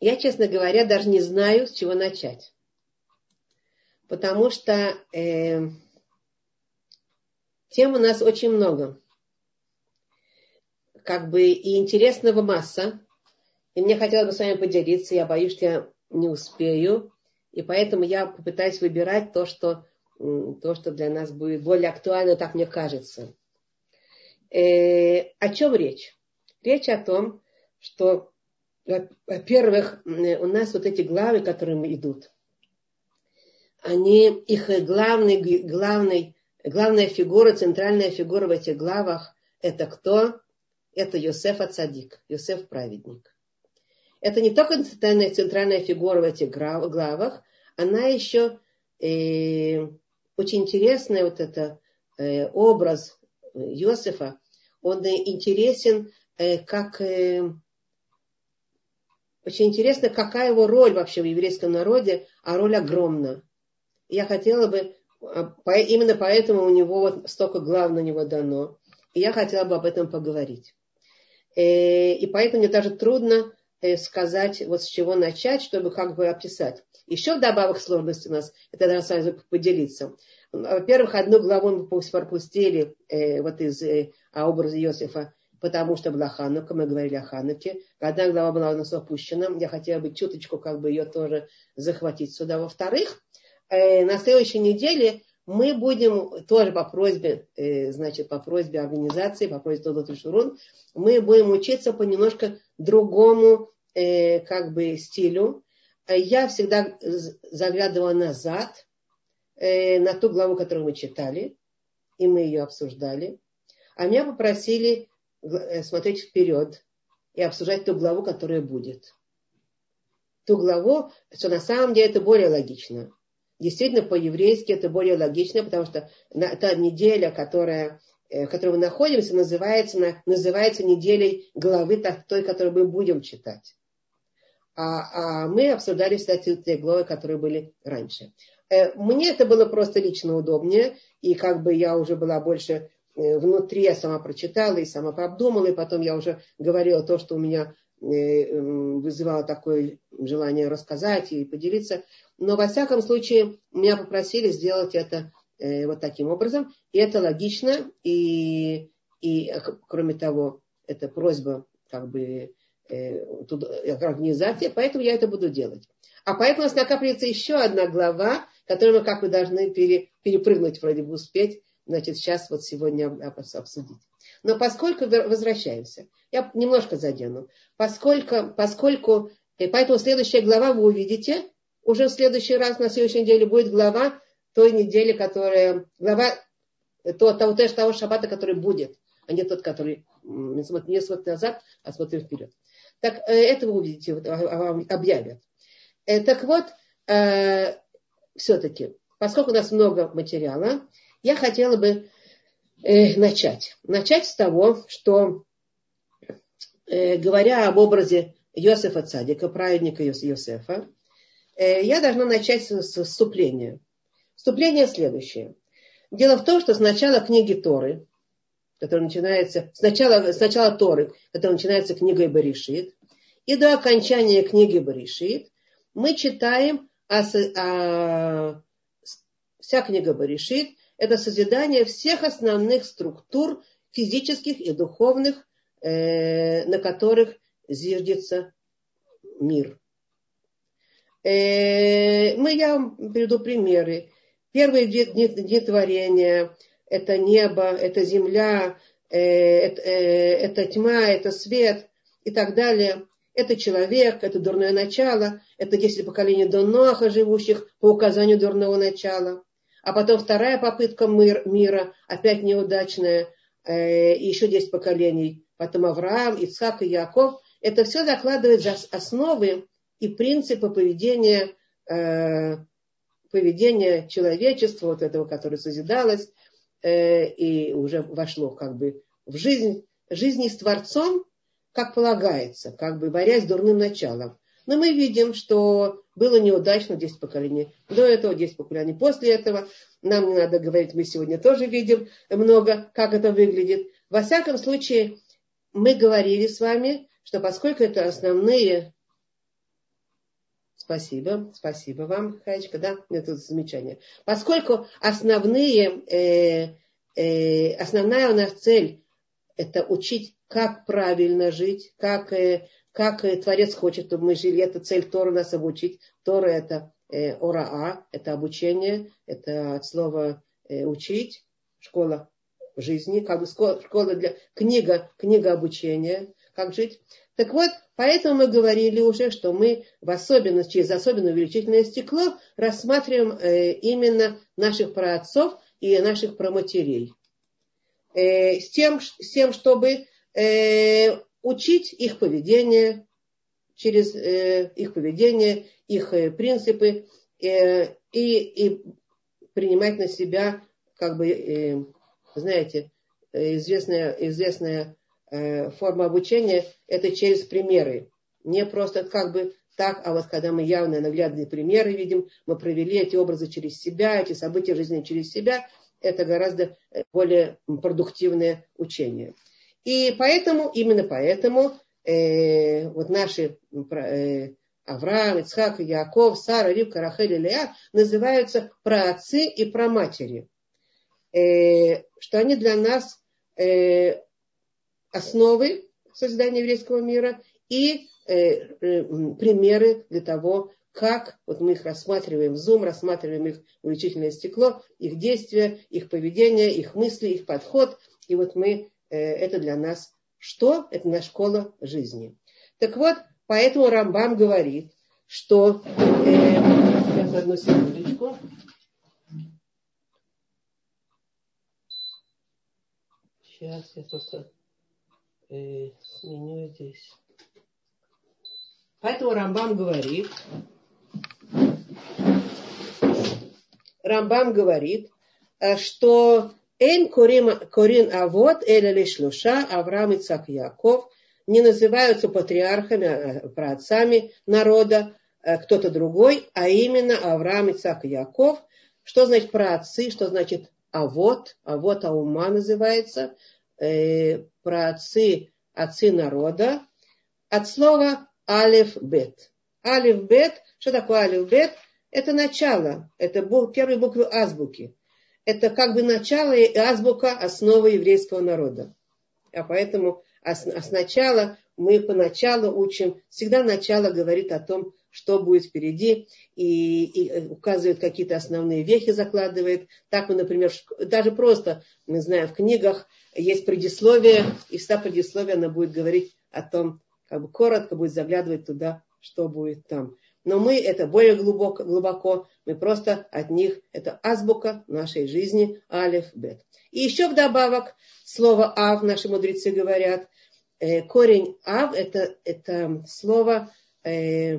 Я, честно говоря, даже не знаю, с чего начать. Потому что тем у нас очень много. Как бы и интересного масса. И мне хотелось бы с вами поделиться. Я боюсь, что я не успею. И поэтому я попытаюсь выбирать то, что для нас будет более актуально, так мне кажется. О чем речь? Речь о том, что, во-первых, у нас вот эти главы, которые идут, их главная фигура, центральная фигура в этих главах, это кто? Это Йосеф ацадик, Йосеф праведник. Это не только центральная фигура в этих главах, она еще очень интересный вот это образ Йосефа, он интересен очень интересно, какая его роль вообще в еврейском народе, а роль огромна. Я хотела бы, именно поэтому у него вот столько глав на него дано, и я хотела бы об этом поговорить. И поэтому мне даже трудно сказать, вот с чего начать, чтобы как бы описать. Еще вдобавок сложности у нас, это надо с вами поделиться. Во-первых, одну главу мы пропустили вот из образа Иосифа, потому что была Ханука, мы говорили о Хануке. Одна глава была у нас опущена, я хотела бы чуточку как бы ее тоже захватить сюда. Во-вторых, на следующей неделе мы будем тоже по просьбе организации, по просьбе Толдот Шурун, мы будем учиться по немножко другому как бы стилю. Я всегда заглядывала назад на ту главу, которую мы читали, и мы ее обсуждали. А меня попросили смотреть вперед и обсуждать ту главу, которая будет. Ту главу, что на самом деле это более логично. Действительно, по-еврейски это более логично, потому что та неделя, в которой мы находимся, называется неделей главы той, которую мы будем читать. А мы обсуждали, кстати, те главы, которые были раньше. Мне это было просто лично удобнее, и как бы я уже была больше внутри, я сама прочитала и сама обдумала, и потом я уже говорила то, что у меня вызывало такое желание рассказать и поделиться. Но во всяком случае меня попросили сделать это вот таким образом, и это логично, и кроме того, это просьба как бы организации, поэтому я это буду делать. А поэтому у нас накапливается еще одна глава, которую мы как бы должны перепрыгнуть, вроде бы успеть, значит, сейчас вот сегодня обсудить. Но поскольку возвращаемся, я немножко задену, поскольку поэтому следующая глава вы увидите, уже в следующий раз, на следующей неделе будет глава той недели, глава того шаббата, который будет, а не тот, который не смотрит назад, а смотрит вперед. Так, это вы увидите, вам объявят. Так вот, все-таки, поскольку у нас много материала, я хотела бы начать. Начать с того, что, говоря об образе Йосефа Цадика, праведника Йосефа, я должна начать с вступления. Вступление следующее. Дело в том, что с начала книги Торы, которая начинается, с начала Торы, которая начинается книгой Берешит, и до окончания книги Берешит, мы читаем вся книга Берешит, это созидание всех основных структур физических и духовных, на которых зиждется мир. Я вам приведу примеры. Первые дни творения – это небо, это земля, это тьма, это свет и так далее. Это человек, это дурное начало, это 10 поколений до Ноаха, живущих по указанию дурного начала. А потом вторая попытка мира, опять неудачная, и еще 10 поколений. Потом Авраам, Ицхак и Яков. Это все закладывает за основы и принципы поведения человечества, вот этого, которое созидалось, и уже вошло как бы в жизнь с Творцом, как полагается, как бы борясь с дурным началом. Но мы видим, что было неудачно 10 поколений до этого, 10 поколений после этого. Нам не надо говорить, мы сегодня тоже видим много, как это выглядит. Во всяком случае, мы говорили с вами, что поскольку это основные Спасибо вам, Хаечка, да, это замечание. Поскольку основная у нас цель это учить, как правильно жить, как Творец хочет, чтобы мы жили. Это цель Торы нас обучить. Тора это ораа, это обучение, это от слова учить, школа жизни, как бы школа для книга обучения, как жить. Так вот, поэтому мы говорили уже, что мы в особенности, через особенное увеличительное стекло рассматриваем именно наших праотцов и наших праматерей. С тем, чтобы учить их поведение, через их поведение, их принципы и принимать на себя, как бы, знаете, известная форма обучения, это через примеры. Не просто как бы так, а вот когда мы явно наглядные примеры видим, мы провели эти образы через себя, эти события жизни через себя, это гораздо более продуктивное учение. И поэтому, именно поэтому, вот наши Авраам, Ицхак, Яаков, Сара, Ривка, Рахель и Леа называются праотцы и праматери. Что они для нас основы создания еврейского мира и примеры для того, как вот мы их рассматриваем в Zoom, рассматриваем их увеличительное стекло, их действия, их поведение, их мысли, их подход. И вот мы, это для нас что? Это наша школа жизни. Так вот, поэтому Рамбам говорит, что... сейчас, одну секундочку. Сейчас я просто сменю здесь. Поэтому Рамбам говорит, что «Эн корин авот эля лишлуша Авраам, Ицхак, Яаков» не называются патриархами, праотцами народа, кто-то другой, а именно Авраам, Ицхак, Яаков. Что значит праотцы, что значит авот? Авот аума называется. Праотцы, отцы народа. От слова алеф-бет. Алеф-бет, что такое алеф-бет? Это начало, это первые буквы азбуки. Это как бы начало и азбука, основа еврейского народа. А поэтому сначала мы поначалу учим, всегда начало говорит о том, что будет впереди, и указывает какие-то основные вехи, закладывает. Так мы, например, даже просто, мы знаем, в книгах есть предисловие, и вся предисловие она будет говорить о том, как бы коротко будет заглядывать туда, что будет там. Но мы это более глубоко, мы просто от них, это азбука нашей жизни, алеф, бет. И еще вдобавок, слово ав, наши мудрецы говорят, корень ав, это слово не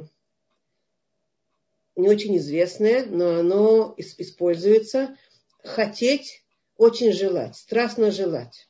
очень известное, но оно используется хотеть, очень желать, страстно желать.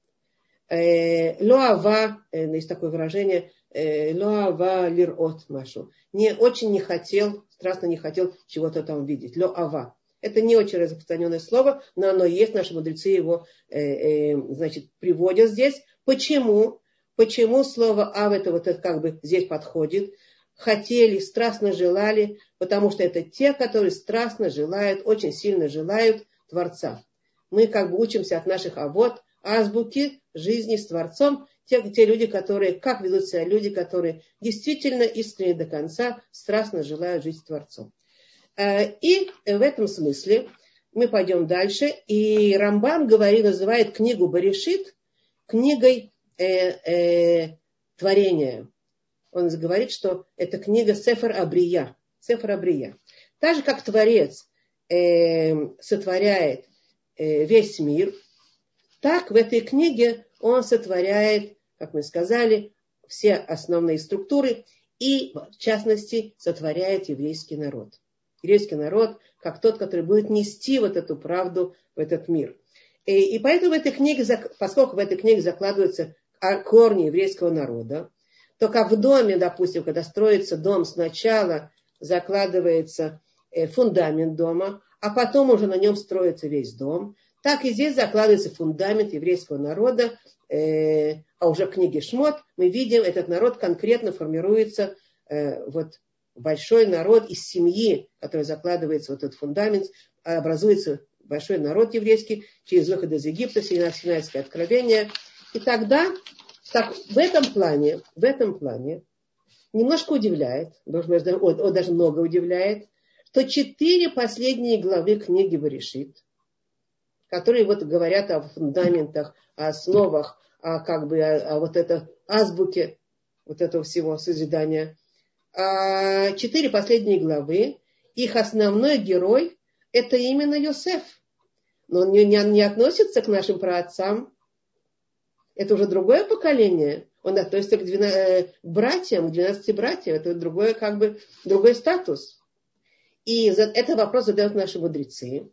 Лоава, есть такое выражение, лоава лирот машу. Очень не хотел, страстно не хотел чего-то там видеть. Лоава. Это не очень распространенное слово, но оно есть, наши мудрецы его, значит, приводят здесь. Почему? Почему слово ав это вот это как бы здесь подходит? Хотели, страстно желали, потому что это те, которые страстно желают, очень сильно желают Творца. Мы как бы учимся от наших авот, азбуки жизни с Творцом, те люди, которые, как ведут себя люди, которые действительно искренне до конца страстно желают жить с Творцом. И в этом смысле мы пойдем дальше. И Рамбам называет книгу Берешит книгой творения. Он говорит, что это книга Сефер Абрия. Сефер Абрия. Так же, как Творец сотворяет весь мир, так в этой книге он сотворяет, как мы сказали, все основные структуры и, в частности, сотворяет еврейский народ. Еврейский народ, как тот, который будет нести вот эту правду в этот мир. И поэтому в этой книге, поскольку в этой книге закладываются корни еврейского народа, то как в доме, допустим, когда строится дом, сначала закладывается фундамент дома, а потом уже на нем строится весь дом, так и здесь закладывается фундамент еврейского народа, а уже в книге Шмот мы видим, этот народ конкретно формируется вот большой народ из семьи, который закладывается вот этот фундамент, образуется большой народ еврейский через выход из Египта, Синайское откровение. И тогда в этом плане немножко удивляет, даже много удивляет, что 4 последние главы книги Берешит, которые вот говорят о фундаментах, о основах, о вот этой азбуке вот этого всего созидания. 4 последние главы, их основной герой – это именно Йосеф. Но он не относится к нашим праотцам. Это уже другое поколение. Он относится к братьям, к 12 братьям. Это другой статус. И этот вопрос задают наши мудрецы.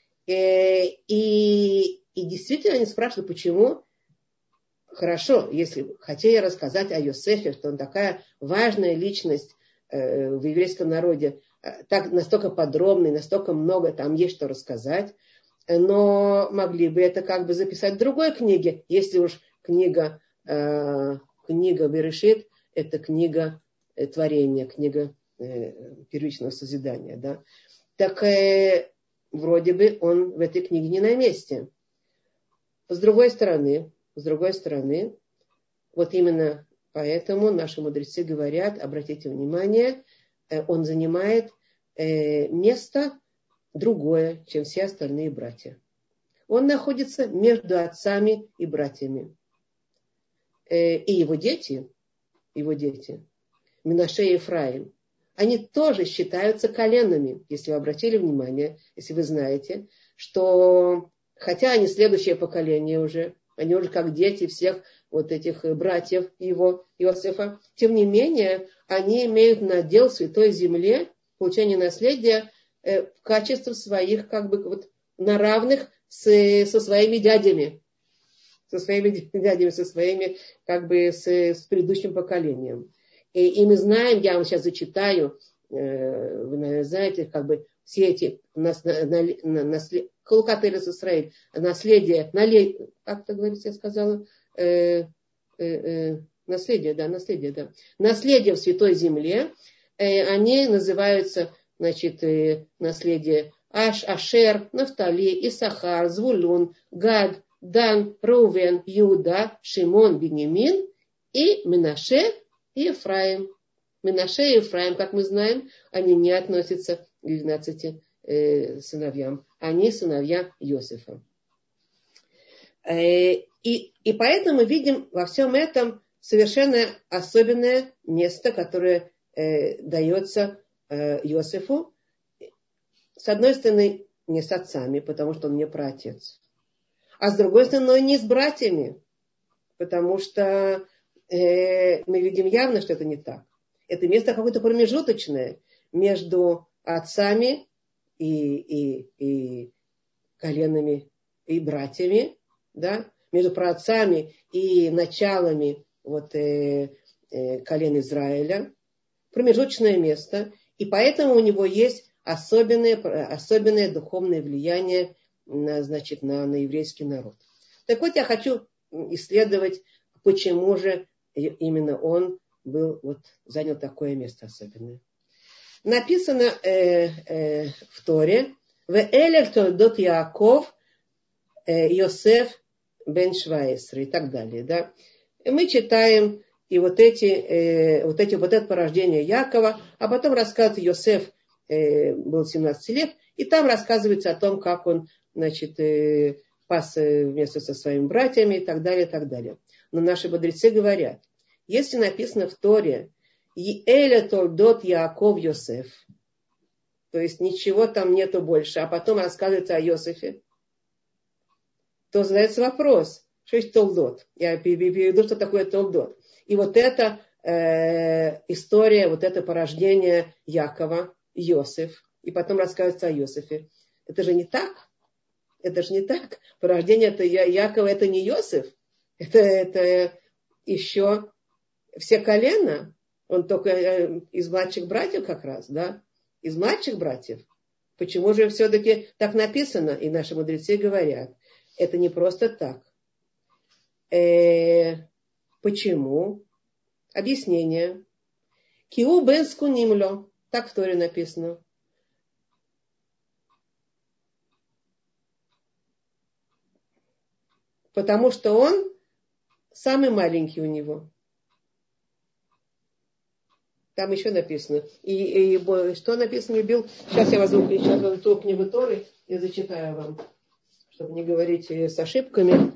И действительно они спрашивают, почему. Хорошо, если хотели рассказать о Йосефе, что он такая важная личность в еврейском народе, так настолько подробный, настолько много там есть что рассказать, но могли бы это записать в другой книге, если уж книга Берешит – это книга творения, книга первичного созидания. Да? Так вроде бы он в этой книге не на месте. С другой стороны, вот именно поэтому наши мудрецы говорят, обратите внимание, он занимает место другое, чем все остальные братья. Он находится между отцами и братьями. И его дети, Менаше и Ефраим, они тоже считаются коленами, если вы обратили внимание, если вы знаете, что хотя они следующее поколение уже, они уже как дети всех вот этих братьев его, Иосифа, тем не менее, они имеют надел в Святой Земле, получение наследия в качестве своих, на равных со своими дядями. С предыдущим поколением. И мы знаем, я вам сейчас зачитаю, вы, наверное, знаете, все эти Халукат Эрец Исраэль, наследие, как это говорится, я сказала, наследие в Святой Земле, они называются, наследие Ашер, Нафтали, Исахар, Звулун, Гад, Дан, Рувен, Иуда, Шимон, Беньямин и Менаше и Ефраим. Менаше и Ефраим, как мы знаем, они не относятся к 12 сыновьям. Они сыновья Иосифа. И поэтому мы видим во всем этом совершенно особенное место, которое дается Иосифу. С одной стороны, не с отцами, потому что он не праотец. А с другой стороны, не с братьями, потому что мы видим явно, что это не так. Это место какое-то промежуточное между отцами и коленами и братьями, да? Между праотцами и началами колен Израиля. Промежуточное место. И поэтому у него есть особенное духовное влияние на еврейский народ. Так вот, я хочу исследовать, почему же именно он занял такое место особенное. Написано в Торе: «Веэлер толдот Яаков Йосеф бен Шваесры» и так далее. Да? И мы читаем и вот это порождение Якова, а потом рассказывает Йосеф был 17 лет, и там рассказывается о том, как он пас вместе со своими братьями и так далее, и так далее. Но наши мудрецы говорят, если написано в Торе «Иэля толдот Яаков Йосеф», то есть ничего там нету больше, а потом рассказывается о Йосефе, то задается вопрос, что есть толдот. Я переведу, что такое толдот. И вот эта история, вот это порождение Якова, Йосеф, и потом рассказывается о Йосефе. Это же не так. Порождение Якова это не Йосеф. Это еще все колена. Он только из младших братьев как раз, да? Из младших братьев. Почему же все-таки так написано? И наши мудрецы говорят, это не просто так. Почему? Объяснение. Киу бен скунимло. Так в Торе написано. Потому что он самый маленький у него. Там еще написано. И что написано, любил? Сейчас я возьму ту книгу Торы и зачитаю вам, чтобы не говорить с ошибками.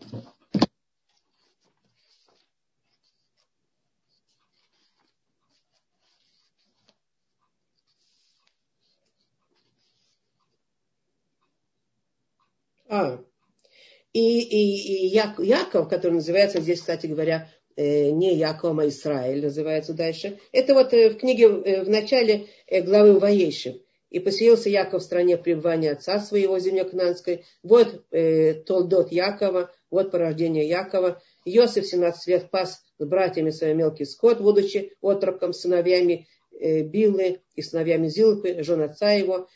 И Яков, который называется здесь, кстати говоря, не Яков, а Израиль называется дальше. Это вот в книге в начале главы Ваешев. И поселился Яков в стране пребывания отца своего, земле Кнаанской. Вот Толдот Якова, вот порождение Якова. Иосиф 17 лет пас с братьями своими мелкий скот, будучи отроком, сыновьями Билы и сыновьями Зилпы, жен отца его.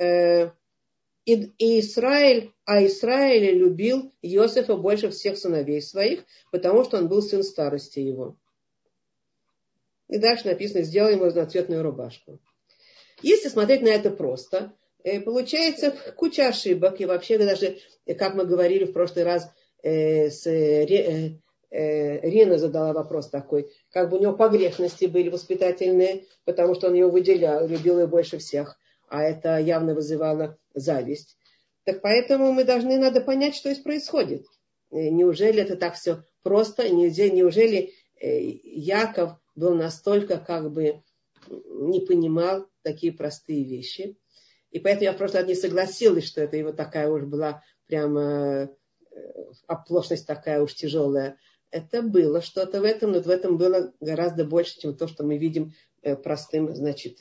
И Израиль любил Иосифа больше всех сыновей своих, потому что он был сын старости его. И дальше написано, сделай ему разноцветную рубашку. Если смотреть на это просто, получается куча ошибок. И вообще даже, как мы говорили в прошлый раз, Рина задала вопрос такой, как бы у него погрешности были воспитательные, потому что он ее выделял, любил ее больше всех. А это явно вызывало зависть. Так поэтому надо понять, что здесь происходит. Неужели это так все просто? Неужели Яков был настолько как бы не понимал такие простые вещи? И поэтому я в прошлый раз не согласилась, что это его такая уж была прямо оплошность такая уж тяжелая. Это было что-то в этом, но в этом было гораздо больше, чем то, что мы видим простым,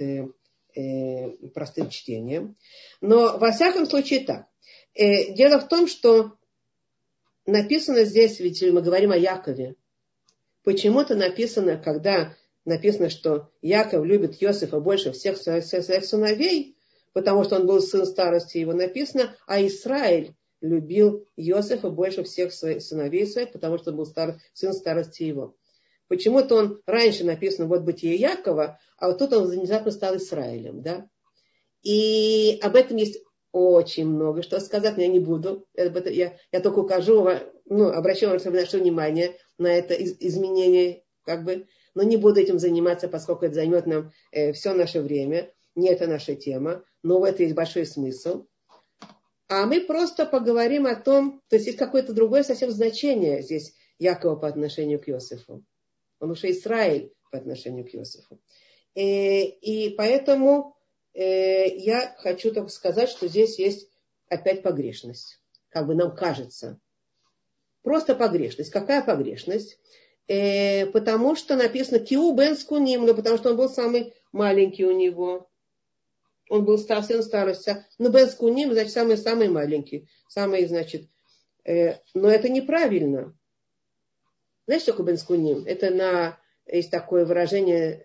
простым чтением. Но во всяком случае так. Дело в том, что написано здесь, ведь мы говорим о Якове. Почему-то написано, когда написано, что Яков любит Иосифа больше всех своих сыновей, потому что он был сын старости его, написано, а Израиль любил Иосифа больше всех своих сыновей своих, потому что он был сын старости его. Почему-то он раньше написано вот бытие Якова, а вот тут он внезапно стал Израилем, да? И об этом есть очень много что сказать, но я не буду. Я только укажу, обращаю ваше внимание на это изменение, как бы, но не буду этим заниматься, поскольку это займет нам все наше время. Не это наша тема, но в этом есть большой смысл. А мы просто поговорим о том, то есть есть какое-то другое совсем значение здесь Якова по отношению к Иосифу. Он уже Израиль по отношению к Иосифу. И поэтому я хочу только сказать, что здесь есть опять погрешность. Как бы нам кажется. Просто погрешность. Какая погрешность? Потому что написано Киу бен скуним, потому что он был самый маленький у него. Он был сын старости. Но бен скуним, значит, самый маленький. Самый, значит. Но это неправильно. Знаешь, что такое бен скуним? Это есть такое выражение,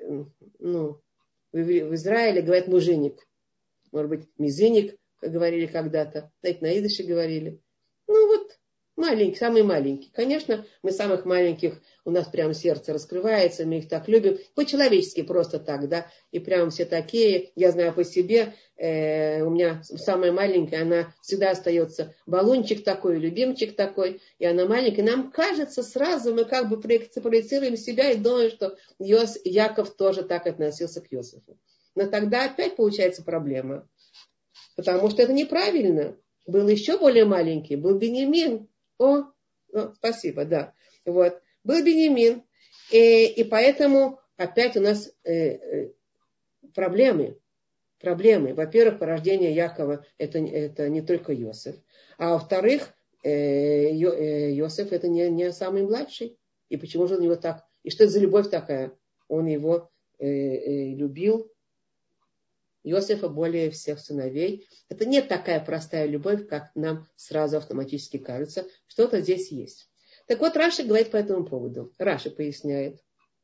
в Израиле говорят муженик. Может быть, мизыник, как говорили когда-то. Знаете, на идыше говорили. Маленький, самый маленький. Конечно, мы самых маленьких, у нас прям сердце раскрывается, мы их так любим. По-человечески просто так, да. И прям все такие, я знаю по себе, у меня самая маленькая, она всегда остается баллончик такой, любимчик такой, и она маленькая. Нам кажется сразу, мы как бы проецируем себя и думаем, что Яков тоже так относился к Иосифу. Но тогда опять получается проблема. Потому что это неправильно. Был еще более маленький, был Беньямин. Спасибо, да. Вот. Был Беньямин. И поэтому опять у нас проблемы. Во-первых, порождение Якова это не только Иосиф. А во-вторых, Иосиф это не самый младший. И почему же у него так? И что это за любовь такая? Он его любил. Иосифа более всех сыновей. Это не такая простая любовь, как нам сразу автоматически кажется. Что-то здесь есть. Так вот, Раши говорит по этому поводу. Раши поясняет.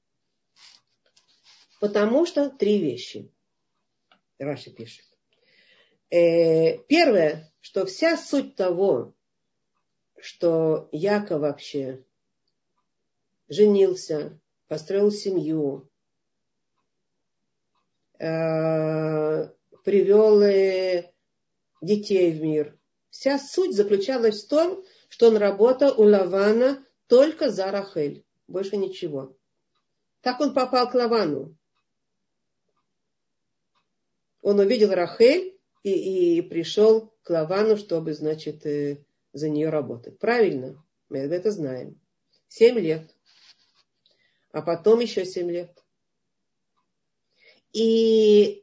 Потому что 3 вещи. Раши пишет. Первое, что вся суть того, что Яков вообще женился, построил семью, привел детей в мир. Вся суть заключалась в том, что он работал у Лавана только за Рахель. Больше ничего. Так он попал к Лавану. Он увидел Рахель и пришел к Лавану, чтобы, значит, за нее работать. Правильно? Мы это знаем. 7 лет. А потом еще 7 лет. И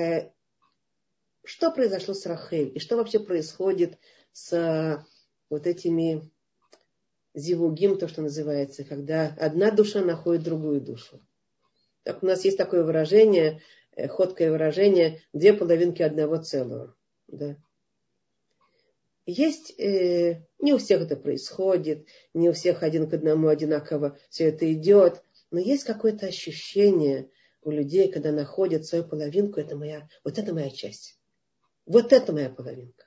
что произошло с Рахель? И что вообще происходит с вот этими зивугим, то, что называется, когда одна душа находит другую душу. Так, у нас есть такое выражение, ходкое выражение, 2 половинки одного целого. Да. Есть, не у всех это происходит, не у всех один к одному одинаково все это идет, но есть какое-то ощущение у людей, когда находят свою половинку, вот это моя часть. Вот это моя половинка.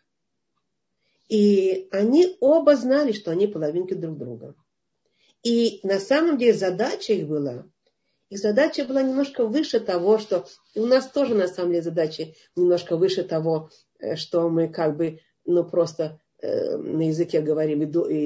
И они оба знали, что они половинки друг друга. И на самом деле задача их была немножко выше того, что... И у нас тоже на самом деле задача немножко выше того, что мы как бы, просто на языке говорим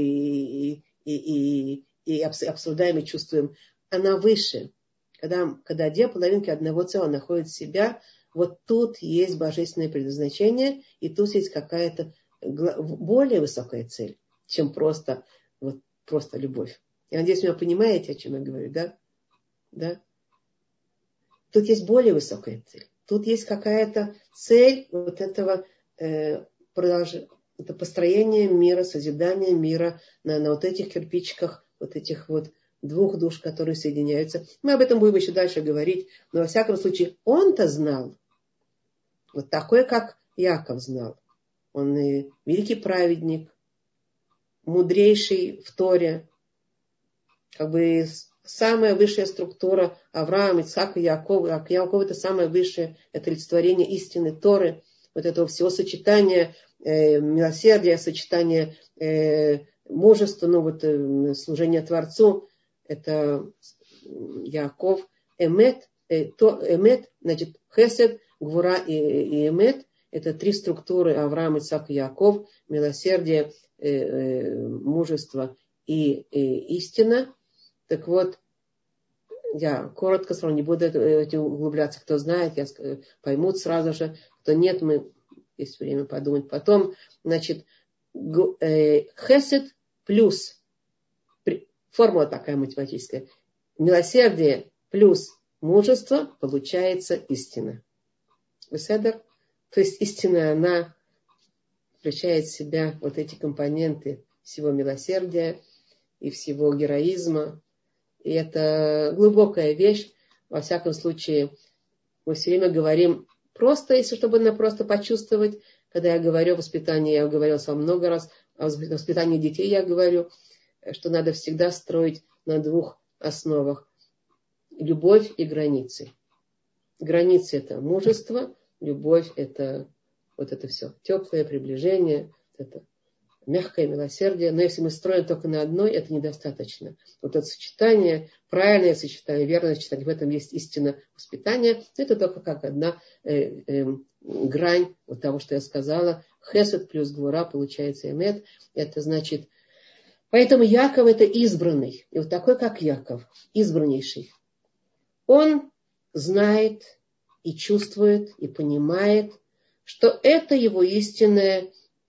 и обсуждаем и чувствуем. Она выше. Когда 2 половинки одного целого находят себя, вот тут есть божественное предназначение, и тут есть какая-то более высокая цель, чем просто любовь. Я надеюсь, вы понимаете, о чем я говорю, да? Да? Тут есть более высокая цель. Тут есть какая-то цель вот этого это построения мира, созидания мира на вот этих кирпичиках, вот этих вот 2 душ, которые соединяются. Мы об этом будем еще дальше говорить, но во всяком случае он-то знал, вот такой, как Яков знал. Он и великий праведник, мудрейший в Торе, как бы самая высшая структура Авраам, Ицхак и Яков. Яков это самое высшее, это олицетворение истины Торы, вот этого всего сочетания милосердия, сочетания мужества, служения Творцу. Это Яков, Эмет, значит, Хесед, Гвура и Эмет. Это 3 структуры Авраам, Ицхак и Яков. Милосердие, мужество и истина. Так вот, я коротко сразу не буду этим углубляться. Кто знает, поймут сразу же. Кто нет, есть время подумать потом. Значит, хесед плюс, формула такая математическая, милосердие плюс мужество получается истина. Беседер? То есть истина, она включает в себя вот эти компоненты всего милосердия и всего героизма. И это глубокая вещь. Во всяком случае, мы все время говорим просто, чтобы просто почувствовать. Когда я говорю о воспитании, я говорила с вами много раз, о воспитании детей я говорю, что надо всегда строить на 2 основах. Любовь и границы. Границы – это мужество, любовь – это вот это все. Теплое приближение, это мягкое милосердие. Но если мы строим только на одной, это недостаточно. Вот это сочетание, правильное сочетание, верное сочетание, в этом есть истина воспитания. Это только как одна грань вот того, что я сказала. Хесед плюс гвура получается эмет. Это значит... Поэтому Яков это избранный. И вот такой, как Яков, избраннейший. Он знает и чувствует, и понимает, что это его истинное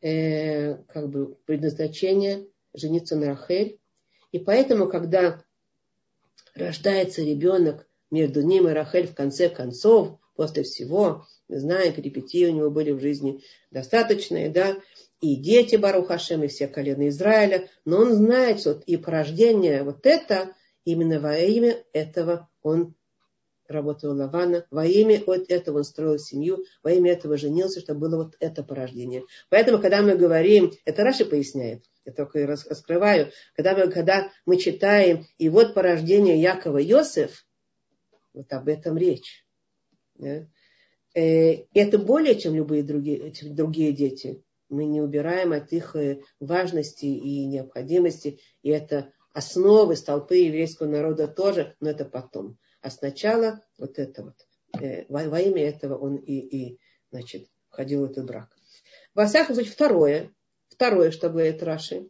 предназначение жениться на Рахель. И поэтому, когда рождается ребенок между ним и Рахель, в конце концов, после всего, мы знаем, перипетии у него были в жизни достаточные, да, и дети Барух Ашем, и все колена Израиля, но он знает, что и порождение вот это, именно во имя этого он работал у Лавана, во имя вот этого он строил семью, во имя этого женился, чтобы было вот это порождение. Поэтому, когда мы говорим, это Раши поясняет, я только раскрываю, когда мы читаем, и вот порождение Якова Йосеф, вот об этом речь. Да? Это более, чем любые другие дети. Мы не убираем от их важности и необходимости, и это основы, столпы еврейского народа тоже, но это потом. А сначала вот это вот, во имя этого он и значит, входил в этот брак. Во всяком случае, второе, что говорит Раши.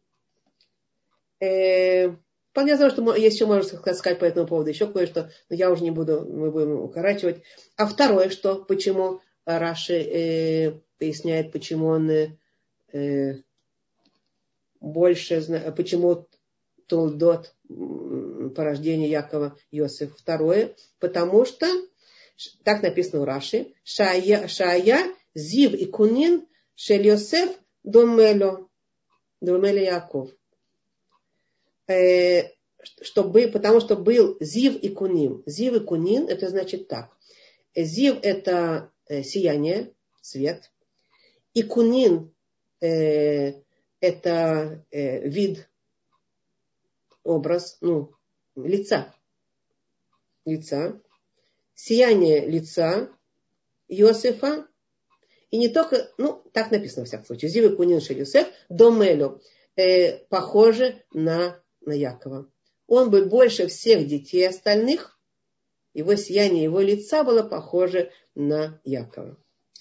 Понятно, что есть еще можно сказать по этому поводу еще кое-что, но я уже не буду, мы будем укорачивать. А второе, что, почему Раши поясняет, почему он больше, почему Толдот, порождение Якова, Йосеф. Второе, потому что, так написано у Раши, Шая, Зив и Кунин, Шель Йосеф, Домело Яков. Потому что был Зив и Кунин. Зив и Кунин, это значит так. Зив это сияние, свет. И Кунин это вид, образ, лица. Сияние лица Йосефа. И не только, так написано во всяком случае. Зив и Кунин Шель Йосеф, Домело. Похоже на Якова. Он был больше всех детей остальных. Его сияние, его лица было похоже на Якова.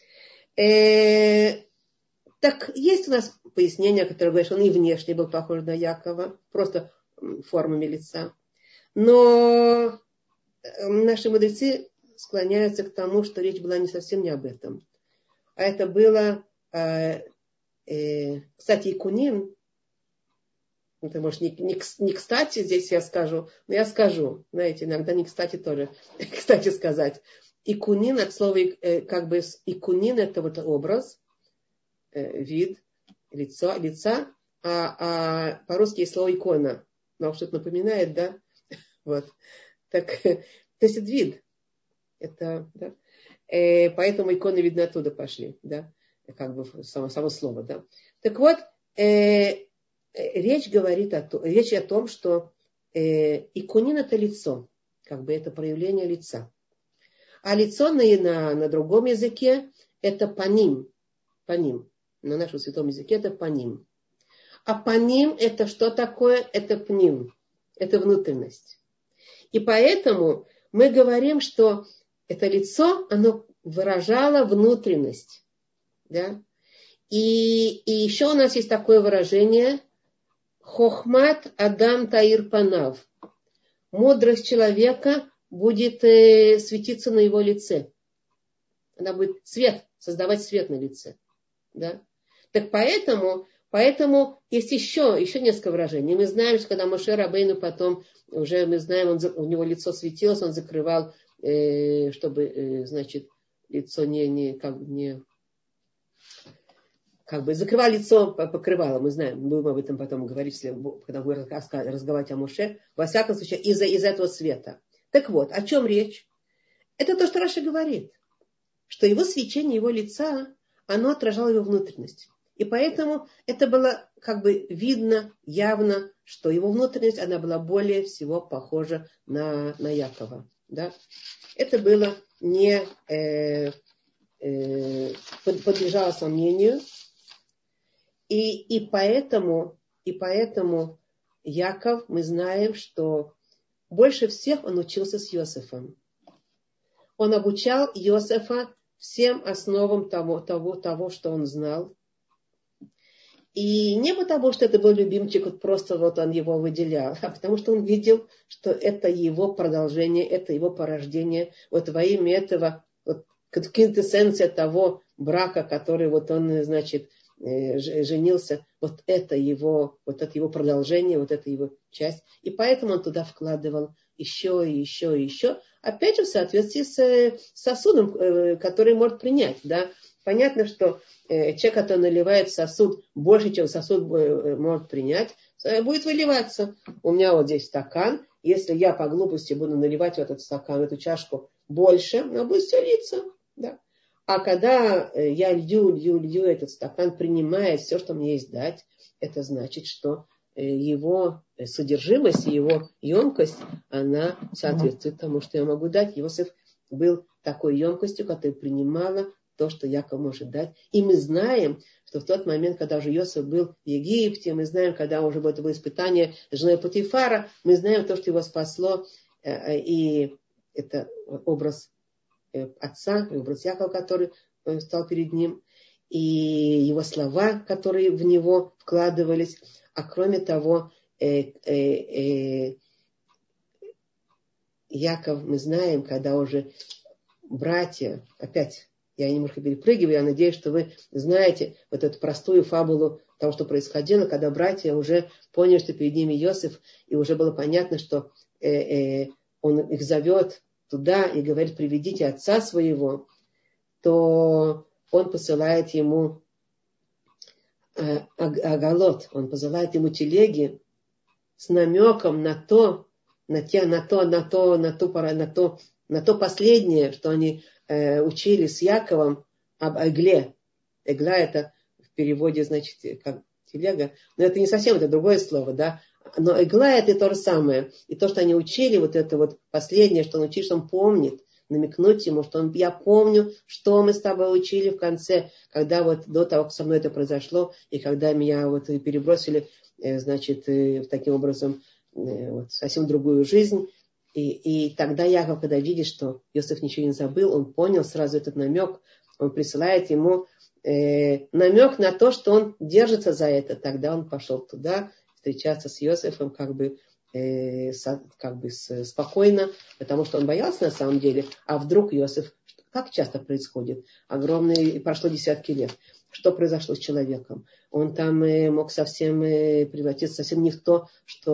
Так есть у нас пояснение, которое говорит, что он и внешне был похож на Якова, просто формами лица. Но наши мудрецы склоняются к тому, что речь была совсем не об этом. А это было, кстати, Икунин. Это, может, не кстати здесь я скажу, но я скажу. Знаете, иногда не кстати тоже, кстати сказать. Икунин от слова, икунин это вот образ, вид, лица, а по-русски есть слово икона. Вам что-то напоминает, да? Вот. Так, то есть это вид. Это, да? Поэтому иконы, видно, оттуда пошли, да? Само слово, да? Так вот, речь о том, что икунин это лицо, это проявление лица. А лицо на другом языке это паним. На нашем святом языке это паним. А паним это что такое? Это пним. Это внутренность. И поэтому мы говорим, что это лицо, оно выражало внутренность. Да? И еще у нас есть такое выражение Хохмат Адам Таир Панав. Мудрость человека будет светиться на его лице. Она будет создавать свет на лице. Да? Так поэтому есть еще несколько выражений. Мы знаем, что когда Моше Рабейну потом, уже мы знаем, у него лицо светилось, он закрывал, чтобы, лицо закрывал лицо покрывало. Мы знаем, мы будем об этом потом говорить, когда будем разговаривать о Моше. Во всяком случае, из-за этого света. Так вот, о чем речь? Это то, что Раши говорит. Что его свечение, его лица, оно отражало его внутренность. И поэтому это было видно, явно, что его внутренность, она была более всего похожа на Якова. Да? Это было не подлежало сомнению. И поэтому Яков, мы знаем, что больше всех он учился с Йосефом. Он обучал Йосефа всем основам того, что он знал. И не потому, что это был любимчик, просто он его выделял, а потому что он видел, что это его продолжение, это его порождение. Во имя этого, квинтэссенция того брака, который он, женился, это его продолжение, это его часть. И поэтому он туда вкладывал еще и еще и еще. Опять же, в соответствии с сосудом, который может принять. Да? Понятно, что человек, который наливает в сосуд больше, чем сосуд может принять, будет выливаться. У меня здесь стакан. Если я по глупости буду наливать в этот стакан, в эту чашку больше, она будет все литься. Да? А когда я лью этот стакан, принимая все, что мне есть дать, это значит, что его содержимость, его емкость, она соответствует тому, что я могу дать. Иосиф был такой емкостью, которая принимала то, что Яков может дать. И мы знаем, что в тот момент, когда уже Иосиф был в Египте, мы знаем, когда уже это было испытание с женой Потифара, мы знаем то, что его спасло, и это образ отца, образ Якова, который стал перед ним, и его слова, которые в него вкладывались. А кроме того, Яков, мы знаем, когда уже братья, опять я немножко перепрыгиваю, я надеюсь, что вы знаете вот эту простую фабулу того, что происходило, когда братья уже поняли, что перед ними Иосиф, и уже было понятно, что он их зовет туда и говорит: приведите отца своего, то он посылает ему агалот, он посылает ему телеги с намеком на то последнее, что они учили с Яковом об эгле. Эгла — это в переводе, значит, как телега. Но это не совсем, это другое слово, да. Но эгла — это то же самое. И то, что они учили, вот это вот последнее, что он учит, что он помнит, намекнуть ему, что я помню, что мы с тобой учили в конце, когда вот до того, как со мной это произошло, и когда меня вот перебросили, значит, таким образом, вот, совсем другую жизнь. И тогда Яков, когда видит, что Иосиф ничего не забыл, он понял сразу этот намек, он присылает ему намек на то, что он держится за это. Тогда он пошел туда встречаться с Иосифом спокойно, потому что он боялся на самом деле. А вдруг Иосиф, как часто происходит, прошло десятки лет, что произошло с человеком? Он там мог совсем превратиться совсем не в то,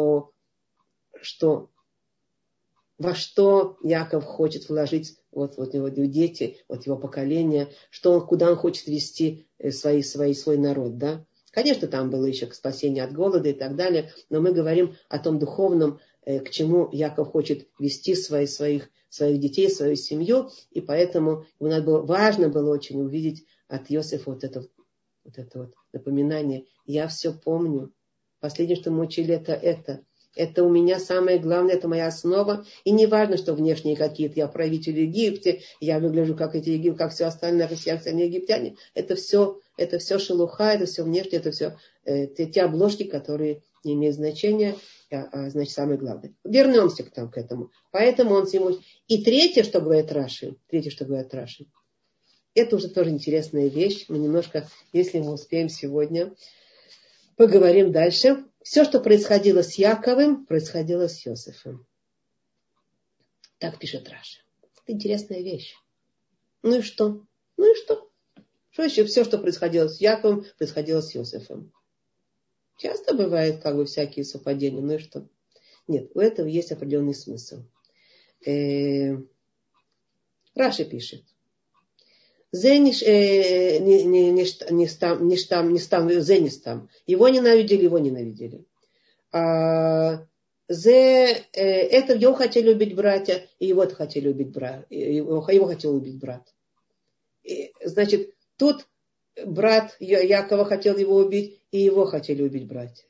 во что Яков хочет вложить вот его дети, вот его поколение, куда он хочет вести свой народ, да? Конечно, там было еще спасение от голода и так далее, но мы говорим о том духовном, к чему Яков хочет вести своих детей, свою семью, и поэтому важно было очень увидеть от Иосифа вот это напоминание. Я все помню. Последнее, что мы учили, это. Это у меня самое главное, это моя основа. И не важно, что внешние какие-то, я правитель в Египте, я выгляжу как как все остальные, все остальные египтяне. Это все шелуха, это все внешнее, это все те обложки, которые не имеют значения, значит, самое главное. Вернемся к этому. Поэтому он ему... И третье, что говорит Раши, это уже тоже интересная вещь. Мы немножко, если мы успеем сегодня, поговорим дальше. Все, что происходило с Яковом, происходило с Иосифом. Так пишет Раши. Это интересная вещь. Ну и что? Что еще? Все, что происходило с Яковом, происходило с Иосифом. Часто бывает всякие совпадения. Ну и что? Нет, у этого есть определенный смысл. Раши пишет. Его ненавидели. Это его хотели убить братья, и его хотели убить брат. Его хотел убить брат. Значит, тут брат Якова хотел его убить, и его хотели убить братья.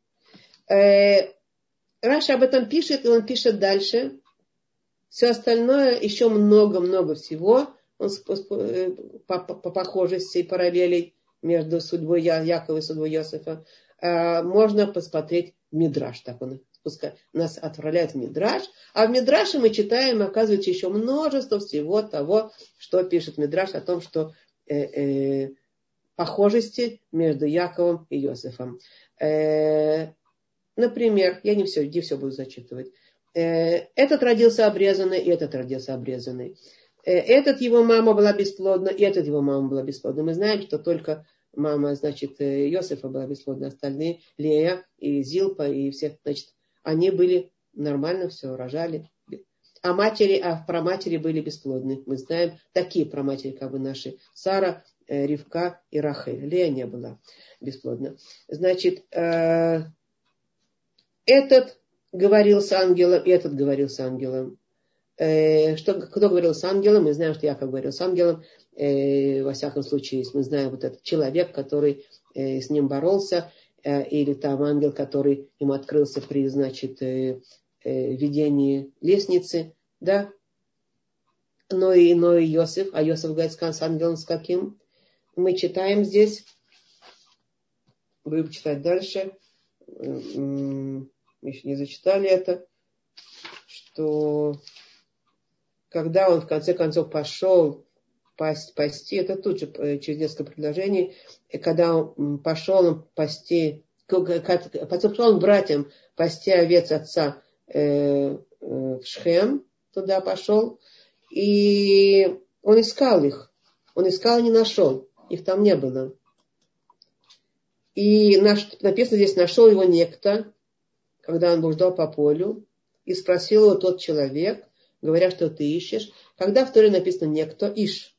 Раша об этом пишет, и он пишет дальше. Все остальное, еще много-много всего, по похожести и параллелей между судьбой Якова и судьбой Иосифа, можно посмотреть в Мидраш. Так он нас отправляет в Мидраш. А в Мидраше мы читаем, оказывается, еще множество всего того, что пишет Мидраш о том, что похожести между Яковом и Иосифом. Например, я не все буду зачитывать. Этот родился обрезанный, и этот родился обрезанный. Этот его мама была бесплодна, и этот его мама была бесплодна. Мы знаем, что только мама, значит, Иосифа была бесплодна, остальные, Лея и Зилпа, и все, значит, они были нормально, все рожали. А праматери были бесплодны. Мы знаем такие праматери, как бы наши Сара, Ривка и Рахель. Лея не была бесплодна. Значит, этот говорил с ангелом, и этот говорил с ангелом. Кто говорил с ангелом? Мы знаем, что Яков говорил с ангелом. Во всяком случае, мы знаем вот этот человек, который с ним боролся, или там ангел, который ему открылся при, значит, видении лестницы, да. Но и Иосиф, а Иосиф говорит с ангелом с каким? Мы читаем здесь, будем читать дальше, мы еще не зачитали это, что когда он в конце концов пошел пасти, это тут же через несколько предложений, когда он пошел пасти, пошел он к братьям пасти овец отца в Шхем, туда пошел, и он искал их. Он искал и не нашел. Их там не было. И написано здесь, нашел его некто, когда он блуждал по полю, и спросил его тот человек, говоря, что ты ищешь. Когда в Торе написано некто, Иш.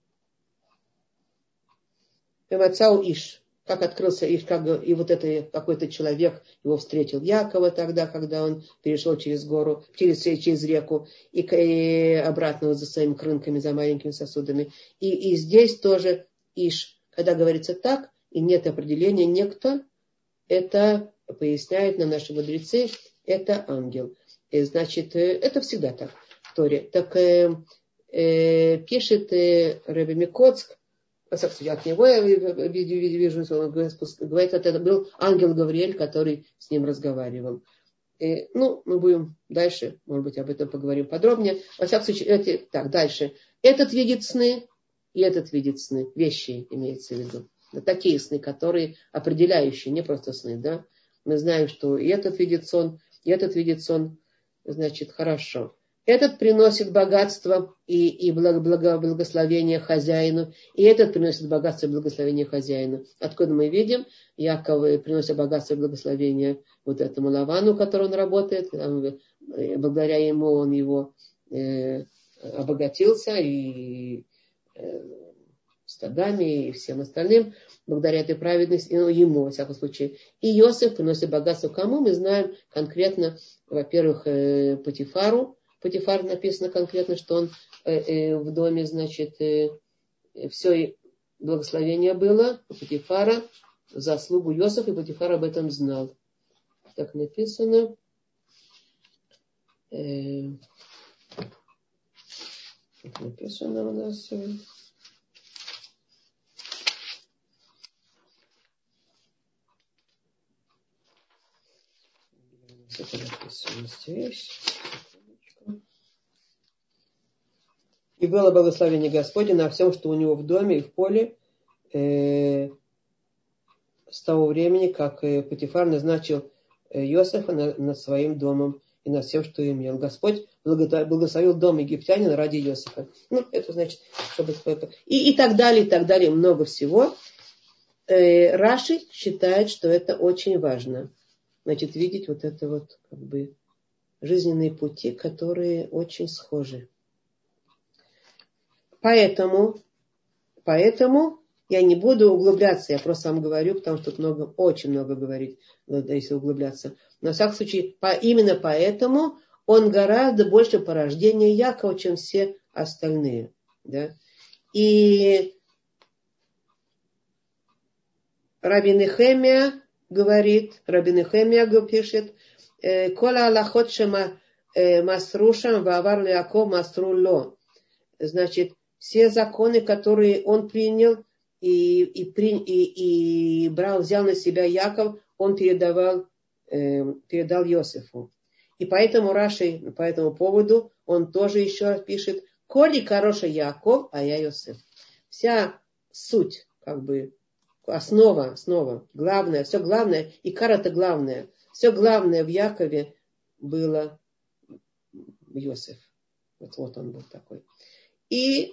Эмацау Иш. Как открылся Иш, и вот это какой-то человек его встретил Якова тогда, когда он перешел через гору, через реку, и обратно вот за своими крынками, за маленькими сосудами. И здесь тоже Иш. Когда говорится так, и нет определения некто, это поясняют нам наши мудрецы, это ангел. И, значит, это всегда так в Торе. Так пишет Ребе Микоцк, от него я вижу, что он говорит, что это был ангел Гавриэль, который с ним разговаривал. Мы будем дальше, может быть, об этом поговорим подробнее. Во всяком случае, так, дальше. Этот видит сны, и этот видит сны. Вещи имеется в виду. Такие сны, которые определяющие, не просто сны, да. Мы знаем, что и этот видит сон, значит, хорошо. Этот приносит богатство и благословение хозяину, и этот приносит богатство и благословение хозяину. Откуда мы видим? Яков приносит богатство и благословение вот этому Лавану, который он работает, благодаря ему он его обогатился и стадами и всем остальным, благодаря этой праведности, ему, во всяком случае. И Иосиф приносит богатство кому? Мы знаем конкретно, во-первых, Потифару. Потифар написано конкретно, что он в доме, значит, все благословение было у Потифара, заслугу Иосифа, и Потифар об этом знал. Так написано. Так написано у нас. Это написано здесь. И было благословение Господне на всем, что у него в доме и в поле, с того времени, как Потифар назначил Иосифа над своим домом и над всем, что имел. Господь благословил дом египтянина ради Иосифа. Это значит, чтобы... И так далее, много всего. Раши считает, что это очень важно. Значит, видеть вот это вот, как бы, жизненные пути, которые очень схожи. Поэтому я не буду углубляться, я просто вам говорю, потому что тут очень много говорить, если углубляться. Но, во всяком случае, именно поэтому он гораздо больше порождения Якова, чем все остальные. Да? И Раби Нехемия пишет, «Кола алахот шема масрушам вавар леаков масруло». Значит, все законы, которые он принял и взял на себя Яков, он передал Иосифу. И поэтому Раши по этому поводу он тоже еще раз пишет, «Коли хороший Яков, а я Иосиф». Вся суть, как бы, основа, главное, все главное, икар это главное. Все главное в Якове было Иосиф. Вот он был такой. И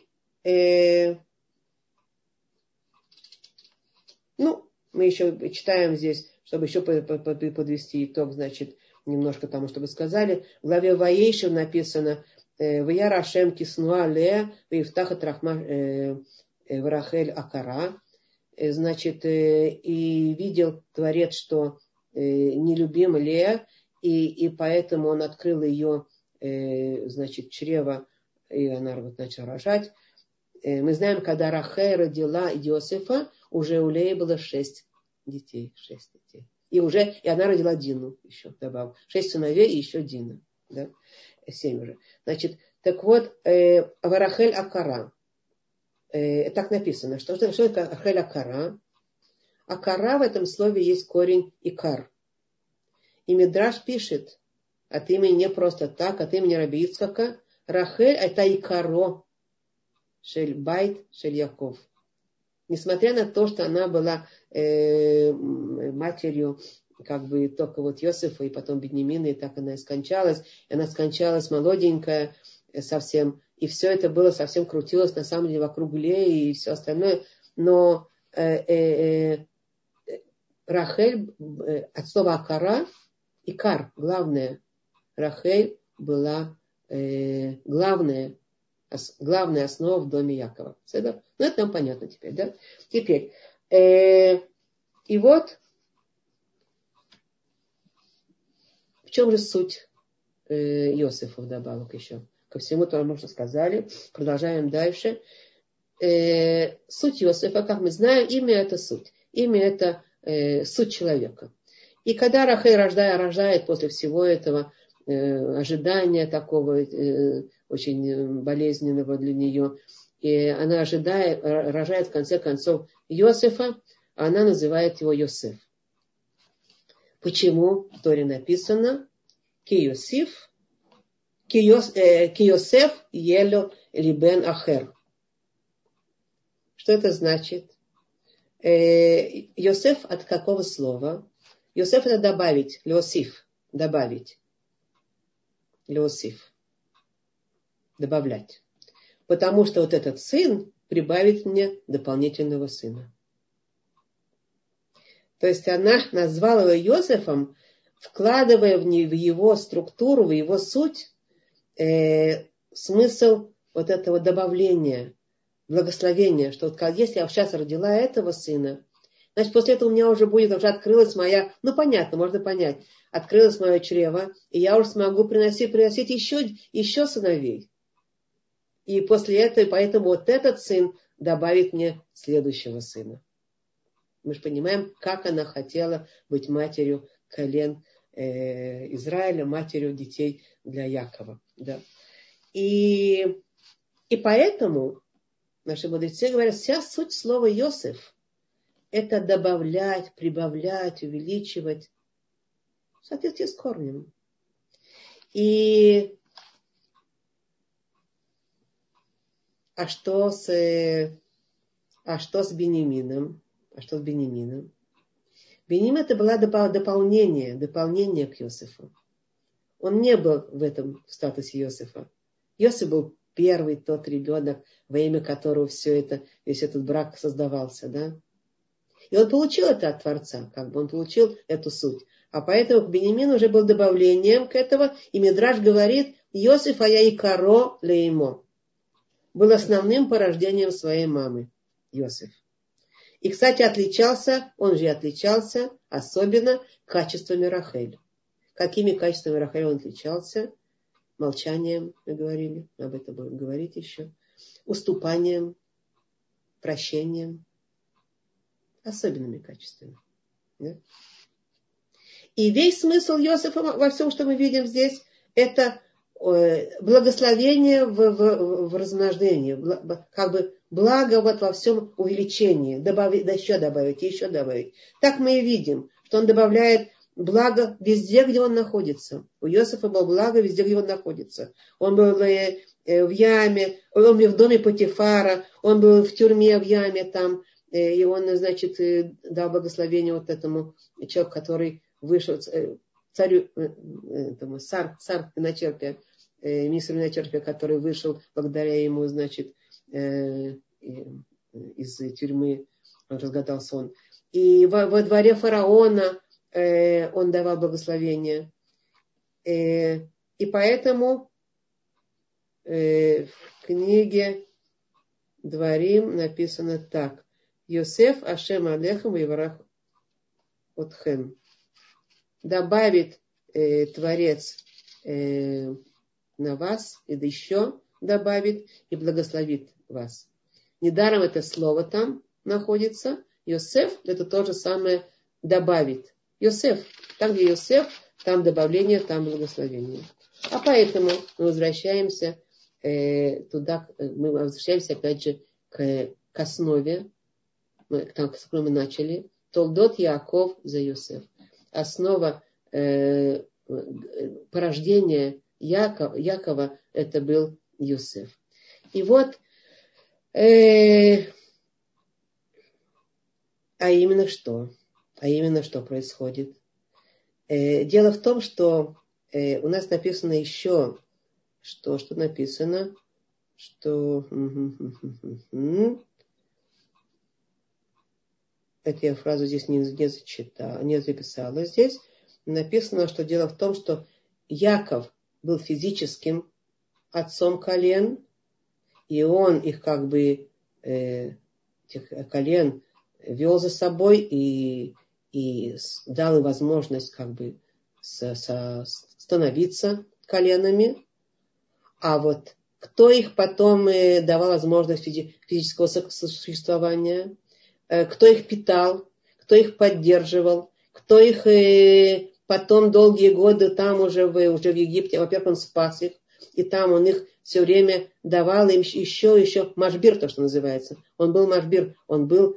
мы еще читаем здесь, чтобы еще подвести итог, значит, немножко тому, что вы сказали. В главе Ваейшев написано «Ваяра Ашем киснуа леа ваифтахат рахма врахель акара». Значит, и видел Творец, что нелюбим Леа, и поэтому он открыл ее, значит, чрево, и она начала рожать. Мы знаем, когда Рахель родила Иосифа, уже у Леи было 6 детей. И она родила Дину еще добавил. 6 сыновей и еще Дина. Да? 7 уже. Значит, так вот, Варахель Акара. Так написано. Что это Рахель Акара? Акара в этом слове есть корень икар. И Мидраш пишет от имени не просто так, от имени Раби Ицхака. Рахель это икаро. шель байт шель Яков. Несмотря на то, что она была матерью как бы только вот Йосефа и потом Беньямина, и так она и скончалась. И она скончалась молоденькая совсем. И все это было совсем крутилось на самом деле вокруг Леи и все остальное. Но Рахель, от слова акара, икар, главное. Рахель была главная основа в доме Якова. Ну, это нам понятно теперь, да? Теперь. И вот в чем же суть Йосефа вдобавок еще? Ко всему тому, что сказали. Продолжаем дальше. Суть Йосефа, как мы знаем, имя это суть. Имя это суть человека. И когда Рахель рождает после всего этого ожидания такого очень болезненного для нее, и она рожает в конце концов Йосефа, она называет его Йосеф. Почему в Торе написано Киосеф ело либен ахер? Что это значит? Йосеф от какого слова? Йосеф это добавить, леосиф, добавить. Леосиф, добавлять. Потому что вот этот сын прибавит мне дополнительного сына. То есть она назвала его Йосефом, вкладывая в его структуру, в его суть смысл вот этого добавления, благословения, что вот если я сейчас родила этого сына, значит, после этого у меня уже открылась моя, ну понятно, можно понять, открылось мое чрево, и я уже смогу приносить еще сыновей. И после этого, поэтому вот этот сын добавит мне следующего сына. Мы же понимаем, как она хотела быть матерью колен Израиля, матерью детей для Якова. Да. И поэтому наши мудрецы говорят, вся суть слова Йосеф – это добавлять, прибавлять, увеличивать в соответствии с корнем. А что с Беньямином? Беньямин это было дополнение к Йосефу. Он не был в этом статусе Йосефа. Йосеф был первый тот ребенок, во имя которого весь этот брак создавался, да? И он получил это от Творца, он получил эту суть. А поэтому Беньямин уже был добавлением к этому. И Мидраш говорит, Йосеф икаро леймо. Был основным порождением своей мамы, Йосеф. И, кстати, он же отличался особенно качествами Рахель. Какими качествами Рахель он отличался? Молчанием, мы говорили, об этом будем говорить еще. Уступанием, прощением. Особенными качествами. Да? И весь смысл Йосефа во всем, что мы видим здесь, это благословение в размножении, благо во всем увеличении, еще добавить. Так мы и видим, что он добавляет благо везде, где он находится. У Йосефа было благо везде, где он находится. Он был в яме, он был в доме Потифара, он был в тюрьме в яме там, и он, значит, дал благословение вот этому человеку, который вышел, царю, этому царь виночерпия, министру виночерпия, который вышел благодаря ему, значит, из тюрьмы, он разгадал сон. И во дворе фараона он давал благословение. И поэтому в книге Дворим написано так. Йосеф Ашем Алехам Еварах Отхем. Добавит Творец на вас, и еще добавит, и благословит вас. Недаром это слово там находится. Йосеф это то же самое добавит. Йосеф. Там, где Йосеф, там добавление, там благословение. А поэтому мы возвращаемся опять же к основе, с которой мы начали. Толдот Яаков за Йосеф. Основа порождения Якова это был Йосеф. И вот А именно что? А именно что происходит? Дело в том, что у нас написано еще, что написано, что эту я фразу здесь не зачитала, не записала. Здесь написано, что дело в том, что Яков был физическим отцом колен, и он их как бы этих колен вел за собой и дал им возможность как бы становиться коленами. А вот кто их потом давал возможность физического существования, кто их питал, кто их поддерживал, кто их потом долгие годы там уже в Египте, во-первых, он спас их, и там он их все время давал им еще машбир, то, что называется. Он был машбир, он был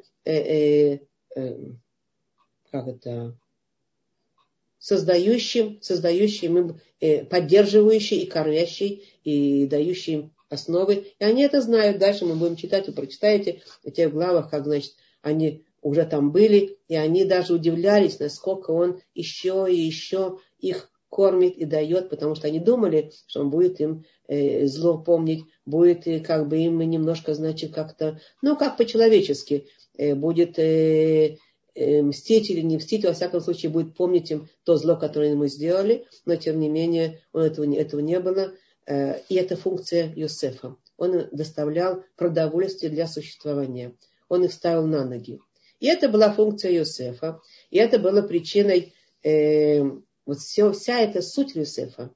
создающим, поддерживающий и кормящий, и дающий им основы. И они это знают. Дальше мы будем читать, вы прочитаете в тех главах, как, значит, они уже там были, и они даже удивлялись, насколько он еще и еще их кормит и дает, потому что они думали, что он будет им зло помнить, будет как бы им немножко, значит, как-то, как по-человечески, будет мстить или не мстить, во всяком случае будет помнить им то зло, которое ему сделали, но тем не менее этого не было. И это функция Йосефа. Он доставлял продовольствие для существования. Он их ставил на ноги. И это была функция Йосефа. И это было причиной, вся эта суть Йосефа,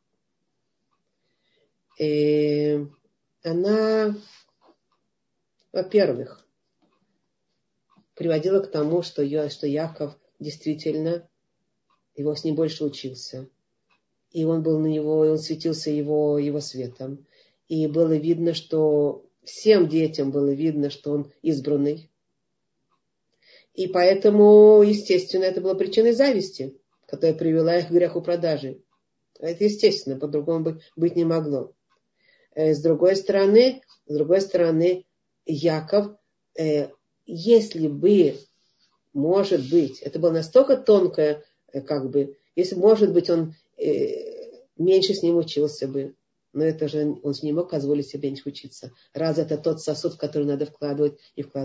она, во-первых, приводила к тому, что Яков действительно, его с ним больше учился. И он был на него, и он светился его светом. И было видно, что всем детям было видно, что он избранный. И поэтому, естественно, это было причиной зависти, которая привела их к греху продажи. Это естественно, по-другому быть не могло. С другой стороны, Яков, если бы, может быть, это было настолько тонкое, как бы, если, может быть, он меньше с ним учился бы, но это же он же не мог позволить себе меньше учиться. Раз это тот сосуд, в который надо вкладывать.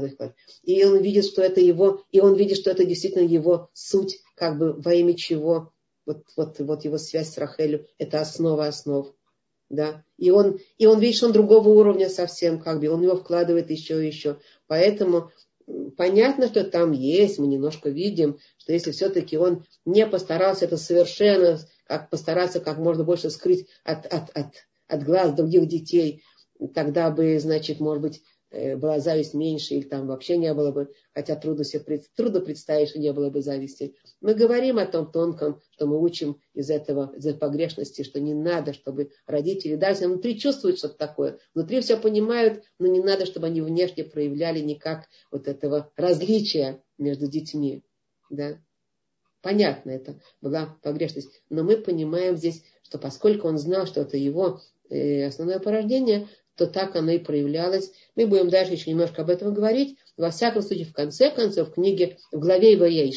И он видит, что это его, и он видит, что это действительно его суть, как бы во имя чего, вот его связь с Рахелью, это основа основ. Да? И он видит, что он другого уровня совсем, как бы, он его вкладывает еще и еще. Поэтому понятно, что там есть, мы немножко видим, что если все-таки он не постарался это совершенно, постараться как можно больше скрыть от глаз других детей, тогда бы, значит, может быть, была зависть меньше, или там вообще не было бы, хотя трудно представить, что не было бы зависти. Мы говорим о том тонком, что мы учим из погрешности, что не надо, чтобы родители, даже внутри чувствуют что-то такое, внутри все понимают, но не надо, чтобы они внешне проявляли никак вот этого различия между детьми. Да? Понятно, это была погрешность. Но мы понимаем здесь, что поскольку он знал, что это его основное порождение, то так оно и проявлялось. Мы будем дальше еще немножко об этом говорить. Во всяком случае, в конце концов, в книге, в главе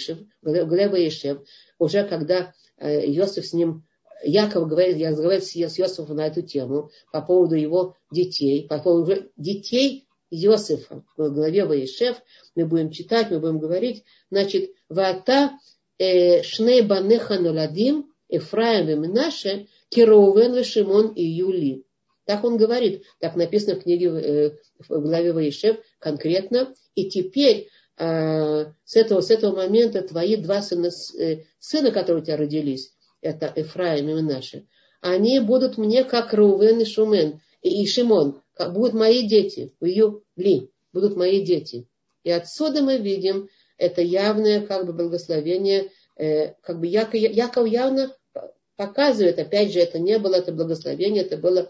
Ваешев, уже когда Йосеф с ним, Яков разговаривает с Йосефом на эту тему по поводу его детей, по поводу уже детей Йосефа. В главе Ваешев мы будем читать, мы будем говорить. Значит, «Ваата шней банеха ноладим Эфраим и Менаше Кироувен Шимон и Юли». Так он говорит, так написано в книге, в главе Ваешев конкретно. И теперь с этого момента твои два сына, которые у тебя родились, это Эфраим и Менаше, они будут мне как Реувен и Шумен и Шимон, будут мои дети, Юли, будут мои дети. И отсюда мы видим это явное как бы благословение, как бы Яков явно показывает, опять же, это не было это благословение, это было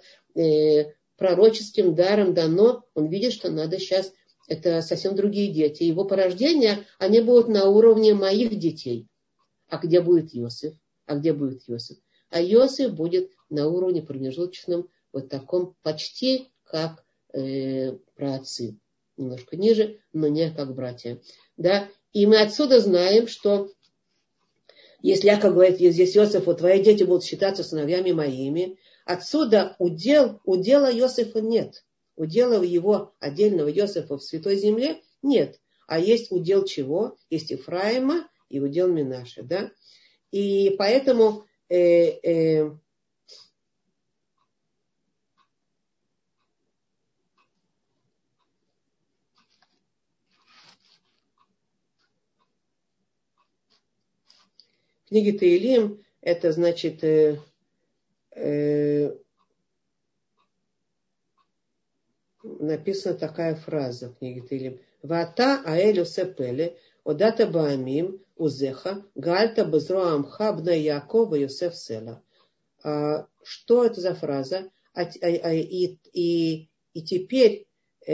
пророческим даром дано. Он видит, что надо сейчас, это совсем другие дети. Его порождения, они будут на уровне моих детей. А где будет Йосеф? А Йосеф будет на уровне промежуточном, вот таком почти как праотцы. Немножко ниже, но не как братья. Да? И мы отсюда знаем, что если Яков говорит здесь Иосифу, твои дети будут считаться сыновьями моими, отсюда удела Иосифа нет. Удела его отдельного Иосифа в Святой Земле нет. А есть удел чего? Есть Ефраима и удел Менаше. Да? И поэтому книги Теилим, это значит написана такая фраза в книге Теилим. Вата аэлю сепеле, одата баамим, узеха, гальта безро амха бна Якова Йосеф села. Что это за фраза? И теперь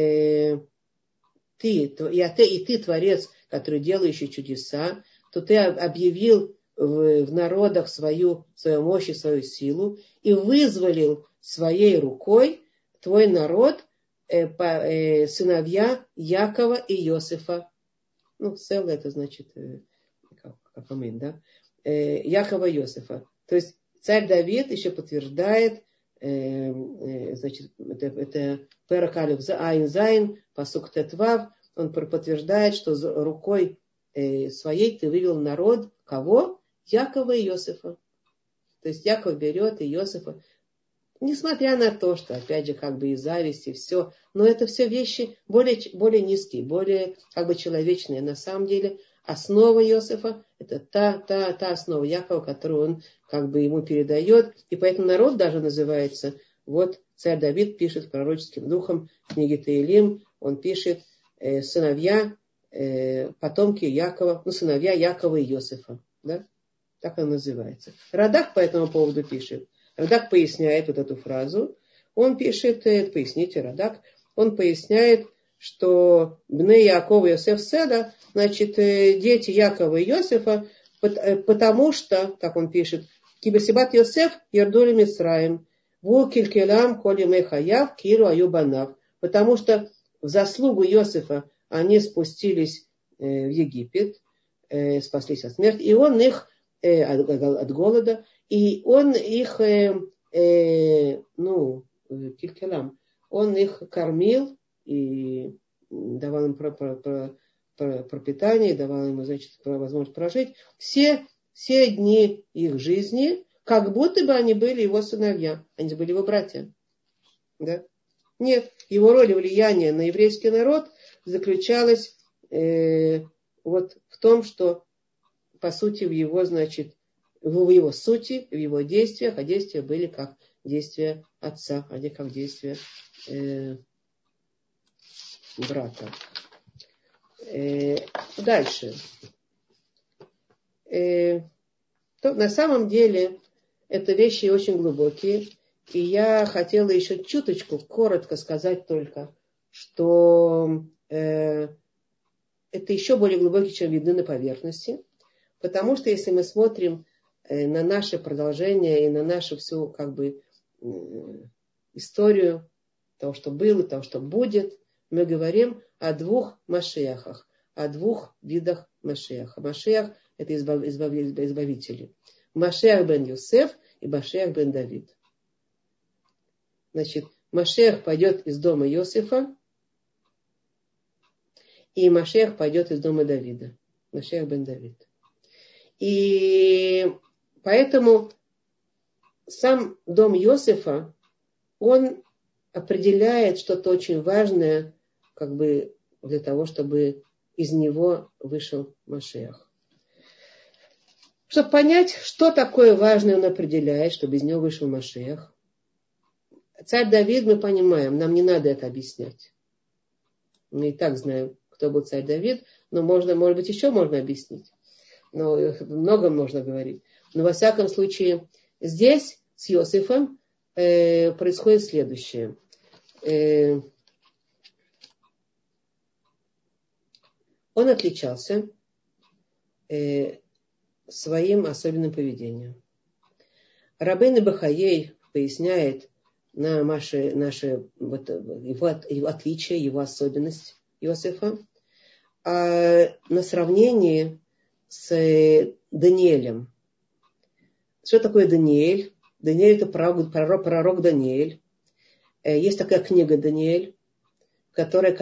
ты, Творец, который делающий чудеса, то ты объявил в народах свою мощь и свою силу и вызволил своей рукой твой народ, сыновья Якова и Иосифа. Ну, Села это значит, как амин, да? Якова и Иосифа. То есть царь Давид еще подтверждает, значит, это Перек Алеф Айн Зайн, пасук Тетвав, он подтверждает, что рукой своей ты вывел народ, кого? Якова и Иосифа. То есть Яков берет Иосифа, несмотря на то, что, опять же, как бы и зависть, и все, но это все вещи более низкие, более как бы человечные. На самом деле основа Иосифа – это та основа Якова, которую он как бы ему передает. И поэтому народ даже называется, вот царь Давид пишет пророческим духом в книге Теилим, он пишет сыновья, потомки Якова, сыновья Якова и Иосифа. Да? Так он называется. Радак по этому поводу пишет. Радак поясняет вот эту фразу. Он пишет, поясните, Радак, он поясняет, что Бне Якова и Йосеф Седа, значит, дети Якова и Йосифа, потому что, как он пишет, Кибасибат Йосеф Ярдули Мисраим, Ву Килькелам Коли Мехаяв Киру Аюбанав. Потому что в заслугу Йосифа они спустились в Египет, спаслись от смерти, и он их от голода, и он их, килькелам, он их кормил и давал им пропитание, давал им, значит, возможность прожить все дни их жизни, как будто бы они были его сыновья, они были его братья. Да? Нет, его роль и влияние на еврейский народ заключалось вот в том, что по сути в его, значит, в его сути, в его действиях, а действия были как действия отца, а не как действия брата. Дальше. То, на самом деле это вещи очень глубокие, и я хотела еще чуточку, коротко сказать только, что это еще более глубокие, чем видны на поверхности. Потому что если мы смотрим на наше продолжение и на нашу всю как бы историю того, что было, того, что будет, мы говорим о двух Машиахах, о двух видах Машиаха. Машиах – это избавители. Машиах бен Йосеф и Машиах бен Давид. Значит, Машиах пойдет из дома Йосефа, и Машиах пойдет из дома Давида. Машиах бен Давид. И поэтому сам дом Йосефа, он определяет что-то очень важное, как бы для того, чтобы из него вышел Машиах. Чтобы понять, что такое важное он определяет, чтобы из него вышел Машиах. Царь Давид, мы понимаем, нам не надо это объяснять. Мы и так знаем, кто был царь Давид, но может быть, еще можно объяснить. Но много можно говорить. Но во всяком случае, здесь с Иосифом происходит следующее. Он отличался своим особенным поведением. Рабейн Бахаей поясняет, на наши вот, его отличие, его особенность Иосифа, на сравнении с Даниэлем. Что такое Даниэль? Даниэль — это пророк Даниэль. Есть такая книга Даниэль, которая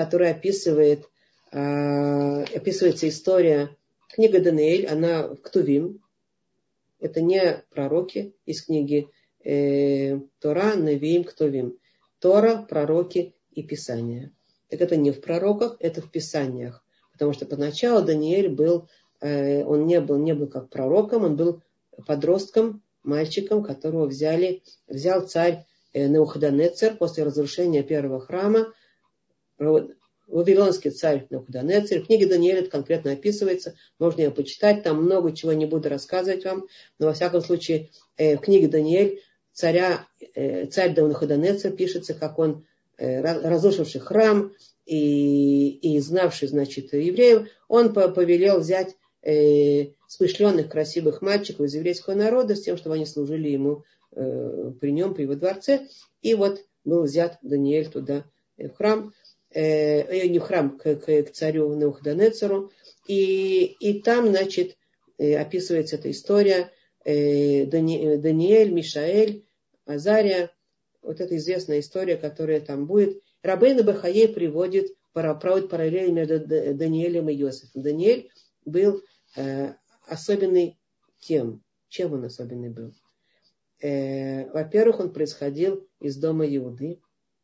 описывается история. Книга Даниэль, она в Ктувим. Это не пророки из книги Тора, Невиим, Ктувим. Тора, пророки и Писания. Так это не в пророках, это в Писаниях. Потому что поначалу Даниэль он не был как пророком, он был подростком, мальчиком, которого взял царь Навуходоносор после разрушения первого храма. Вавилонский царь Навуходоносор. В книге Даниэля это конкретно описывается. Можно ее почитать. Там много чего не буду рассказывать вам. Но во всяком случае в книге Даниэль царь Навуходоносор пишется, как он, разрушивший храм и знавший, значит, евреев, он повелел взять смышленных, красивых мальчиков из еврейского народа с тем, чтобы они служили ему при нем, при его дворце. И вот был взят Даниэль туда, в храм, не в храм, к царю Навуходоносору. И там, значит, описывается эта история. Даниэль, Мишаэль, Азария. Вот эта известная история, которая там будет. Рабейну Бахаей проводит параллель между Даниэлем и Иосифом. Даниэль был особенный тем. Чем он особенный был? Во-первых, он происходил из дома Иуды.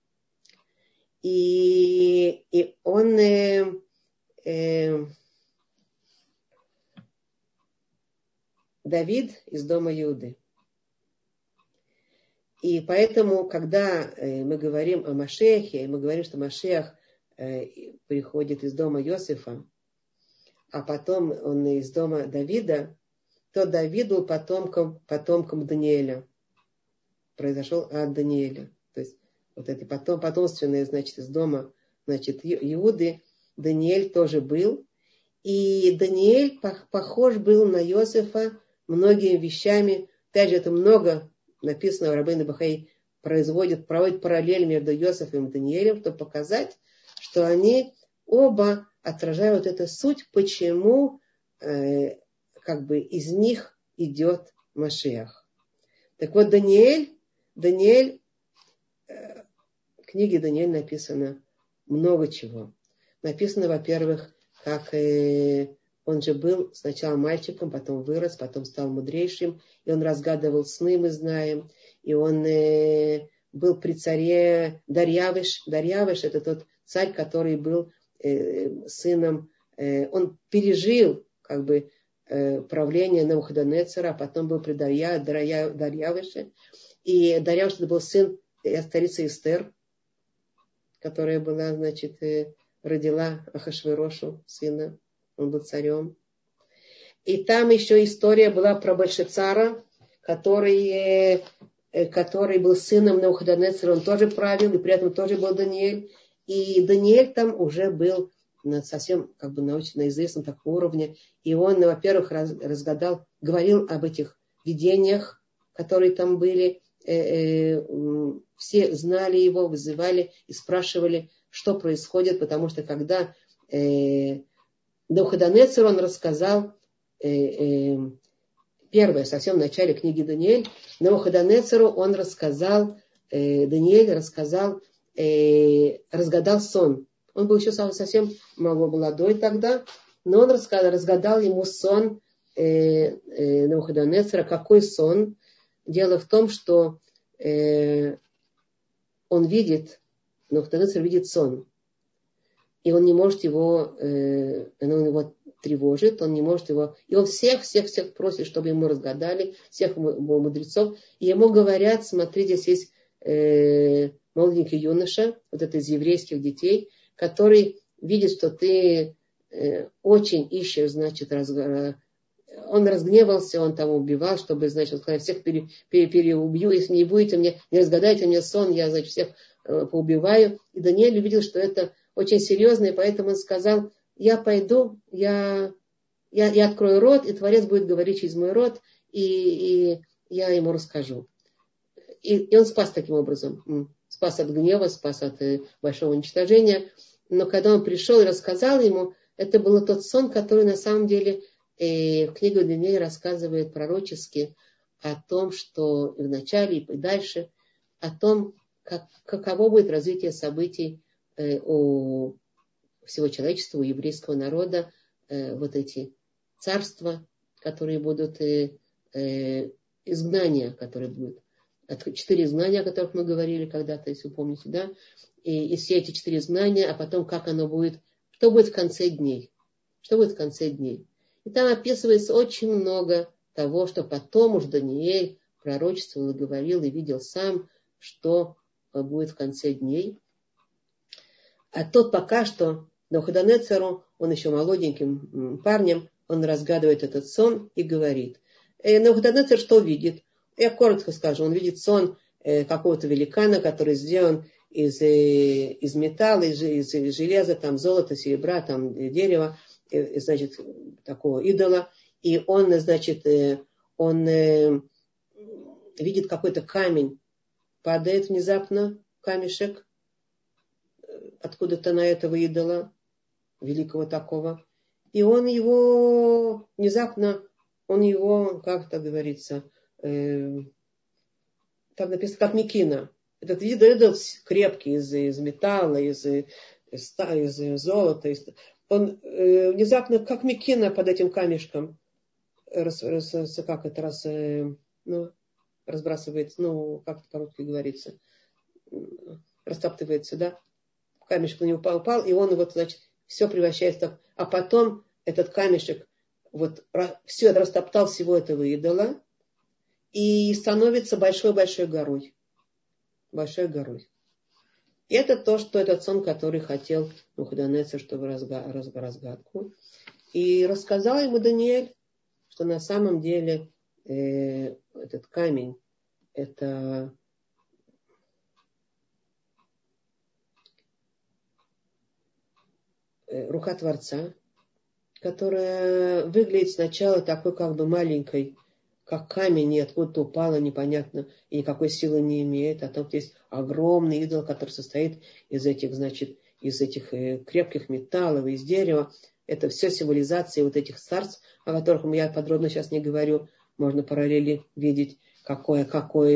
И он Давид из дома Иуды. И поэтому, когда мы говорим о Машиахе, мы говорим, что Машиах приходит из дома Иосифа, а потом он из дома Давида, то Давид был потомком Даниэля. Произошел от Даниэля. То есть вот это потомственное, значит, из дома, значит, Иуды, Даниэль тоже был. И Даниэль похож был на Иосифа многими вещами. Опять же, это много написано, Рабейну Бахаи проводит параллель между Иосифом и Даниэлем, чтобы показать, что они оба отражают эту суть, почему как бы из них идет Машиах. Так вот, Даниэль, в книге Даниэль написано много чего. Написано, во-первых, как он же был сначала мальчиком, потом вырос, потом стал мудрейшим, и он разгадывал сны, мы знаем, и он был при царе Дарьявиш. Дарьявиш — это тот царь, который был сыном, он пережил как бы правление Навуходоносора, а потом был при Дарьявише. И Дарьявиш — это был сын царицы Эстер, которая была, значит, родила Ахашверошу сына, он был царем. И там еще история была про Бельшацара, который был сыном Навуходоносора, он тоже правил, и при этом тоже был Даниэль. И Даниэль там уже был совсем как бы на известном таком уровне. И он, во-первых, говорил об этих видениях, которые там были. Все знали его, вызывали и спрашивали, что происходит, потому что когда Навуходоносор, он рассказал, первое, совсем в начале книги Даниэль, Навуходоносору он рассказал, Даниэль разгадал сон. Он был еще совсем молодой тогда, но он разгадал ему сон Навуходоносора. Какой сон? Дело в том, что Навуходоносор видит сон. И он не может его, он его тревожит, он не может его, и он всех просит, чтобы ему разгадали, всех его мудрецов. И ему говорят, смотри, здесь есть молоденький юноша, вот это из еврейских детей, который видит, что ты очень ищешь, значит, он разгневался, он там убивал, чтобы, значит, сказать, всех переубью, если не будете мне, не разгадаете мне сон, я, значит, всех поубиваю. И Даниэль увидел, что это очень серьезно, и поэтому он сказал, я пойду, я открою рот, и Творец будет говорить через мой рот, и я ему расскажу. И он спас таким образом. Спас от гнева, спас от большого уничтожения. Но когда он пришел и рассказал ему, это был тот сон, который на самом деле книга Даниэля рассказывает пророчески о том, что и в начале, и дальше, о том, каково будет развитие событий у всего человечества, у еврейского народа, вот эти царства, которые будут, изгнания, которые будут. 4 изгнания, о которых мы говорили когда-то, если вы помните, да? И все эти 4 изгнания, а потом как оно будет, что будет в конце дней. Что будет в конце дней. И там описывается очень много того, что потом уж Даниэль пророчествовал и говорил, и видел сам, что будет в конце дней. А тот пока что Навуходоносору, он еще молоденьким парнем, он разгадывает этот сон и говорит. Навуходоносор что видит? Я коротко скажу. Он видит сон какого-то великана, который сделан из металла, из железа, там, золота, серебра, там, дерева, значит, такого идола. И он, значит, он видит какой-то камень, падает внезапно камешек откуда-то на этого идола, великого такого. И он его внезапно, как это говорится, там написано, как мекина. Этот идол крепкий, из металла, из золота. Он внезапно, как мекина под этим камешком, разбрасывается, как это по-русски говорится, растаптывается, да? Камешек на него упал, и он вот, значит, все превращается. А потом этот камешек вот все растоптал всего этого идола и становится большой-большой горой. Большой горой. И это то, что этот сон, который хотел Навуходоносор, чтобы разгадку. И рассказал ему Даниэль, что на самом деле этот камень, это рука Творца, которая выглядит сначала такой как бы маленькой, как камень, и откуда-то упала, непонятно, и никакой силы не имеет. А там есть огромный идол, который состоит из этих крепких металлов, из дерева. Это все символизации вот этих царств, о которых я подробно сейчас не говорю. Можно параллели видеть, какой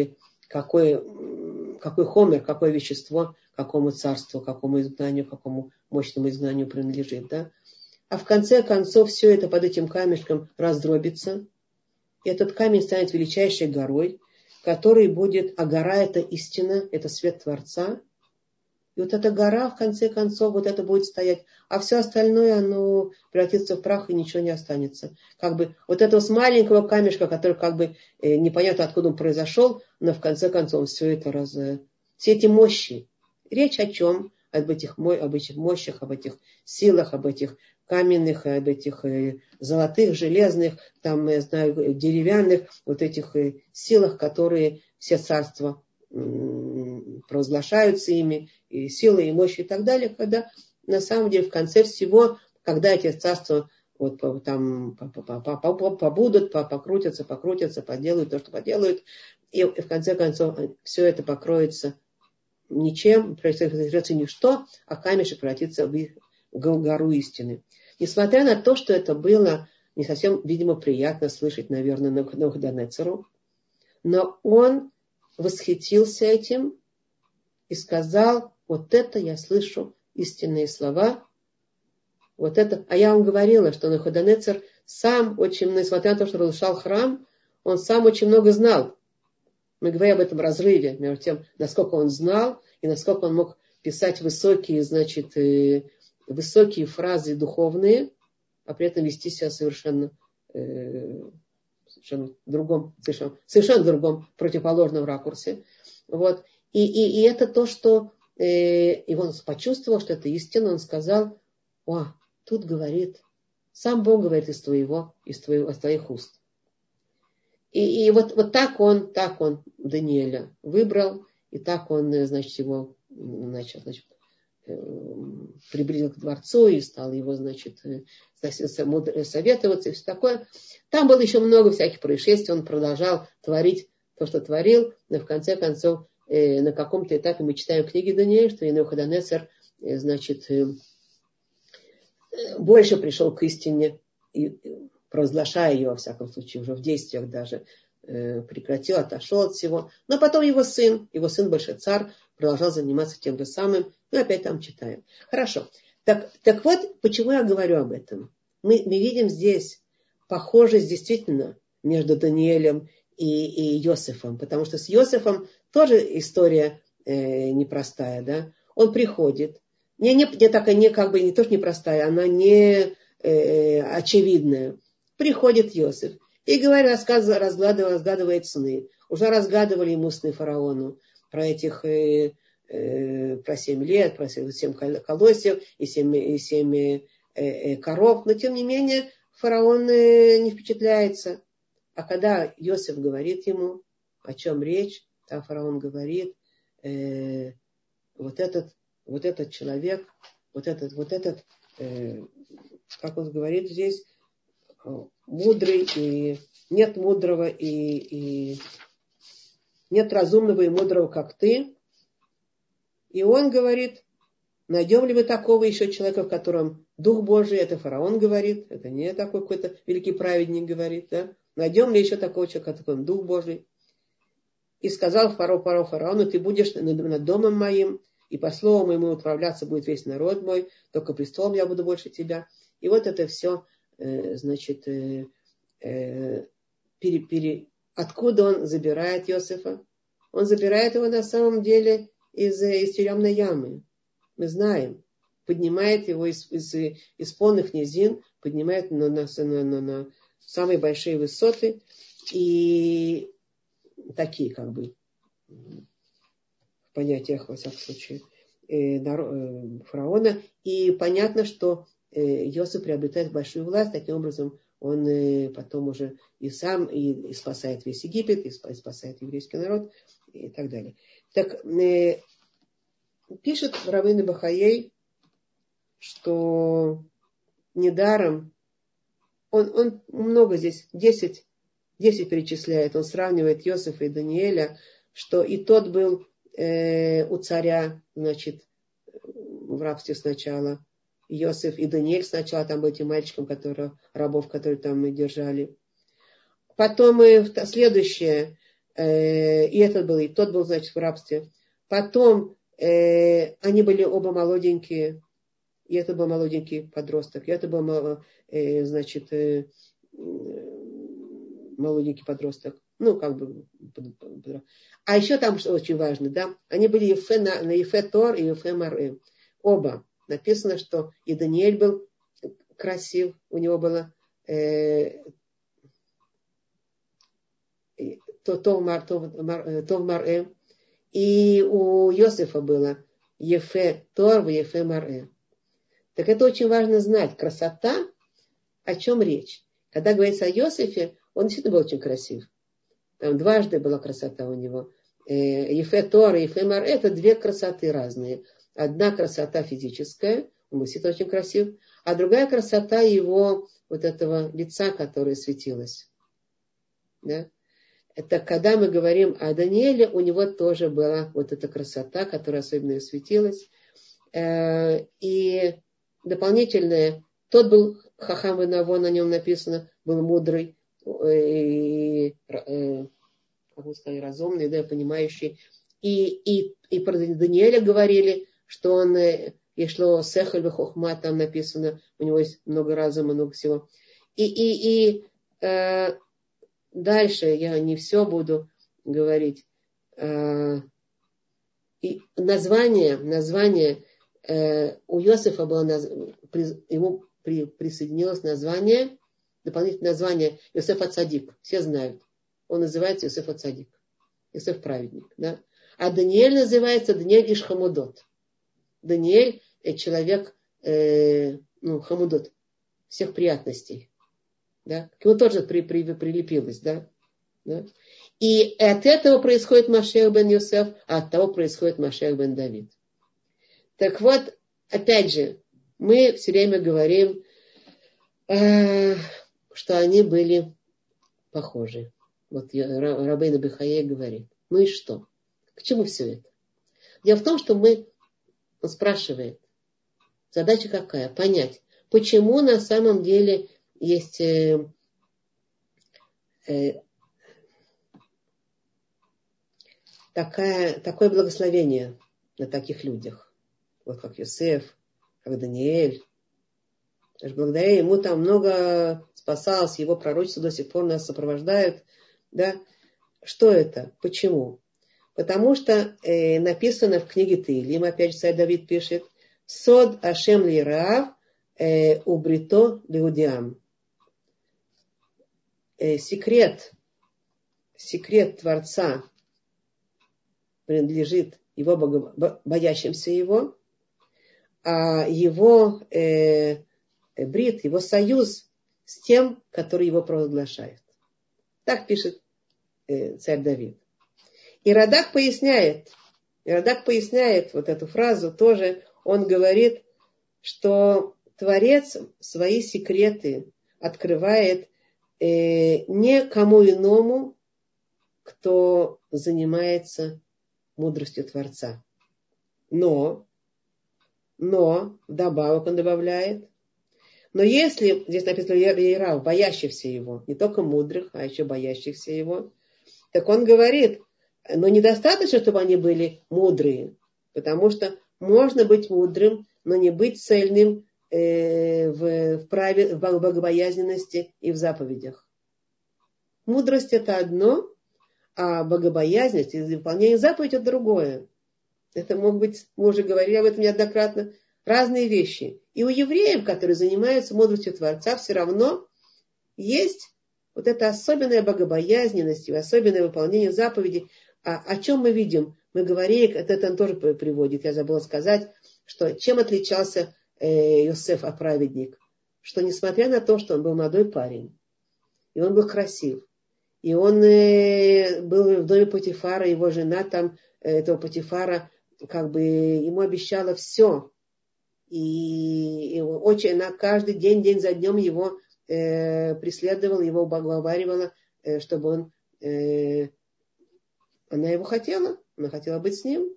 хомер, какое вещество, какому царству, какому изгнанию, какому мощному изгнанию принадлежит. Да? А в конце концов все это под этим камешком раздробится. И этот камень станет величайшей горой, который будет, а гора это истина, это свет Творца. И вот эта гора, в конце концов, вот это будет стоять. А все остальное, оно превратится в прах, и ничего не останется. Как бы вот этого с маленького камешка, который как бы непонятно откуда он произошел, но в конце концов все это все эти мощи. Речь о чем? Об этих мощах, об этих силах, об этих каменных, об этих золотых, железных, там, я знаю, деревянных, вот этих силах, которые все царства провозглашаются ими, и силы, и мощи, и так далее, когда на самом деле в конце всего, когда эти царства вот там побудут, покрутятся, поделают то, что поделают, и в конце концов все это покроется ничем, превратится в ничто, а камешек превратится в гору истины. Несмотря на то, что это было не совсем, видимо, приятно слышать, наверное, Навуходоносору, но он восхитился этим и сказал: вот это я слышу истинные слова, вот это. А я вам говорила, что Навуходоносор сам очень, несмотря на то, что разрушал храм, он сам очень много знал. Мы говорим об этом разрыве между тем, насколько он знал и насколько он мог писать высокие фразы духовные, а при этом вести себя совершенно другом, противоположном ракурсе. Вот. И это то, что и он почувствовал, что это истина, он сказал: тут говорит, сам Бог говорит из твоих уст. И вот так он Даниэля выбрал, и так он, значит, его начал, приблизил к дворцу и стал его, значит, советоваться и все такое. Там было еще много всяких происшествий, он продолжал творить то, что творил, но в конце концов, на каком-то этапе мы читаем книги Даниэля, что Навуходоносор, больше пришел к истине, и провозглашая ее, во всяком случае, уже в действиях даже, прекратил, отошел от всего. Но потом его сын большой царь, продолжал заниматься тем же самым. Мы опять там читаем. Хорошо. Так вот, почему я говорю об этом? Мы видим здесь похожесть действительно между Даниэлем и Йосефом. Потому что с Йосефом тоже история непростая. Да? Он приходит. Не то, что непростая, она не очевидная. Приходит Йосеф. И говорит, разгадывает сны. Уже разгадывали ему сны фараону про этих, про 7 лет, про 7 колосьев и 7 коров. Но тем не менее фараон не впечатляется. А когда Йосеф говорит ему, о чем речь, там фараон говорит, вот этот человек, как он говорит здесь, мудрый, и нет мудрого, и нет разумного и мудрого, как ты. И он говорит, найдем ли вы такого еще человека, в котором Дух Божий, это фараон говорит, это не такой какой-то великий праведник говорит, да? Найдем ли еще такого человека, в котором Дух Божий? И сказал фараону, ты будешь над домом моим, и по слову моему управляться будет весь народ мой, только престолом я буду больше тебя. И вот это все, значит, откуда он забирает Йосефа? Он забирает его на самом деле из тюремной ямы. Мы знаем. Поднимает его из полных низин, поднимает на самые большие высоты. И такие, как бы, в понятиях, во всяком случае, фараона. И понятно, что Йосеф приобретает большую власть. Таким образом, он потом уже и сам и спасает весь Египет, и спасает еврейский народ, и так далее. Так, пишет Равейну Бахаей, что недаром, он много здесь, 10 перечисляет, он сравнивает Йосефа и Даниэля, что и тот был у царя, значит, в рабстве сначала, Йосеф и Даниэль сначала там был этим мальчиком, рабов, которые там держали. Потом следующее, и тот был, значит, в рабстве. Потом они были оба молоденькие, и это был молоденький подросток, и это был, значит, молоденький подросток. Ну, как бы. А еще там, что очень важно, да, они были на Ефе Тор и Ефе Маре. Оба. Написано, что и Даниэль был красив, у него было Тов Маре, и у Йосефа было Ефе Тор и Ефе Маре. Так это очень важно знать. Красота, о чем речь. Когда говорится о Йосефе, он действительно был очень красив. Там дважды была красота у него. Ефе Тор и Ефе Маре — это две красоты разные. Одна красота физическая, он был действительно очень красив, а другая красота его вот этого лица, которое светилось. Да? Это когда мы говорим о Даниэле, у него тоже была вот эта красота, которая особенно светилась. И дополнительное, тот был Хахам Венавон, на нем написано, был мудрый, и, как мы сказали, разумный, да, понимающий. И про Даниэля говорили, что он ешло сехаль вехохма, там написано, у него есть много разума, много всего. И дальше я не все буду говорить. И название у Йосефа было, ему присоединилось название, дополнительное название Йосеф ха-Цадик. Все знают. Он называется Йосеф ха-Цадик. Йосеф праведник. Да? А Даниэль называется Даниэль иш Хамудот. Даниэль человек Хамудот, всех приятностей. Да? К нему тоже прилепилось. Да? Да? И от этого происходит Машех бен Йосеф, а от того происходит Машех бен Давид. Так вот, опять же, мы все время говорим, что они были похожи. Вот Рабейну Бехае говорит. Ну и что? К чему все это? Дело в том, что он спрашивает, задача какая? Понять, почему на самом деле есть такое благословение на таких людях. Вот как Йосеф, как Даниэль. Потому что благодаря ему там много спасалось, его пророчества до сих пор нас сопровождают. Да? Что это? Почему? Потому что написано в книге Теилим, опять же, царь Давид пишет, «Сод Ашем лирав убрито лиудиам». Секрет Творца принадлежит его боящимся его, а его брит, его союз с тем, который его провозглашает. Так пишет царь Давид. И Радак поясняет вот эту фразу тоже. Он говорит, что Творец свои секреты открывает не кому иному, кто занимается мудростью Творца. Но вдобавок он добавляет, но если, здесь написано Лирав, боящихся его, не только мудрых, а еще боящихся его, так он говорит, но недостаточно, чтобы они были мудрые, потому что можно быть мудрым, но не быть цельным в богобоязненности и в заповедях. Мудрость это одно, а богобоязненность и выполнение заповедей это другое. Это могут быть, мы уже говорили об этом неоднократно, разные вещи. И у евреев, которые занимаются мудростью Творца, все равно есть вот эта особенная богобоязненность и особенное выполнение заповедей. О чем мы видим? Мы говорили, это он тоже приводит, я забыла сказать, что чем отличался Йосеф, праведник? Что несмотря на то, что он был молодой парень, и он был красив, и он был в доме Потифара, его жена там, этого Потифара, как бы ему обещала все. И очень, она каждый день за днем его преследовала, его уговаривала, чтобы он... Она его хотела, она хотела быть с ним.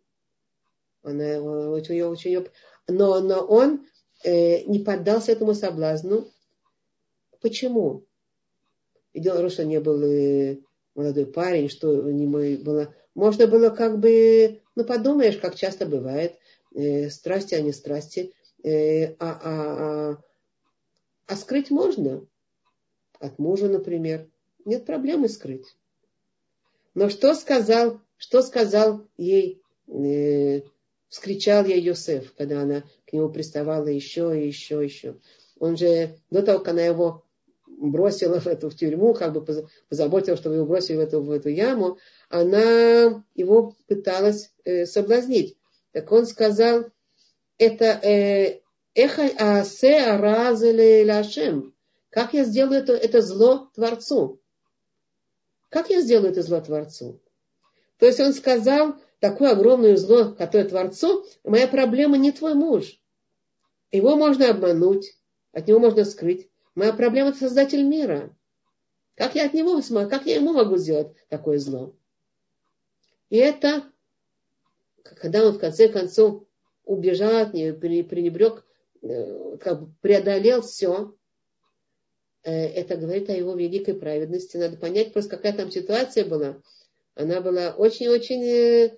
Но он не поддался этому соблазну. Почему? И дело, что не был молодой парень, что не было. Можно было как бы, подумаешь, как часто бывает, страсти, а не страсти. А скрыть можно. От мужа, например. Нет проблемы скрыть. Но что сказал ей, вскричал ей Йосеф, когда она к нему приставала еще и еще. Он же, до того, как она его бросила в тюрьму, как бы позаботилась, чтобы его бросили в эту яму, она его пыталась соблазнить. Так он сказал, это эхай аасе араз лашем. Как я сделаю это зло Творцу? Как я сделаю это зло Творцу? То есть он сказал, такое огромное зло, которое Творцу, моя проблема не твой муж. Его можно обмануть, от него можно скрыть. Моя проблема — это Создатель мира. Как я ему могу сделать такое зло? И это, когда он в конце концов убежал от нее, пренебрег, как бы преодолел все, это говорит о его великой праведности. Надо понять просто, какая там ситуация была. Она была очень-очень,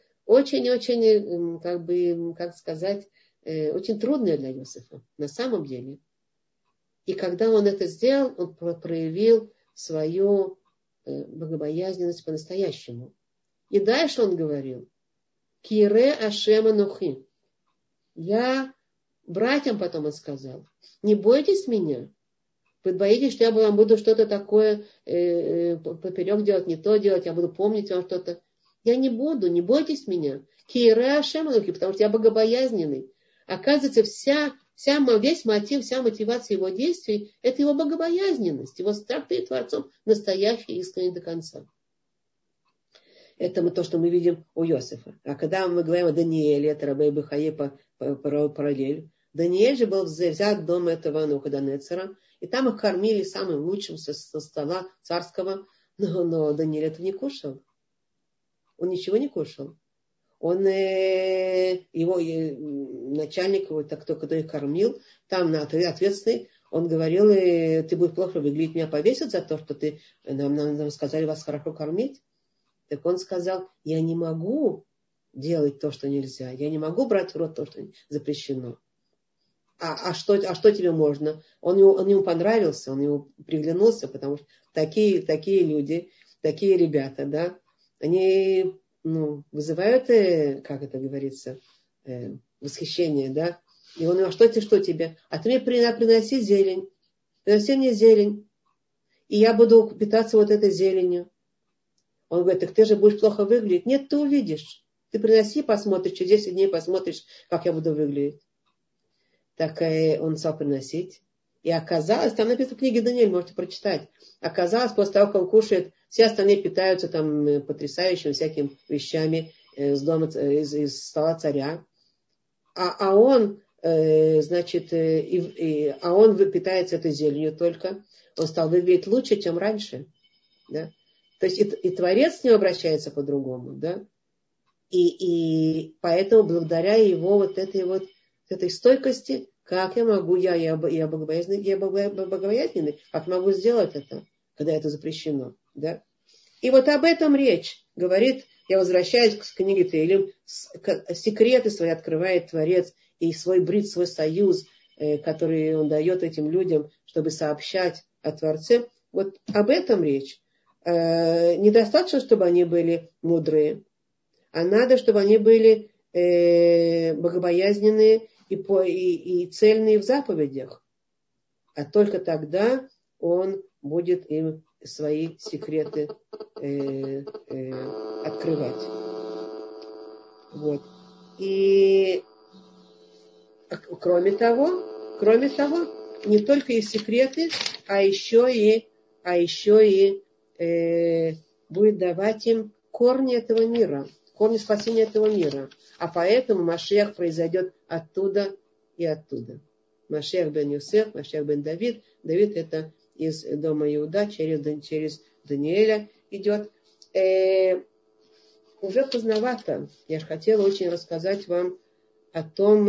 как бы, как сказать, очень трудная для Йосефа, на самом деле. И когда он это сделал, он проявил свою богобоязненность по-настоящему. И дальше он говорил, «Кире Ашем анухи». Я братьям потом он сказал, не бойтесь меня. Вы боитесь, что я вам буду что-то такое поперек делать, не то делать, я буду помнить вам что-то. Я не буду, не бойтесь меня. Кире Ашем анухи, потому что я богобоязненный. Оказывается, весь мотив, вся мотивация его действий – это его богобоязненность, его страх перед Творцом настоящий и искренний до конца. Это то, что мы видим у Йосефа. А когда мы говорим о Даниэле, это Рабей Бехае параллель, Даниэль же был взят в дом этого Навуходоносора, и там их кормили самым лучшим со стола царского, Но Даниэль этого не кушал. Он ничего не кушал. Он, его начальник, вот, кто их кормил, там ответственный, он говорил, ты будешь плохо выглядеть, меня повесят за то, что ты нам сказали вас хорошо кормить. Так он сказал, я не могу делать то, что нельзя. Я не могу брать в рот то, что запрещено. А что тебе можно? Он ему понравился, он ему приглянулся, потому что такие люди, такие ребята, да, они вызывают, как это говорится, восхищение, да. И он, что тебе? А ты мне приноси зелень. Приноси мне зелень. И я буду питаться вот этой зеленью. Он говорит, так ты же будешь плохо выглядеть. Нет, ты увидишь. Ты приноси, посмотришь, через 10 дней посмотришь, как я буду выглядеть. Так он стал приносить. И оказалось, там написано в книге Даниэль, можете прочитать. Оказалось, после того, как он кушает, все остальные питаются там потрясающими всякими вещами из дома, из стола царя. А он, значит, он питается этой зеленью только. Он стал выглядеть лучше, чем раньше. Да? То есть и Творец с ним обращается по-другому. Да? И поэтому благодаря его вот этой стойкости, как я могу, я богобоязненный, как могу сделать это, когда это запрещено. Да? И вот об этом речь говорит, я возвращаюсь к книге Теилим, секреты свои открывает Творец, и свой брит, свой союз, который он дает этим людям, чтобы сообщать о Творце. Вот об этом речь. Недостаточно, чтобы они были мудрые, а надо, чтобы они были богобоязненные и цельные в заповедях. А только тогда он будет им свои секреты открывать. Вот. И кроме того, не только и секреты, а еще и будет давать им корни этого мира, корни спасения этого мира. А поэтому Машиах произойдет оттуда и оттуда. Машиах бен Йосеф, Машиах бен Давид. Давид это из дома Иуда через Даниэля идет. Уже поздновато. Я же хотела очень рассказать вам о том,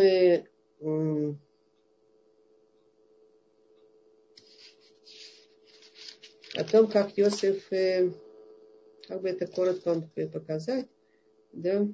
как Йосеф, как бы это коротко вам показать, да,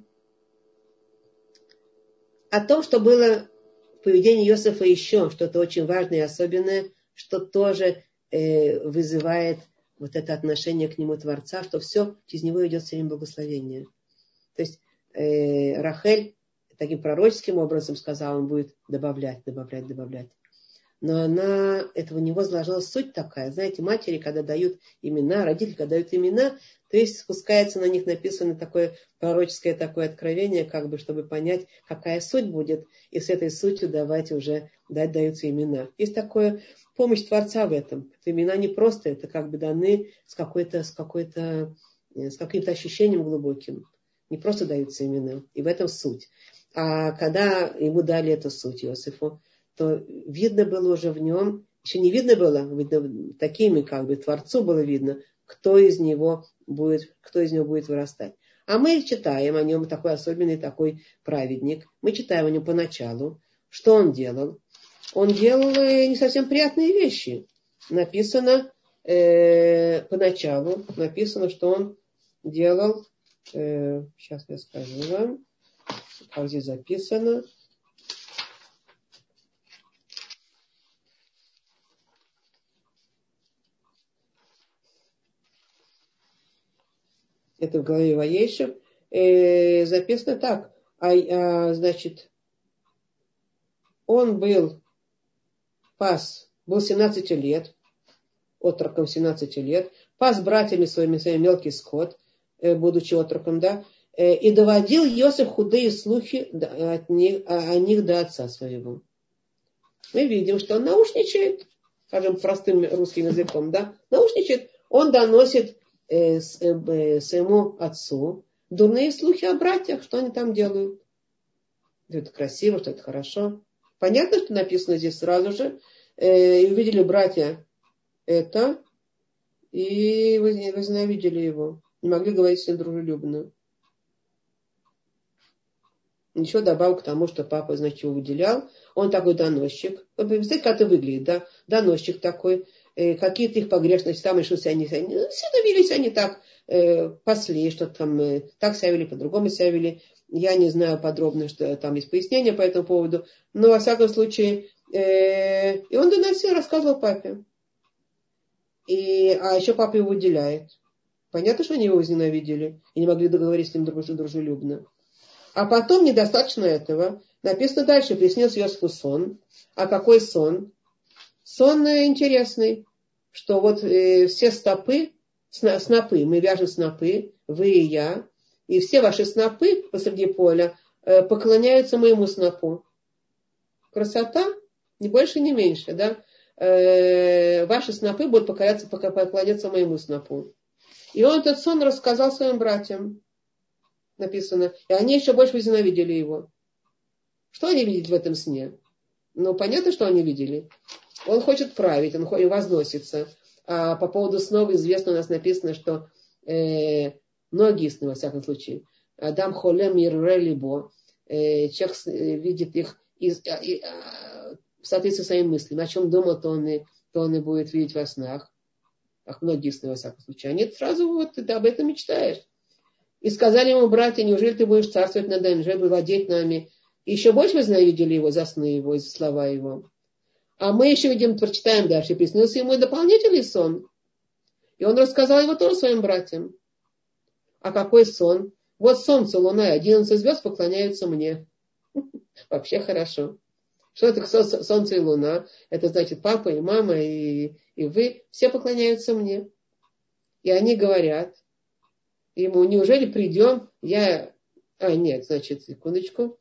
о том, что было в поведении Йосефа еще что-то очень важное и особенное, что тоже вызывает вот это отношение к нему Творца, что все через него идет все время благословение. То есть Рахель таким пророческим образом сказала, он будет добавлять. Но она этого не возложила суть такая. Знаете, матери, когда дают имена, родители, когда дают имена, то есть спускается на них написано такое пророческое такое откровение, как бы, чтобы понять, какая суть будет, и с этой сутью даются имена. Есть такая помощь Творца в этом. Это имена не просто, это как бы даны с каким-то ощущением глубоким. Не просто даются имена. И в этом суть. А когда ему дали эту суть Иосифу, то видно было уже в нем, еще не видно было, видно, такими как бы Творцу было видно, кто из него будет вырастать. А мы читаем о нем такой особенный такой праведник. Мы читаем о нем поначалу. Что он делал? Он делал не совсем приятные вещи. Написано поначалу, что он делал, сейчас я скажу вам, как здесь записано. Это в главе Ваейшев. Записано так. Значит, он был 17 лет, отроком 17 лет, пас братьями своими мелкий скот, будучи отроком, да, и доводил Йосеф худые слухи о них до отца своего. Мы видим, что он наушничает, скажем, простым русским языком, да, наушничает, он доносит своему отцу дурные слухи о братьях, что они там делают. Что это красиво, что это хорошо. Понятно, что написано здесь сразу же. И увидели братья это, и возненавидели его. Не могли говорить с ним дружелюбно. Еще добавил к тому, что папа, значит, его выделял. Он такой доносчик. Вы представляете, как это выглядит, да? Доносчик такой. Какие-то их погрешности там решился, они все довелись они так, пасли, что-то там так себя вели, по-другому себя вели. Я не знаю подробно, что там есть пояснения по этому поводу. Но, во всяком случае, и он доносил, рассказывал папе. А еще папа его выделяет. Понятно, что они его возненавидели и не могли договориться с ним дружелюбно. А потом, недостаточно этого, написано дальше, приснился Йосифу сон. А какой сон? Сон интересный, что вот все снопы, мы вяжем снопы, вы и я, и все ваши снопы посреди поля поклоняются моему снопу. Красота? Ни больше, ни меньше, да? Ваши снопы будут поклоняться моему снопу. И он этот сон рассказал своим братьям. Написано. И они еще больше возненавидели его. Что они видели в этом сне? Ну, понятно, что они видели. Он хочет править, он возносится. А по поводу снов известно, у нас написано, что многие сны, во всяком случае, Адам холем ирре либо, человек видит их в соответствии со своими мыслями. О чем думал, то он и будет видеть во снах. Как многие сны, во всяком случае. А нет, сразу вот ты об этом мечтаешь. И сказали ему братья, неужели ты будешь царствовать над нами, неужели владеть нами? И еще больше возненавидели его за сны его, за слова его. А мы еще, видим, прочитаем дальше. Приснился ему и дополнительный сон. И он рассказал его тоже своим братьям. А какой сон? Вот солнце, луна и 11 звезд поклоняются мне. Вообще хорошо. Что это солнце и луна? Это значит папа и мама и вы. Все поклоняются мне. И они говорят ему, неужели придем? Нет, значит, секундочку.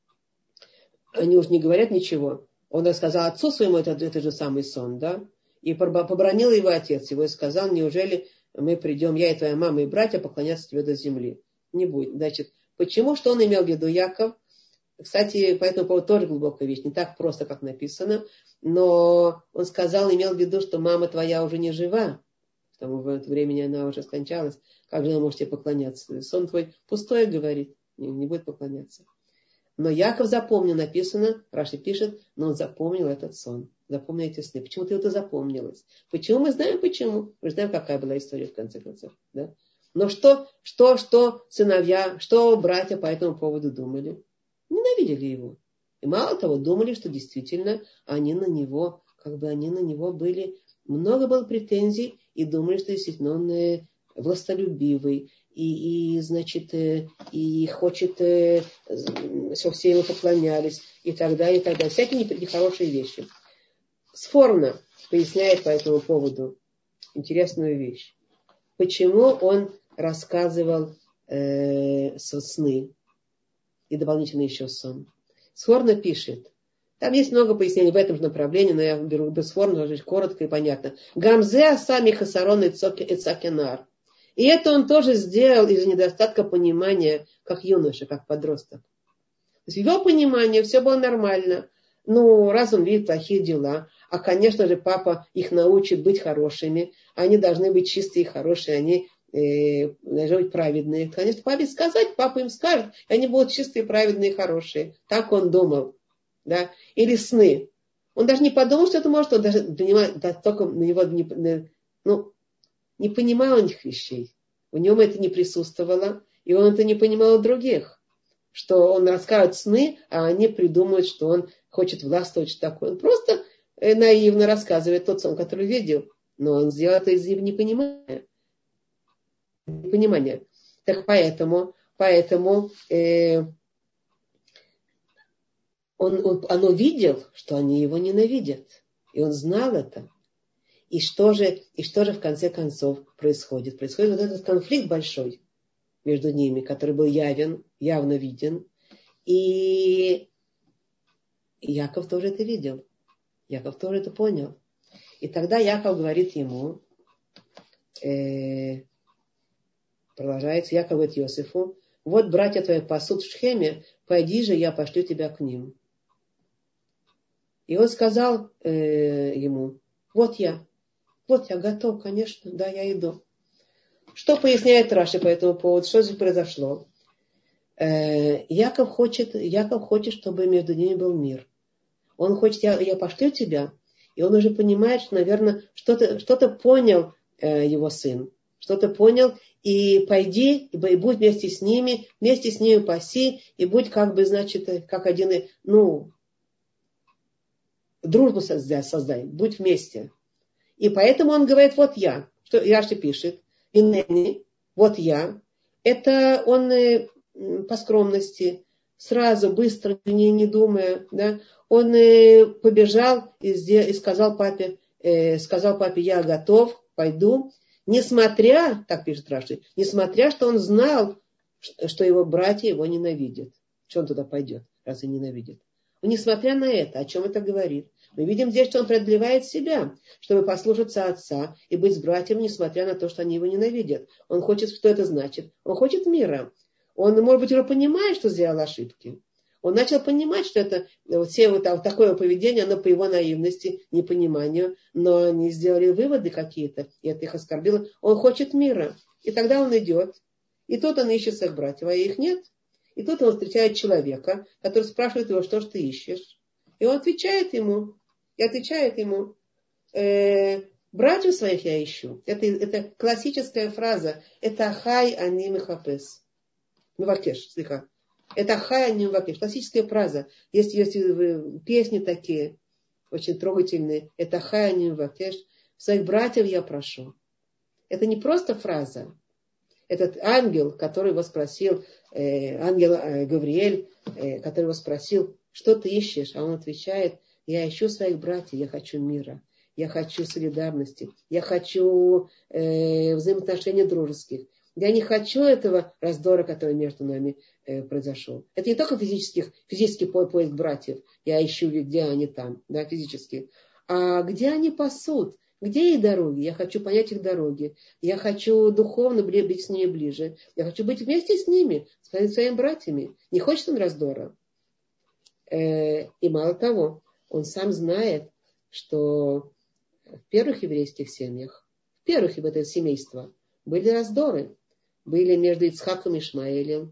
Они уже не говорят ничего. Он рассказал отцу своему это же самый сон, да? И побранил его отец его и сказал, неужели мы придем, я и твоя мама и братья, поклоняться тебе до земли? Не будет. Значит, почему? Что он имел в виду, Яков? Кстати, по этому поводу тоже глубокая вещь. Не так просто, как написано. Но он сказал, имел в виду, что мама твоя уже не жива. К тому времени она уже скончалась. Как же она может тебе поклоняться? Сон твой пустой, говорит. Не будет поклоняться. Но Яков запомнил, написано, Раши пишет, но он запомнил этот сон. Запомнил эти сны. Почему-то это запомнилось. Почему? Мы знаем почему. Мы знаем, какая была история в конце концов. Да? Но что сыновья, что братья по этому поводу думали? Ненавидели его. И мало того, думали, что действительно они на него были, много было претензий, и думали, что действительно он властолюбивый, значит, и хочет, чтобы все ему поклонялись, и так далее, и так далее. Всякие нехорошие вещи. Сфорно поясняет по этому поводу интересную вещь. Почему он рассказывал сны и дополнительно еще сон. Сфорно пишет. Там есть много пояснений в этом же направлении, но я беру без Сфорно, очень коротко и понятно. Гамзе асами хасарон и цакенар. И это он тоже сделал из-за недостатка понимания, как юноша, как подросток. То есть в его понимании все было нормально. Ну, раз он видит плохие дела, а, конечно же, папа их научит быть хорошими, они должны быть чистые и хорошие, они должны быть праведные. Конечно, папе сказать, папа им скажет, и они будут чистые, праведные, хорошие. Так он думал. Да? Или сны. Он даже не подумал, что это может, он даже только на него не понимал этих вещей. У него это не присутствовало, и он это не понимал у других. Что он рассказывает сны, а они придумывают, что он хочет властвовать, что такое. Он просто наивно рассказывает тот сон, который видел, но он сделал это из непонимания. Так поэтому он увидел, что они его ненавидят. И он знал это. И что же в конце концов происходит? Происходит вот этот конфликт большой между ними, который был явно виден. И Яков тоже это видел. Яков тоже это понял. И тогда Яков говорит ему, продолжается, Яков говорит Йосифу, вот братья твои пасут в Шхеме, пойди же, я пошлю тебя к ним. И он сказал ему, вот я. Вот я готов, конечно, да, я иду. Что поясняет Раши по этому поводу? Что здесь произошло? Яков хочет, чтобы между ними был мир. Он хочет, я пошлю тебя, и он уже понимает, что, наверное, что-то понял его сын, что-то понял, и пойди, и будь вместе с ними паси, и будь как бы, значит, как один, дружбу создай, будь вместе. И поэтому он говорит, вот я, что Раши пишет, инени, вот я, это он по скромности, сразу, быстро, не думая, да, он побежал и сказал папе, я готов, пойду, несмотря, так пишет Раши, несмотря, что он знал, что его братья его ненавидят. Что он туда пойдет, раз и ненавидит? Но несмотря на это, о чем это говорит? Мы видим здесь, что он преодолевает себя, чтобы послушаться отца и быть с братьями, несмотря на то, что они его ненавидят. Он хочет, что это значит? Он хочет мира. Он, может быть, уже понимает, что сделал ошибки. Он начал понимать, что это все вот такое поведение, оно по его наивности, непониманию, но они сделали выводы какие-то, и это их оскорбило. Он хочет мира. И тогда он идет. И тут он ищет своих братьев, а их нет. И тут он встречает человека, который спрашивает его, что ж ты ищешь. И он отвечает ему, братьев своих я ищу. Это классическая фраза. Это хай ани мехапес. Мевакеш, слегка. Это хай ани мевакеш. Классическая фраза. Есть песни такие, очень трогательные. Это хай ани мевакеш. Своих братьев я прошу. Это не просто фраза. Этот ангел, который его спросил, ангел Гавриэль, который его спросил, что ты ищешь? А он отвечает, я ищу своих братьев, я хочу мира, я хочу солидарности, я хочу взаимоотношений дружеских. Я не хочу этого раздора, который между нами произошел. Это не только физический поиск братьев, я ищу, где они там, да, физически, а где они пасут. Где их дороги? Я хочу понять их дороги. Я хочу духовно быть с ними ближе. Я хочу быть вместе с ними, с своими братьями. Не хочет он раздора. И мало того, он сам знает, что в первых еврейских семьях, в первых в это семейство, были раздоры. Были между Ицхаком и Ишмаэлем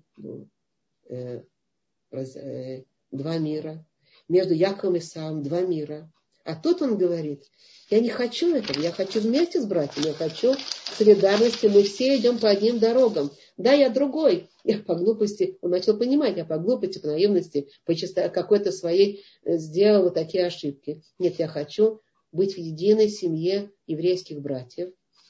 два мира. Между Яковом и Исавом два мира. А тут он говорит, я не хочу этого, я хочу вместе с братьями, я хочу солидарности, мы все идем по одним дорогам. Да, я другой. Я по глупости, он начал понимать, я по глупости, по наивности, по какой-то своей сделал вот такие ошибки. Нет, я хочу быть в единой семье еврейских братьев.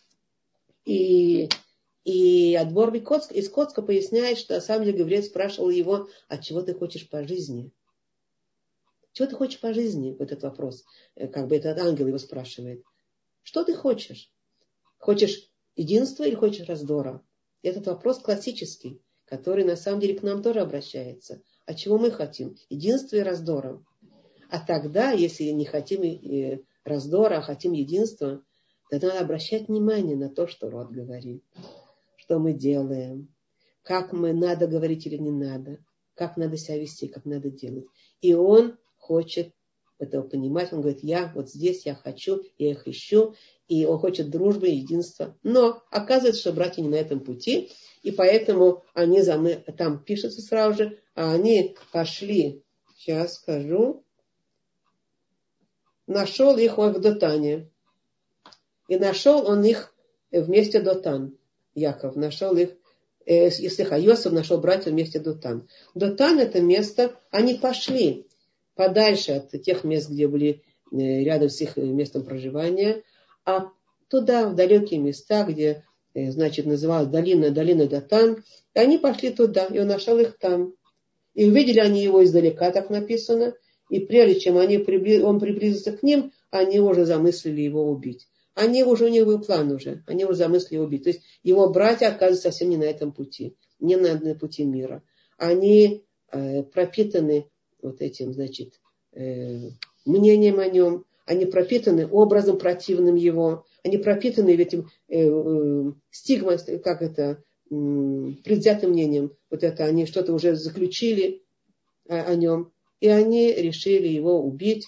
И отбор из Коцка поясняет, что на самом деле Гавриэль спрашивал его, а чего ты хочешь по жизни? Чего ты хочешь по жизни? Вот этот вопрос. Как бы этот ангел его спрашивает. Что ты хочешь? Хочешь единства или хочешь раздора? Этот вопрос классический, который на самом деле к нам тоже обращается. А чего мы хотим? Единства и раздора. А тогда, если не хотим раздора, а хотим единства, тогда надо обращать внимание на то, что Род говорит. Что мы делаем. Как мы надо говорить или не надо. Как надо себя вести, как надо делать. И он хочет этого понимать. Он говорит, я вот здесь, я хочу, я их ищу. И он хочет дружбы, единства. Но оказывается, что братья не на этом пути. И поэтому они там пишется сразу же, а они пошли, сейчас скажу, нашел их в Дотане. И нашел он их вместе Дотан. Яков нашел их, Йосеф нашел братьев вместе Дотан. Дотан это место, они пошли подальше от тех мест, где были рядом с их местом проживания, а туда, в далекие места, где, значит, называлась долина Дотан, и они пошли туда, и он нашел их там. И увидели они его издалека, так написано, и прежде чем он приблизился к ним, они уже замыслили его убить. У них был план уже, они уже замыслили его убить. То есть его братья оказываются совсем не на этом пути, не на пути мира. Они пропитаны вот этим, значит, мнением о нем, они пропитаны образом противным его, они пропитаны этим стигмой, как это, предвзятым мнением. Вот это они что-то уже заключили о нем, и они решили его убить.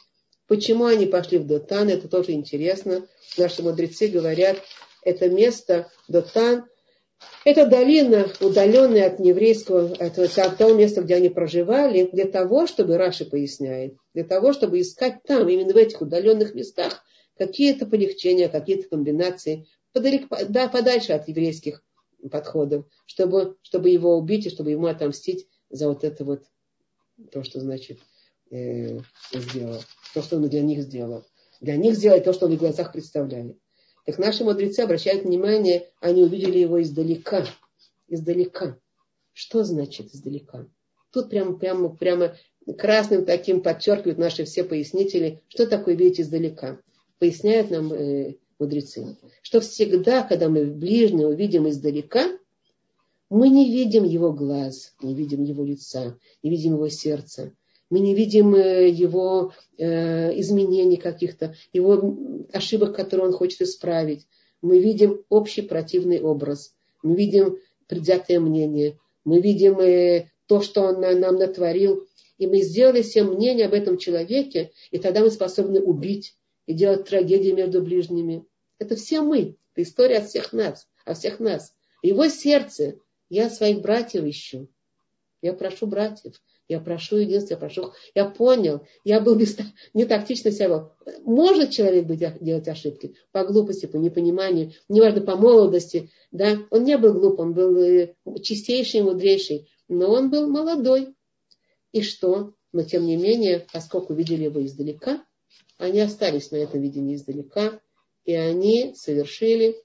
Почему они пошли в Дотан, это тоже интересно. Наши мудрецы говорят, это место, Дотан, это долина, удаленная от еврейского, от того места, где они проживали, для того, чтобы, Раши поясняет, для того, чтобы искать там, именно в этих удаленных местах, какие-то полегчения, какие-то комбинации, подальше от еврейских подходов, чтобы его убить и чтобы ему отомстить за вот это вот, то, что значит сделал, то, что он для них сделал. Для них сделать то, что он в их глазах представляли. Так наши мудрецы обращают внимание, они увидели его издалека. Издалека. Что значит издалека? Тут прямо красным таким подчеркивают наши все пояснители, что такое видеть издалека. Поясняют нам мудрецы, что всегда, когда мы ближнего видим издалека, мы не видим его глаз, не видим его лица, не видим его сердца. Мы не видим его изменений каких-то, его ошибок, которые он хочет исправить. Мы видим общий противный образ. Мы видим предвзятое мнение. Мы видим то, что он нам натворил. И мы сделали все мнения об этом человеке, и тогда мы способны убить и делать трагедию между ближними. Это все мы. Это история от всех нас. От всех нас. Его сердце. Я своих братьев ищу. Я прошу братьев. Я прошу единства, я понял, я был не тактично себя вел. Может человек делать ошибки по глупости, по непониманию, неважно, по молодости. Да? Он не был глуп, он был чистейший, мудрейший, но он был молодой. И что? Но тем не менее, поскольку видели его издалека, они остались на этом видении издалека, и они совершили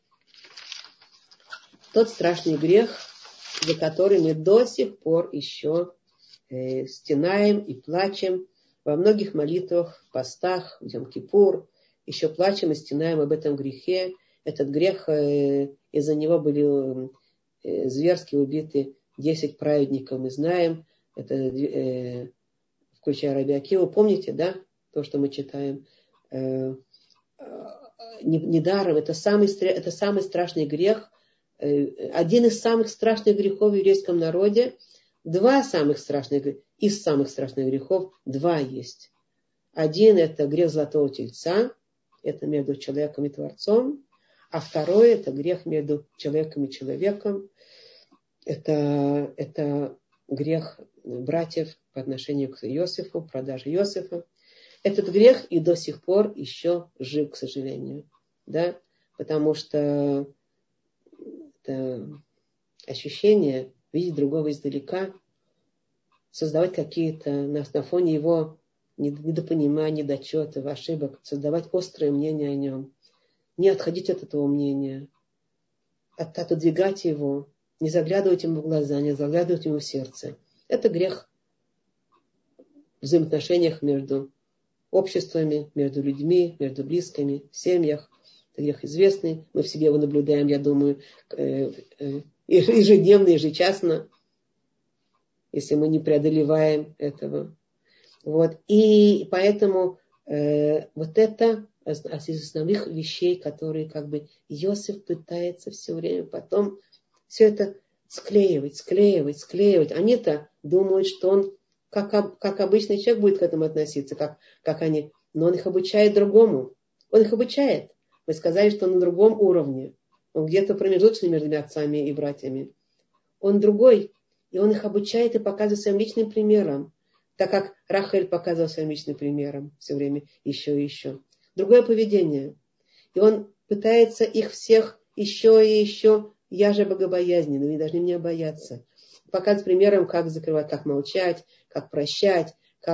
тот страшный грех, за который мы до сих пор еще стенаем и плачем во многих молитвах, постах, в Йом-Кипур, еще плачем и стенаем об этом грехе. Этот грех, из-за него были зверски убиты 10 праведников, мы знаем, это включая Раби Акиву, помните, да, то, что мы читаем? Недаром, это самый страшный грех, один из самых страшных грехов в еврейском народе. Из самых страшных грехов два есть. Один — это грех золотого тельца, это между человеком и Творцом, а второй — это грех между человеком и человеком, это грех братьев по отношению к Иосифу, продажи Иосифа. Этот грех и до сих пор еще жив, к сожалению, да, потому что это ощущение видеть другого издалека, создавать какие-то на фоне его недопонимания, недочетов, ошибок, создавать острое мнение о нем, не отходить от этого мнения, отодвигать его, не заглядывать ему в глаза, не заглядывать ему в сердце. Это грех в взаимоотношениях между обществами, между людьми, между близкими, в семьях. Это грех известный, мы в себе его наблюдаем, я думаю, ежедневно, ежечасно, если мы не преодолеваем этого. Вот. И поэтому вот это из основных вещей, которые как бы Иосиф пытается все время потом все это склеивать. Они-то думают, что он как обычный человек будет к этому относиться, как они. Но он их обучает другому. Он их обучает. Мы сказали, что он на другом уровне. Он где-то промежуточный между отцами и братьями. Он другой. И он их обучает и показывает своим личным примером. Так как Рахель показывала своим личным примером все время еще и еще. Другое поведение. И он пытается их всех еще и еще. Я же богобоязненный, вы должны меня бояться. Показывать примером, как закрывать, как молчать, как прощать,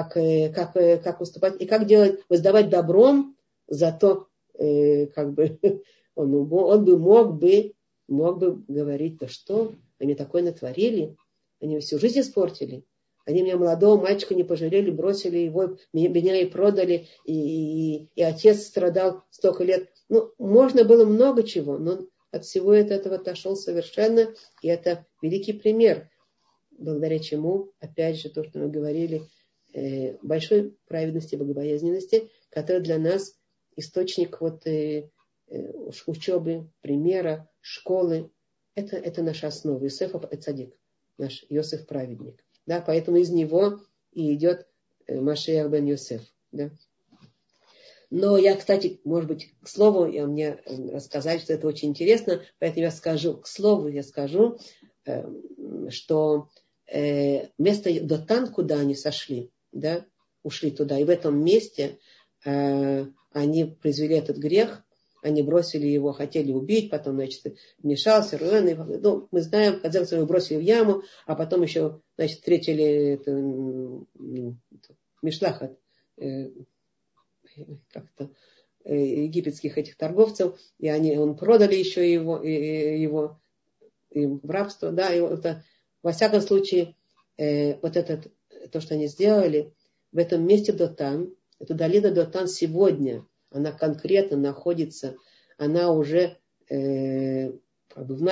как уступать. И как делать, воздавать добром, зато как бы он бы мог бы говорить, да что, они такое натворили, они всю жизнь испортили. Они меня, молодого мальчика, не пожалели, бросили его, меня и продали, и отец страдал столько лет. Ну, можно было много чего, но от всего этого отошел совершенно, и это великий пример, благодаря чему, опять же, то, что мы говорили, большой праведности, богобоязненности, который для нас источник учебы, примера, школы. Это наша основа. Иосиф Цадик, наш Иосиф праведник. Да, поэтому из него и идет Машиах бен Йосеф. Да. Но я, кстати, может быть, к слову, мне рассказать, что это очень интересно, поэтому я скажу, к слову я скажу, что место Дотан, куда они сошли, да, ушли туда, и в этом месте они произвели этот грех, они бросили его, хотели убить, потом, значит, вмешался Руэн, ну, мы знаем, в конце концов, его бросили в яму, а потом еще, значит, встретили Мишлахат, как-то египетских этих торговцев, и он продали еще его в рабство, да, и это, во всяком случае, вот этот, то, что они сделали, в этом месте Дотан, эта долина Дотан сегодня, она конкретно находится, она уже как бы в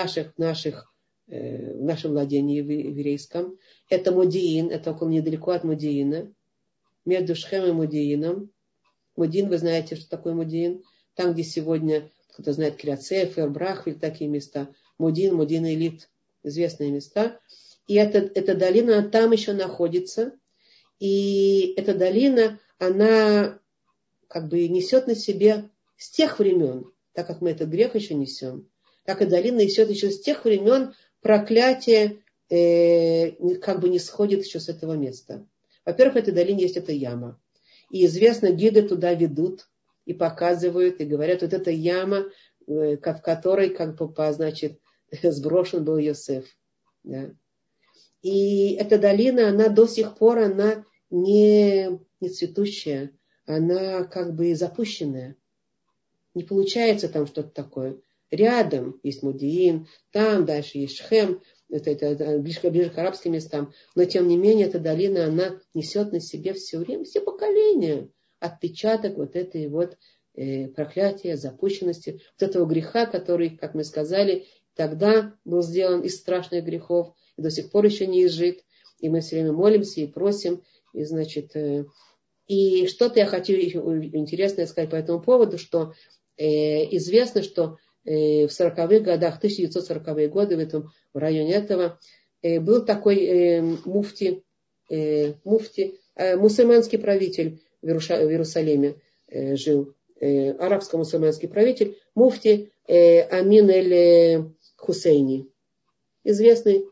нашем владении еврейском. Это Модиин, это около недалеко от Модиина, между Шхем и Модиином. Модиин, вы знаете, что такое Модиин? Там, где сегодня, кто-то знает, Киряцефер, Брахвиль, такие места. Модиин, Модиин-Элит, известные места. И эта долина там еще находится. И эта долина, она как бы несет на себе с тех времен, так как мы этот грех еще несем, так и долина несет еще с тех времен проклятие, как бы не сходит еще с этого места. Во-первых, в этой долине есть эта яма. И известно, гиды туда ведут и показывают, и говорят, вот эта яма, в которой, как бы, значит, сброшен был Йосеф. Да. И эта долина, она до сих пор, она не цветущая, она как бы запущенная. Не получается там что-то такое. Рядом есть Модиин, там дальше есть Шхем, это ближе к арабским местам. Но тем не менее, эта долина, она несет на себе все время, все поколения отпечаток вот этой вот проклятия, запущенности, вот этого греха, который, как мы сказали, тогда был сделан из страшных грехов и до сих пор еще не изжит. И мы все время молимся и просим. И, значит, и что-то я хочу интересное сказать по этому поводу, что известно, что в 40-х годах, 1940-е годы в районе этого был такой муфти, мусульманский правитель в Иерусалиме жил, арабско-мусульманский правитель, муфти Амин эль-Хусейни, известный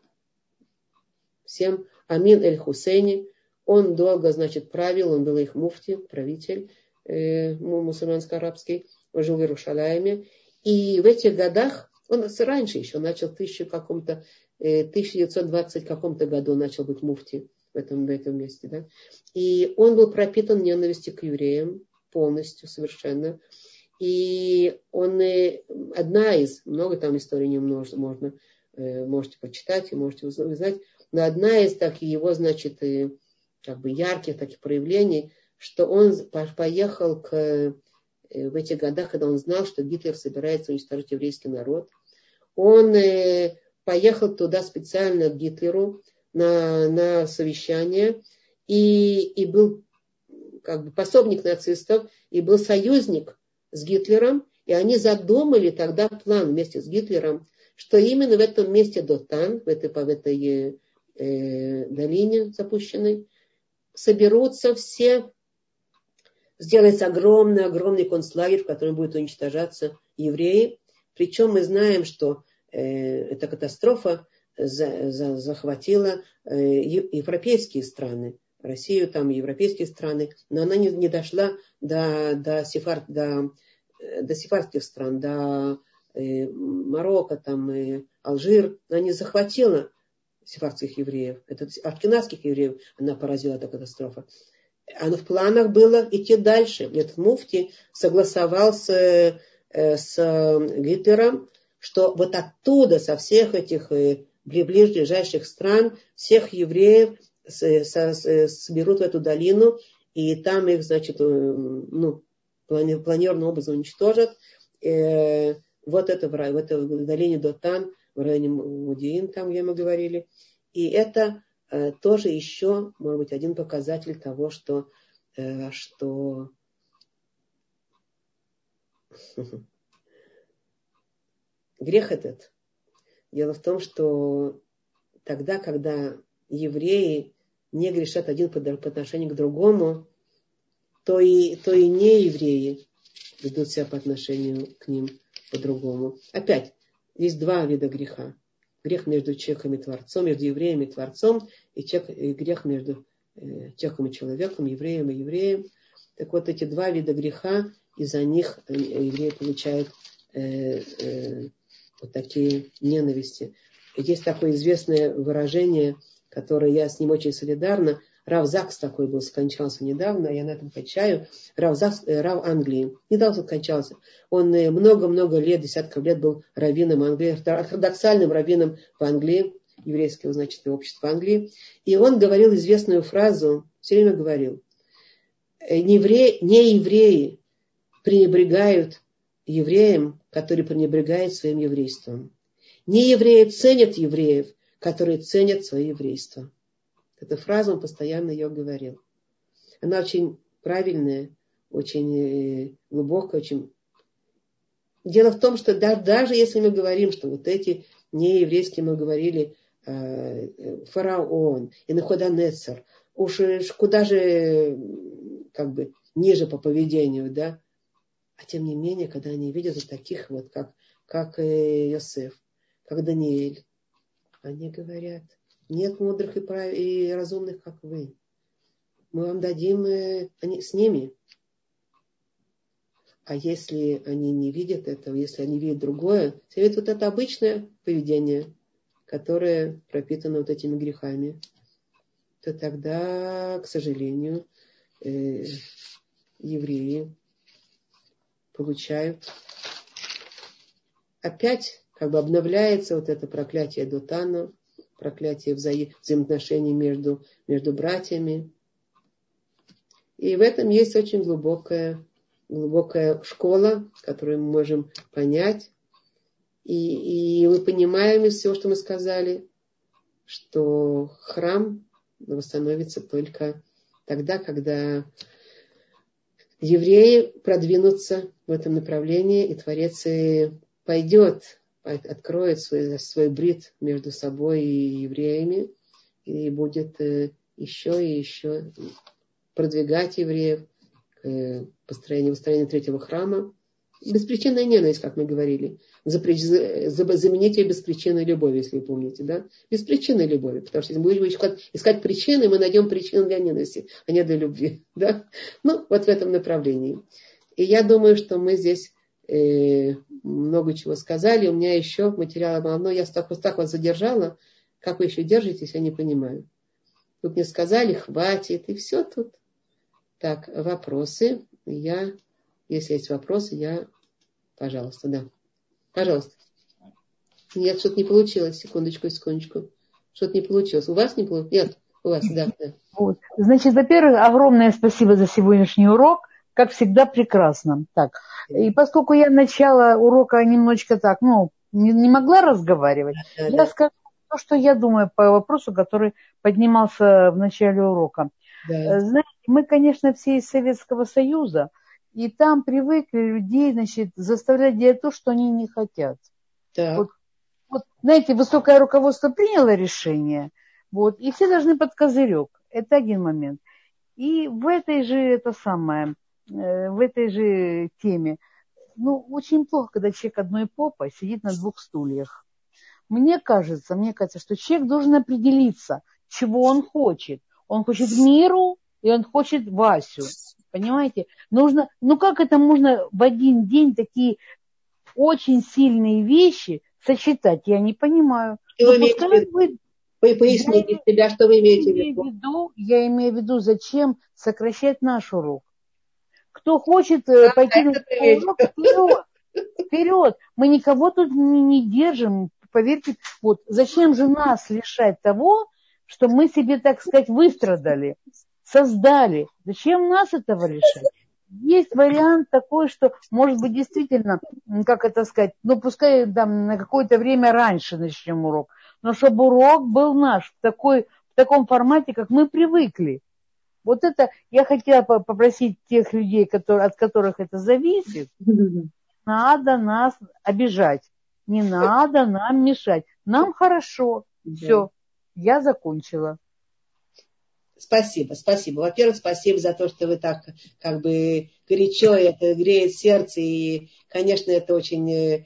всем Амин эль-Хусейни. Он долго, значит, правил, он был их муфти, правитель мусульманско-арабский, он жил в Иерусалиме. И в этих годах, он раньше еще начал, в 1920 каком-то году начал быть муфти в этом месте. Да? И он был пропитан ненавистью к евреям полностью, совершенно. И он одна из, много там историй можете почитать и можете узнать, но одна из таких его, значит, как бы ярких таких проявлений, что он поехал в этих годах, когда он знал, что Гитлер собирается уничтожить еврейский народ, он поехал туда специально к Гитлеру на совещание и был как бы пособник нацистов, и был союзник с Гитлером, и они задумали тогда план вместе с Гитлером, что именно в этом месте Дотан, в этой долине запущенной, соберутся все, сделается огромный концлагерь, в котором будут уничтожаться евреи. Причем мы знаем, что эта катастрофа захватила европейские страны, Россию, там европейские страны, но она не дошла до сефардских стран, до Марокко, там, Алжир. Она не захватила сефардских евреев, это ашкеназских евреев она поразила, эта катастрофа. А в планах было идти дальше. Этот муфти согласовал с Гитлером, что вот оттуда, со всех этих ближайших стран, всех евреев соберут в эту долину, и там их, значит, планированным образом уничтожат. Вот это в этой долине Дотан, в районе Модиин, там, где мы говорили. И это тоже еще, может быть, один показатель того, что грех этот. Дело в том, что тогда, когда евреи не грешат один по отношению к другому, то и неевреи ведут себя по отношению к ним по-другому. Опять, есть два вида греха. Грех между человеком и Творцом, между евреем и Творцом, и грех между человеком и человеком, евреем и евреем. Так вот, эти два вида греха, из-за них евреи получают вот такие ненависти. Есть такое известное выражение, которое я с ним очень солидарна. Рав Закс такой был, скончался недавно, я на этом качаю. Рав Англии. Недавно скончался. Он много-много лет, десятков лет был раввином Англии, ортодоксальным раввином в Англии, еврейского, значит, общества Англии. И он говорил известную фразу, все время говорил: не евреи пренебрегают евреям, которые пренебрегают своим еврейством. Не евреи ценят евреев, которые ценят свое еврейство. Эту фразу он постоянно ее говорил. Она очень правильная, очень глубокая. Очень... Дело в том, что даже если мы говорим, что вот эти нееврейские, мы говорили, фараон и Навуходоносор, уж куда же как бы ниже по поведению, да? А тем не менее, когда они видят вот таких вот, как Йосеф, как Даниэль, они говорят: нет мудрых и разумных, как вы. Мы вам дадим с ними. А если они не видят этого, если они видят другое, если видят вот это обычное поведение, которое пропитано вот этими грехами, то тогда, к сожалению, евреи получают, опять как бы обновляется вот это проклятие Дотана, проклятие взаимоотношений между братьями. И в этом есть очень глубокая школа, которую мы можем понять. И мы понимаем из всего, что мы сказали, что храм восстановится только тогда, когда евреи продвинутся в этом направлении, и Творец пойдет, откроет свой брит между собой и евреями, и будет еще и еще продвигать евреев к выстроению третьего храма. Беспричинная ненависть, как мы говорили. Заменить ее беспричинной любовью, если вы помните, да? Беспричинной любовью. Потому что если мы будем искать причины, мы найдем причину для ненависти, а не для любви. Да? Ну, вот в этом направлении. И я думаю, что мы здесь много чего сказали. У меня еще материала мало, но я так вас задержала. Как вы еще держитесь, я не понимаю. Тут мне сказали, хватит, и все тут. Так, вопросы. Если есть вопросы, пожалуйста, да. Пожалуйста. Нет, что-то не получилось. Секундочку. Что-то не получилось. У вас не получилось? Нет, у вас, да. Вот. Значит, во-первых, огромное спасибо за сегодняшний урок. Как всегда, прекрасно. Так. И поскольку я начало урока немножечко так, не могла разговаривать, я скажу то, что я думаю по вопросу, который поднимался в начале урока. Да. Знаете, мы, конечно, все из Советского Союза, и там привыкли людей, значит, заставлять делать то, что они не хотят. Вот, знаете, высокое руководство приняло решение, и все должны под козырек. Это один момент. И в этой же теме, очень плохо, когда человек одной попой сидит на двух стульях. Мне кажется, что человек должен определиться, чего он хочет. Он хочет миру, и он хочет Васю. Понимаете? Как это можно в один день такие очень сильные вещи сочетать? Я не понимаю. Поясните себя, что вы имеете в виду. Я имею в виду, зачем сокращать наш урок. Кто хочет пойти на урок, вперед. Мы никого тут не держим. Поверьте, зачем же нас лишать того, что мы себе, так сказать, выстрадали, создали. Зачем нас этого лишать? Есть вариант такой, что, может быть, действительно, пускай на какое-то время раньше начнем урок, но чтобы урок был наш в таком формате, как мы привыкли. Вот это я хотела попросить тех людей, от которых это зависит, не надо нас обижать, не надо нам мешать. Нам хорошо. Все. Я закончила. Спасибо, спасибо. Во-первых, спасибо за то, что вы так как бы горячо, это греет сердце. И, конечно, это очень,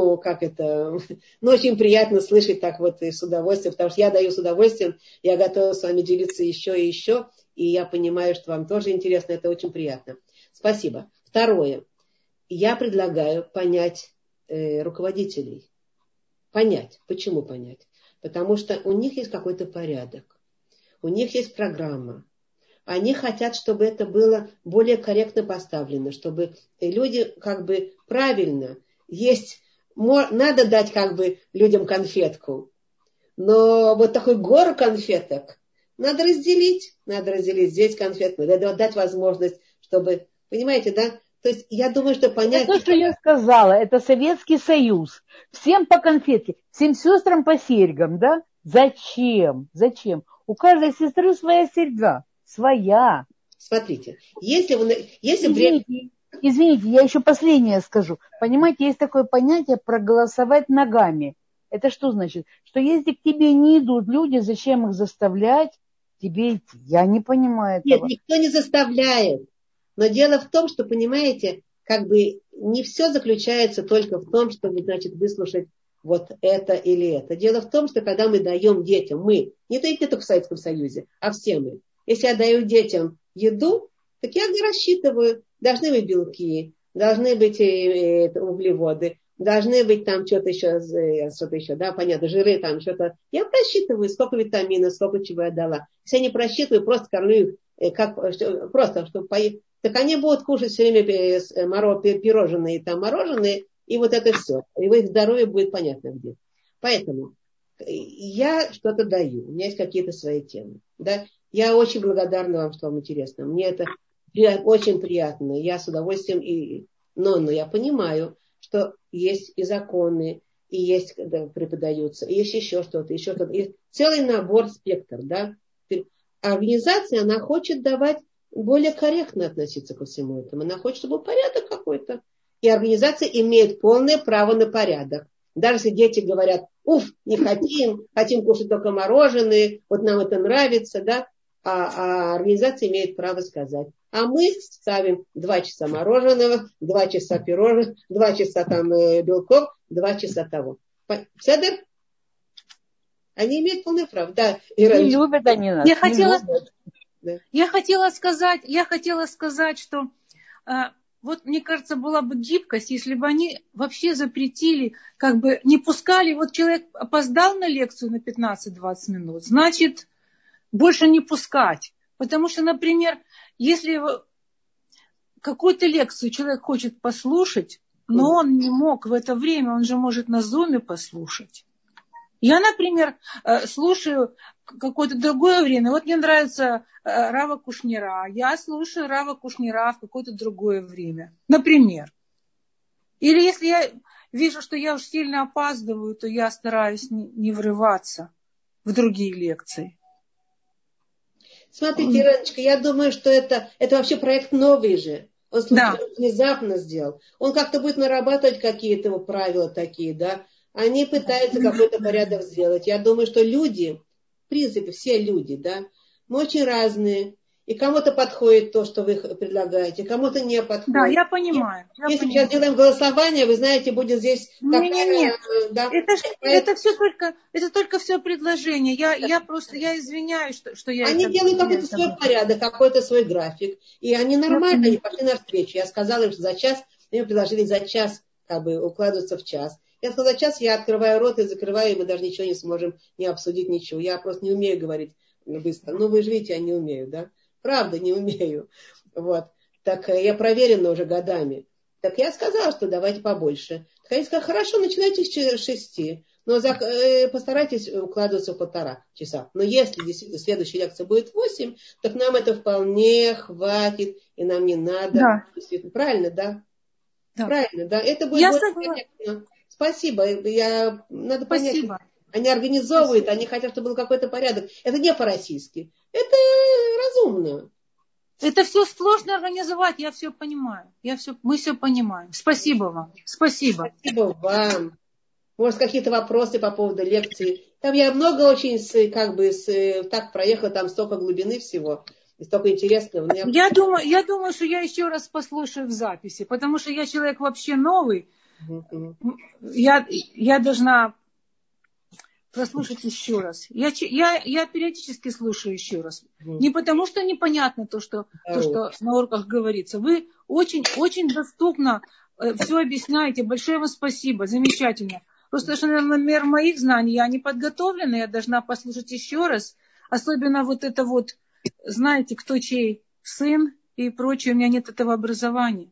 очень приятно слышать так вот и с удовольствием, потому что я даю с удовольствием, я готова с вами делиться еще и еще, и я понимаю, что вам тоже интересно, это очень приятно. Спасибо. Второе. Я предлагаю понять руководителей. Понять. Почему понять? Потому что у них есть какой-то порядок. У них есть программа. Они хотят, чтобы это было более корректно поставлено, чтобы люди как бы правильно есть. Надо дать как бы людям конфетку, но вот такой гору конфеток надо разделить. Надо разделить здесь конфетку, надо дать возможность, чтобы, понимаете, да? То есть я думаю, что понять... Это то, что я сказала, это Советский Союз. Всем по конфетке, всем сестрам по серьгам, да? Зачем? Зачем? У каждой сестры своя серьга. Своя. Смотрите, если Извините, я еще последнее скажу. Понимаете, есть такое понятие проголосовать ногами. Это что значит? Что если к тебе не идут люди, зачем их заставлять тебе идти? Я не понимаю этого. Нет, никто не заставляет. Но дело в том, что, понимаете, как бы не все заключается только в том, чтобы, значит, выслушать вот это или это. Дело в том, что когда мы даем детям, не только в Советском Союзе, а все мы, если я даю детям еду, так я рассчитываю, должны быть белки, должны быть углеводы, должны быть там что-то еще, да, понятно, жиры там, что-то. Я просчитываю, сколько витаминов, сколько чего я дала. Если я не просчитываю, просто кормлю их, просто, чтобы поесть, так они будут кушать все время пирожные, там мороженые, и вот это все. И их здоровье будет понятно где. Поэтому я что-то даю, у меня есть какие-то свои темы. Да? Я очень благодарна вам, что вам интересно. Мне это очень приятно. Я с удовольствием, но я понимаю, что есть и законы, и есть, когда преподаются, и есть еще что-то. И целый набор, спектр. Да? Организация, она хочет давать более корректно относиться ко всему этому. Она хочет, чтобы был порядок какой-то. И организация имеет полное право на порядок. Даже если дети говорят, не хотим кушать только мороженое, вот нам это нравится, да, а организация имеет право сказать. А мы ставим 2 часа мороженого, 2 часа пирожных, 2 часа там белков, 2 часа того. Седер? Они имеют полное право. Да, не любят они нас. Я хотела сказать, что вот мне кажется, была бы гибкость, если бы они вообще запретили, как бы не пускали, вот человек опоздал на лекцию на 15-20 минут, значит, больше не пускать. Потому что, например, если какую-то лекцию человек хочет послушать, но он не мог в это время, он же может на зуме послушать. Я, например, слушаю какое-то другое время. Вот мне нравится Рава Кушнира. Я слушаю Рава Кушнира в какое-то другое время. Например. Или если я вижу, что я уж сильно опаздываю, то я стараюсь не врываться в другие лекции. Смотрите, Ираночка, я думаю, что это вообще проект новый же. Он внезапно сделал. Он как-то будет нарабатывать какие-то его правила такие, да. Они пытаются какой-то порядок сделать. Я думаю, что люди, в принципе, все люди, да, мы очень разные. И кому-то подходит то, что вы предлагаете, кому-то не подходит. Да, я понимаю. Если сейчас делаем голосование, вы знаете, будет здесь... Нет. Да, это только все предложение. Я извиняюсь, что я... Они делают какой-то свой порядок, какой-то свой график. И они нормально, они пошли навстречу. Я сказала им, что за час, мне предложили за час как бы укладываться в час. Я сказала, за час я открываю рот и закрываю, и мы даже ничего не сможем не обсудить, ничего. Я просто не умею говорить быстро. Ну, вы же видите, я не умею, да? Правда, не умею. Вот. Так я проверена уже годами. Так я сказала, что давайте побольше. Так они сказали, хорошо, начинайте с 6. Но постарайтесь укладываться в 1,5 часа. Но если действительно следующая лекция будет 8, так нам это вполне хватит, и нам не надо. Да. Правильно, да? Да. Правильно, да? Это будет более корректно. Спасибо. Надо понять. Спасибо. Они организовывают, они хотят, чтобы был какой-то порядок. Это не по-российски. Это разумно. Это все сложно организовать, я все понимаю. Мы все понимаем. Спасибо вам. Спасибо. Спасибо вам. Может, какие-то вопросы по поводу лекции Там я много очень, так проехала, там столько глубины всего, и столько интересного. Я думаю, что я еще раз послушаю в записи, потому что я человек вообще новый. Я должна прослушать еще раз. Я периодически слушаю еще раз. Не потому, что непонятно то, что на уроках говорится. Вы очень доступно все объясняете. Большое вам спасибо. Замечательно. Просто, что, например, моих знаний я не подготовлена. Я должна послушать еще раз. Особенно вот это вот, знаете, кто чей сын и прочее. У меня нет этого образования.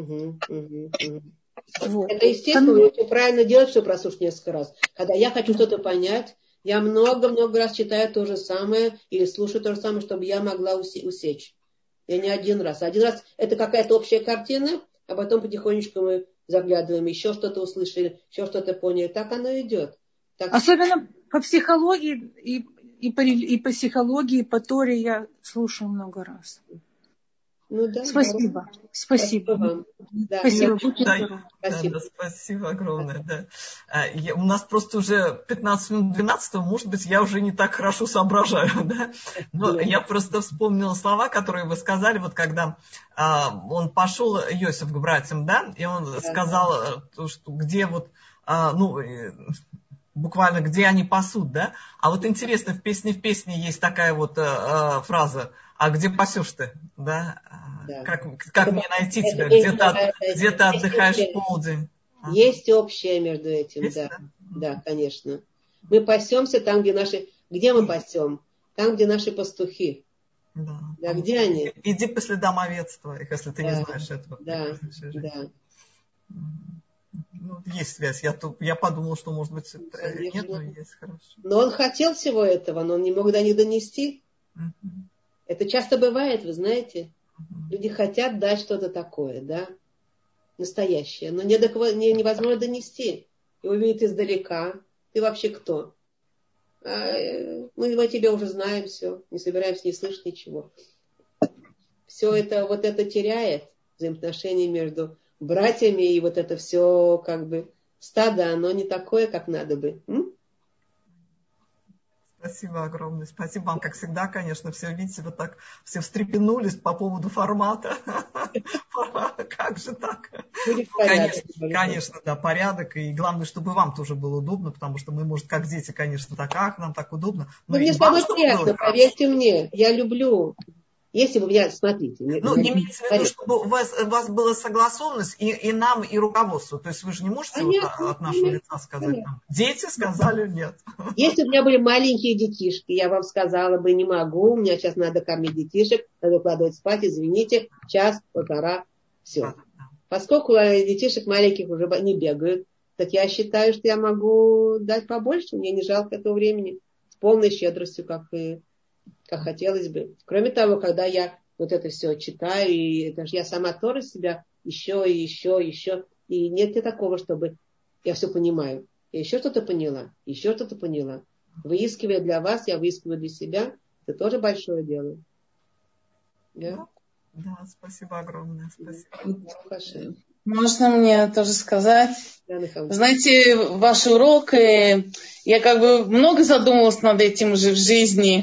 Вот. Это естественно, вы очень правильно делать, что прослушать несколько раз. Когда я хочу что-то понять, я много-много раз читаю то же самое или слушаю то же самое, чтобы я могла усечь. Я не один раз. Один раз это какая-то общая картина, а потом потихонечку мы заглядываем, еще что-то услышали, еще что-то поняли. Так оно идет. Так... Особенно по психологии и по психологии, и по Торе я слушаю много раз. Ну, да, спасибо. Спасибо вам. Да. Спасибо. Да, спасибо огромное. Да. У нас просто уже 15 минут 12, может быть, я уже не так хорошо соображаю. Да? Но я просто вспомнила слова, которые вы сказали, вот когда он пошел, Йосиф, к братьям, да, и он сказал, что где вот, буквально, где они пасут, да? А вот интересно, в песне есть такая вот фраза: а где пасешь ты, да? Как мне найти тебя? Где ты отдыхаешь в полдень? Есть общее между этим, есть, да. Да, конечно. Мы пасемся там, где мы пасем? Там, где наши пастухи. Да, где они? Иди по следам овец твоих, если ты не знаешь этого. Да. Ну, есть связь. Я подумала, что, может быть, нет, но есть, хорошо. Но он хотел всего этого, но он не мог до них донести. Это часто бывает, вы знаете. Люди хотят дать что-то такое, да, настоящее, но невозможно донести. Его видят издалека. Ты вообще кто? Мы о тебе уже знаем все, не собираемся не слышать ничего. Все это, вот это теряет взаимоотношения между братьями, и вот это все стадо, оно не такое, как надо бы. Спасибо огромное. Спасибо вам, как всегда, конечно, все, видите, вот так все встрепенулись по поводу формата. Как же так? Конечно, да, порядок. И главное, чтобы вам тоже было удобно, потому что мы, может, как дети, конечно, так, нам так удобно. Но мне с тобой приятно, поверьте мне. Я люблю. Если бы смотрите. Не имеется в виду, чтобы у вас была согласованность и нам, и руководству. То есть вы же не можете от нашего лица сказать нам. Дети сказали нет. Если бы у меня были маленькие детишки, я вам сказала бы, не могу, у меня сейчас надо кормить детишек, надо укладывать спать, извините, час-полтора, все. Поскольку детишек маленьких уже не бегают, так я считаю, что я могу дать побольше, мне не жалко этого времени, с полной щедростью, как хотелось бы. Кроме того, когда я вот это все читаю, и это же я сама тоже себя еще, и нет такого, чтобы я все понимаю. Я еще что-то поняла. Выискивая для вас, я выискиваю для себя. Это тоже большое дело. Да, спасибо огромное. Спасибо. Можно мне тоже сказать? Знаете, ваш урок, я много задумалась над этим уже в жизни.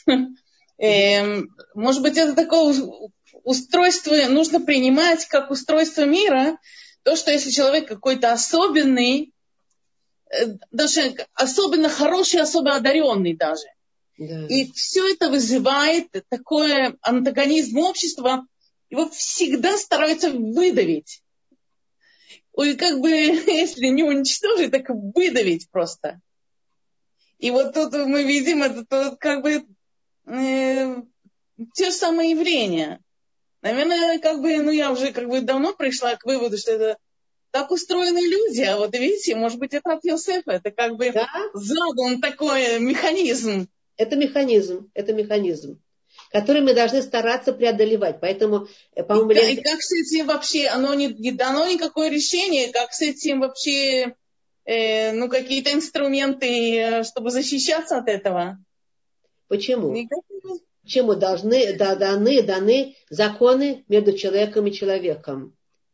Может быть, это такое устройство нужно принимать как устройство мира. То, что если человек какой-то особенный, даже особенно хороший, особенно одаренный даже. Да. И все это вызывает такой антагонизм общества. Его всегда стараются выдавить. Ой, если не уничтожить, так выдавить просто. И вот тут мы видим это те же самые явления. Наверное, я уже давно пришла к выводу, что это так устроены люди. А вот видите, может быть, это от Йосефа. Это задан такой механизм. Это механизм, который мы должны стараться преодолевать. Поэтому, по-моему... И как с этим вообще, оно не дано никакое решение, как с этим вообще, какие-то инструменты, чтобы защищаться от этого? Почему? Почему даны законы между человеком и человеком?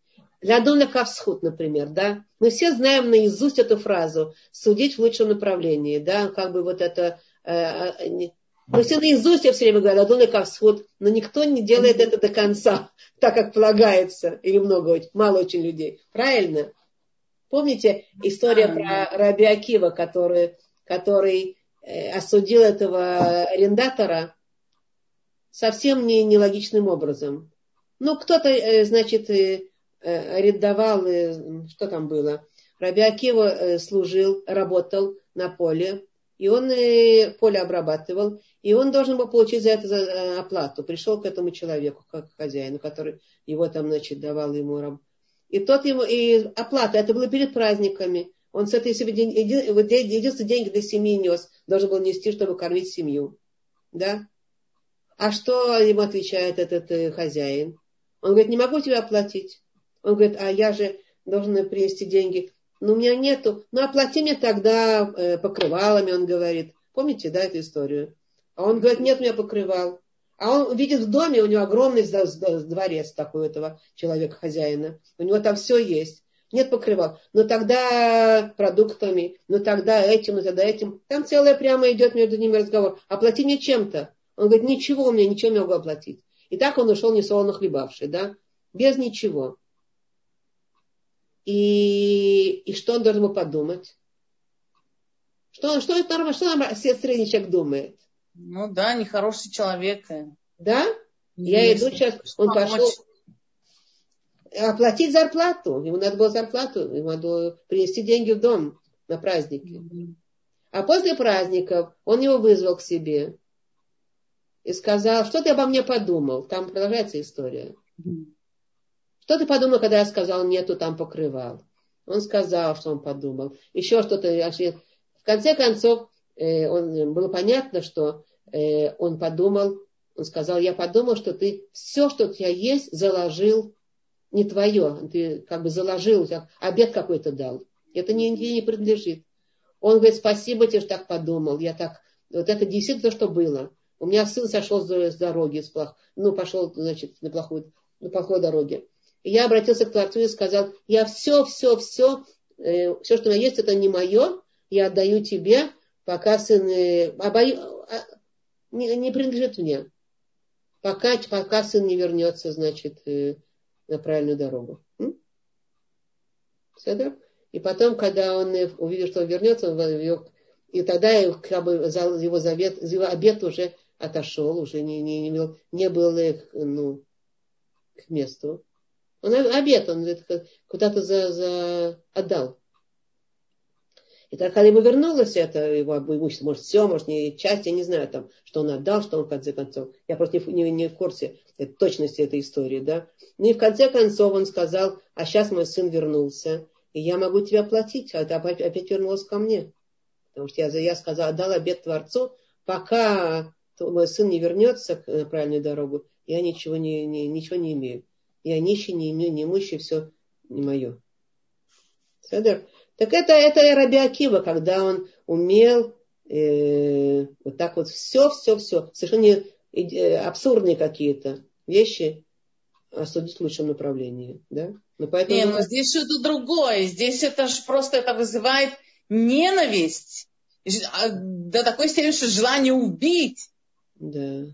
Лядун лекавсхут, например, да. Мы все знаем наизусть эту фразу. Судить в лучшем направлении, да. Как бы вот это... Мы все наизусть, я все время говорю, лядун лекавсхут, но никто не делает это до конца, так как полагается. Или мало очень людей. Правильно? Помните история про Раби Акива, который осудил этого арендатора совсем нелогичным образом. Ну, кто-то, значит, арендовал, что там было? Раби Акива служил, работал на поле, и он поле обрабатывал, и он должен был получить за это оплату. Пришел к этому человеку, как хозяину, который его там, значит, давал ему работу. И тот ему, и оплата, это было перед праздниками. Он с этой единственные деньги для семьи нес, должен был нести, чтобы кормить семью. Да? А что ему отвечает этот хозяин? Он говорит, не могу тебе оплатить. Он говорит, а я же должен принести деньги. Ну, у меня нету. Ну, оплати мне тогда покрывалами, он говорит. Помните, да, эту историю? А он говорит, нет у меня покрывал. А он видит в доме, у него огромный дворец такой этого человека, хозяина. У него там все есть. Нет покрывал. Но тогда продуктами, но тогда этим. Там целое прямо идет между ними разговор. Оплати мне чем-то. Он говорит, ничего у меня, ничего не могу оплатить. И так он ушел несолоно хлебавший, да? Без ничего. И что он должен был подумать? Что средний человек думает? Ну да, нехороший человек. Да? Я иду сейчас, он пошел оплатить зарплату. Ему надо было зарплату, ему надо было принести деньги в дом на праздники. А после праздников он его вызвал к себе и сказал, что ты обо мне подумал? Там продолжается история. Что ты подумал, когда я сказал, нету там покрывал? Он сказал, что он подумал. Еще что-то. В конце концов, было понятно, что он подумал, он сказал, я подумал, что ты все, что у тебя есть, заложил, не твое, ты как бы заложил, обед какой-то дал. Это не принадлежит. Он говорит, спасибо тебе, что так подумал. Вот это действительно то, что было. У меня сын сошел с дороги, пошел, значит, на плохой дороге. И я обратился к Творцу и сказал, я все, что у меня есть, это не мое, я отдаю тебе, пока сын не принадлежит мне. Пока сын не вернется, значит, на правильную дорогу. И потом, когда он увидел, что он вернется, и тогда как бы его обет уже отошел, уже не был к месту. Обет он куда-то отдал. И так, когда ему вернулось это, его имущество, может, все, может, не часть, я не знаю, там, что он отдал, что он в конце концов. Я просто не в курсе точности этой истории, да. Ну и в конце концов он сказал, а сейчас мой сын вернулся, и я могу тебе оплатить, а это опять вернулось ко мне. Потому что я сказал, отдал обет Творцу, пока мой сын не вернется на правильную дорогу, я ничего не имею. Я нищий, не имею, не имущий, все не мое. Так это Раби Акива, когда он умел вот так вот все, совершенно абсурдные какие-то вещи осудить в лучшем направлении. Да? Но здесь что-то другое. Здесь это же просто вызывает ненависть до такой степени, что желание убить. Да.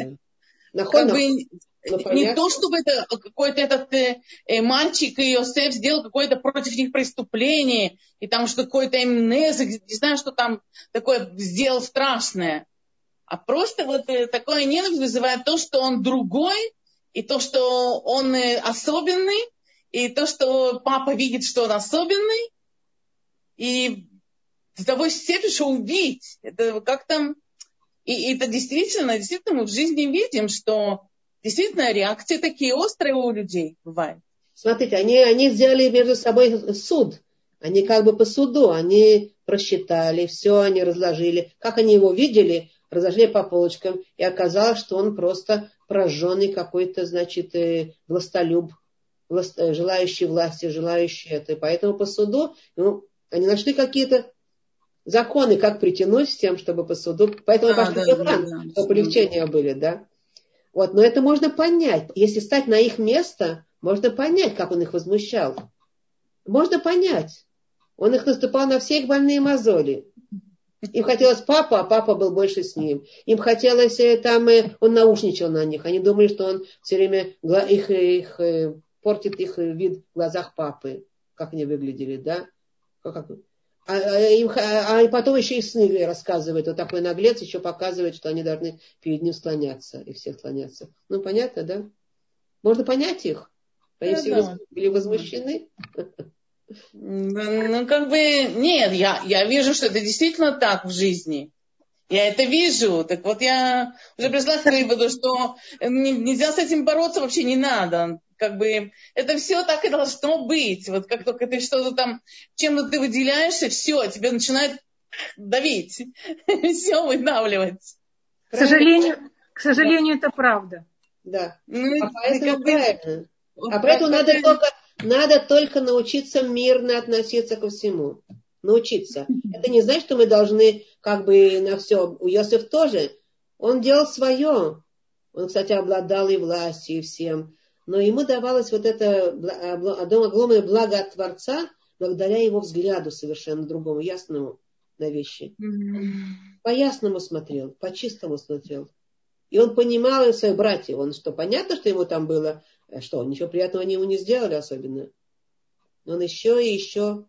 Не то, чтобы это какой-то этот мальчик и Йосеф сделал какое-то против них преступление, и там что какой-то Эмнез, не знаю, что там такое сделал страшное. А просто вот такое ненависть вызывает то, что он другой, и то, что он особенный, и то, что папа видит, что он особенный, и до того степени, что убить. Это как там... И это действительно мы в жизни видим, что действительно реакции такие острые у людей бывают. Смотрите, они сделали между собой суд. Они как бы по суду, они просчитали, все они разложили. Как они его видели, разложили по полочкам. И оказалось, что он просто прожженный какой-то, значит, властолюб, желающий власти, желающий это. Поэтому по суду, они нашли какие-то законы, как притянуть с тем, чтобы по суду. Поэтому пошли чтобы полегчения были, да. Вот, но это можно понять. Если стать на их место, Можно понять, как он их возмущал. Можно понять. Он их наступал на все их больные мозоли. Им хотелось папа, а папа был больше с ним. Им хотелось, он наушничал на них. Они думали, что он все время портит их вид в глазах папы. Как они выглядели, да? А потом еще и сны рассказывает. Вот такой наглец еще показывает, что они должны перед ним склоняться. И все склоняться. Ну, понятно, да? Можно понять их. Они все были возмущены. Ну, нет, я вижу, что это действительно так в жизни. Я это вижу. Так вот, я уже пришла к выводу, что нельзя с этим бороться, вообще не надо. Это все так и должно быть. Вот как только ты что-то там, чем-то ты выделяешься, все, тебе начинает давить. Все выдавливать. К сожалению, это правда. Да. Поэтому правильно. Поэтому надо только научиться мирно относиться ко всему. Научиться. Это не значит, что мы должны на все. У Йосеф тоже. Он делал свое. Он, кстати, обладал и властью, и всем. Но ему давалось вот это огромное благо от Творца благодаря его взгляду совершенно другому, ясному на вещи. По-ясному смотрел, по-чистому смотрел. И он понимал и своих братьев. Понятно, что ему там было... Что, ничего приятного они ему не сделали особенно. Он еще и еще...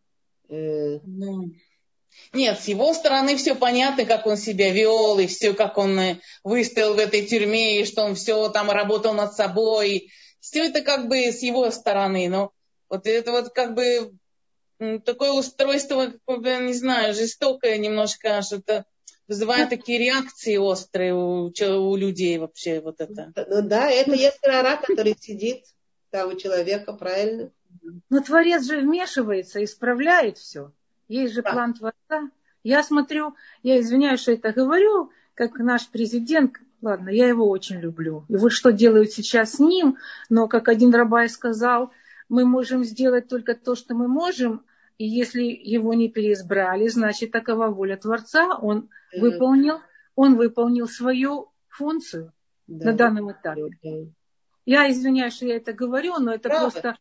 Нет, с его стороны все понятно, как он себя вел, и все, как он выстоял в этой тюрьме, и что он все там работал над собой. Все это с его стороны. Но вот это такое устройство, не знаю, жестокое немножко, что-то вызывает такие реакции острые у людей вообще. Вот это. Ну да, это Йецер Гара, который сидит там у человека, правильно? Но Творец же вмешивается, исправляет все. Есть же план Творца. Я смотрю, я извиняюсь, что это говорю, как наш президент, ладно, я его очень люблю. И вот что делают сейчас с ним, но, как один рабай сказал, мы можем сделать только то, что мы можем, и если его не переизбрали, значит, такова воля Творца, он выполнил свою функцию на данном этапе. Я извиняюсь, что я это говорю, но это просто...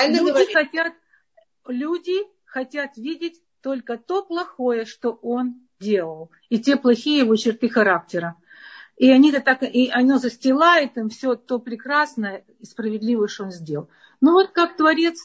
Люди хотят видеть только то плохое, что он делал, и те плохие его черты характера. И оно застилает им все то прекрасное и справедливое, что он сделал. Ну вот как Творец,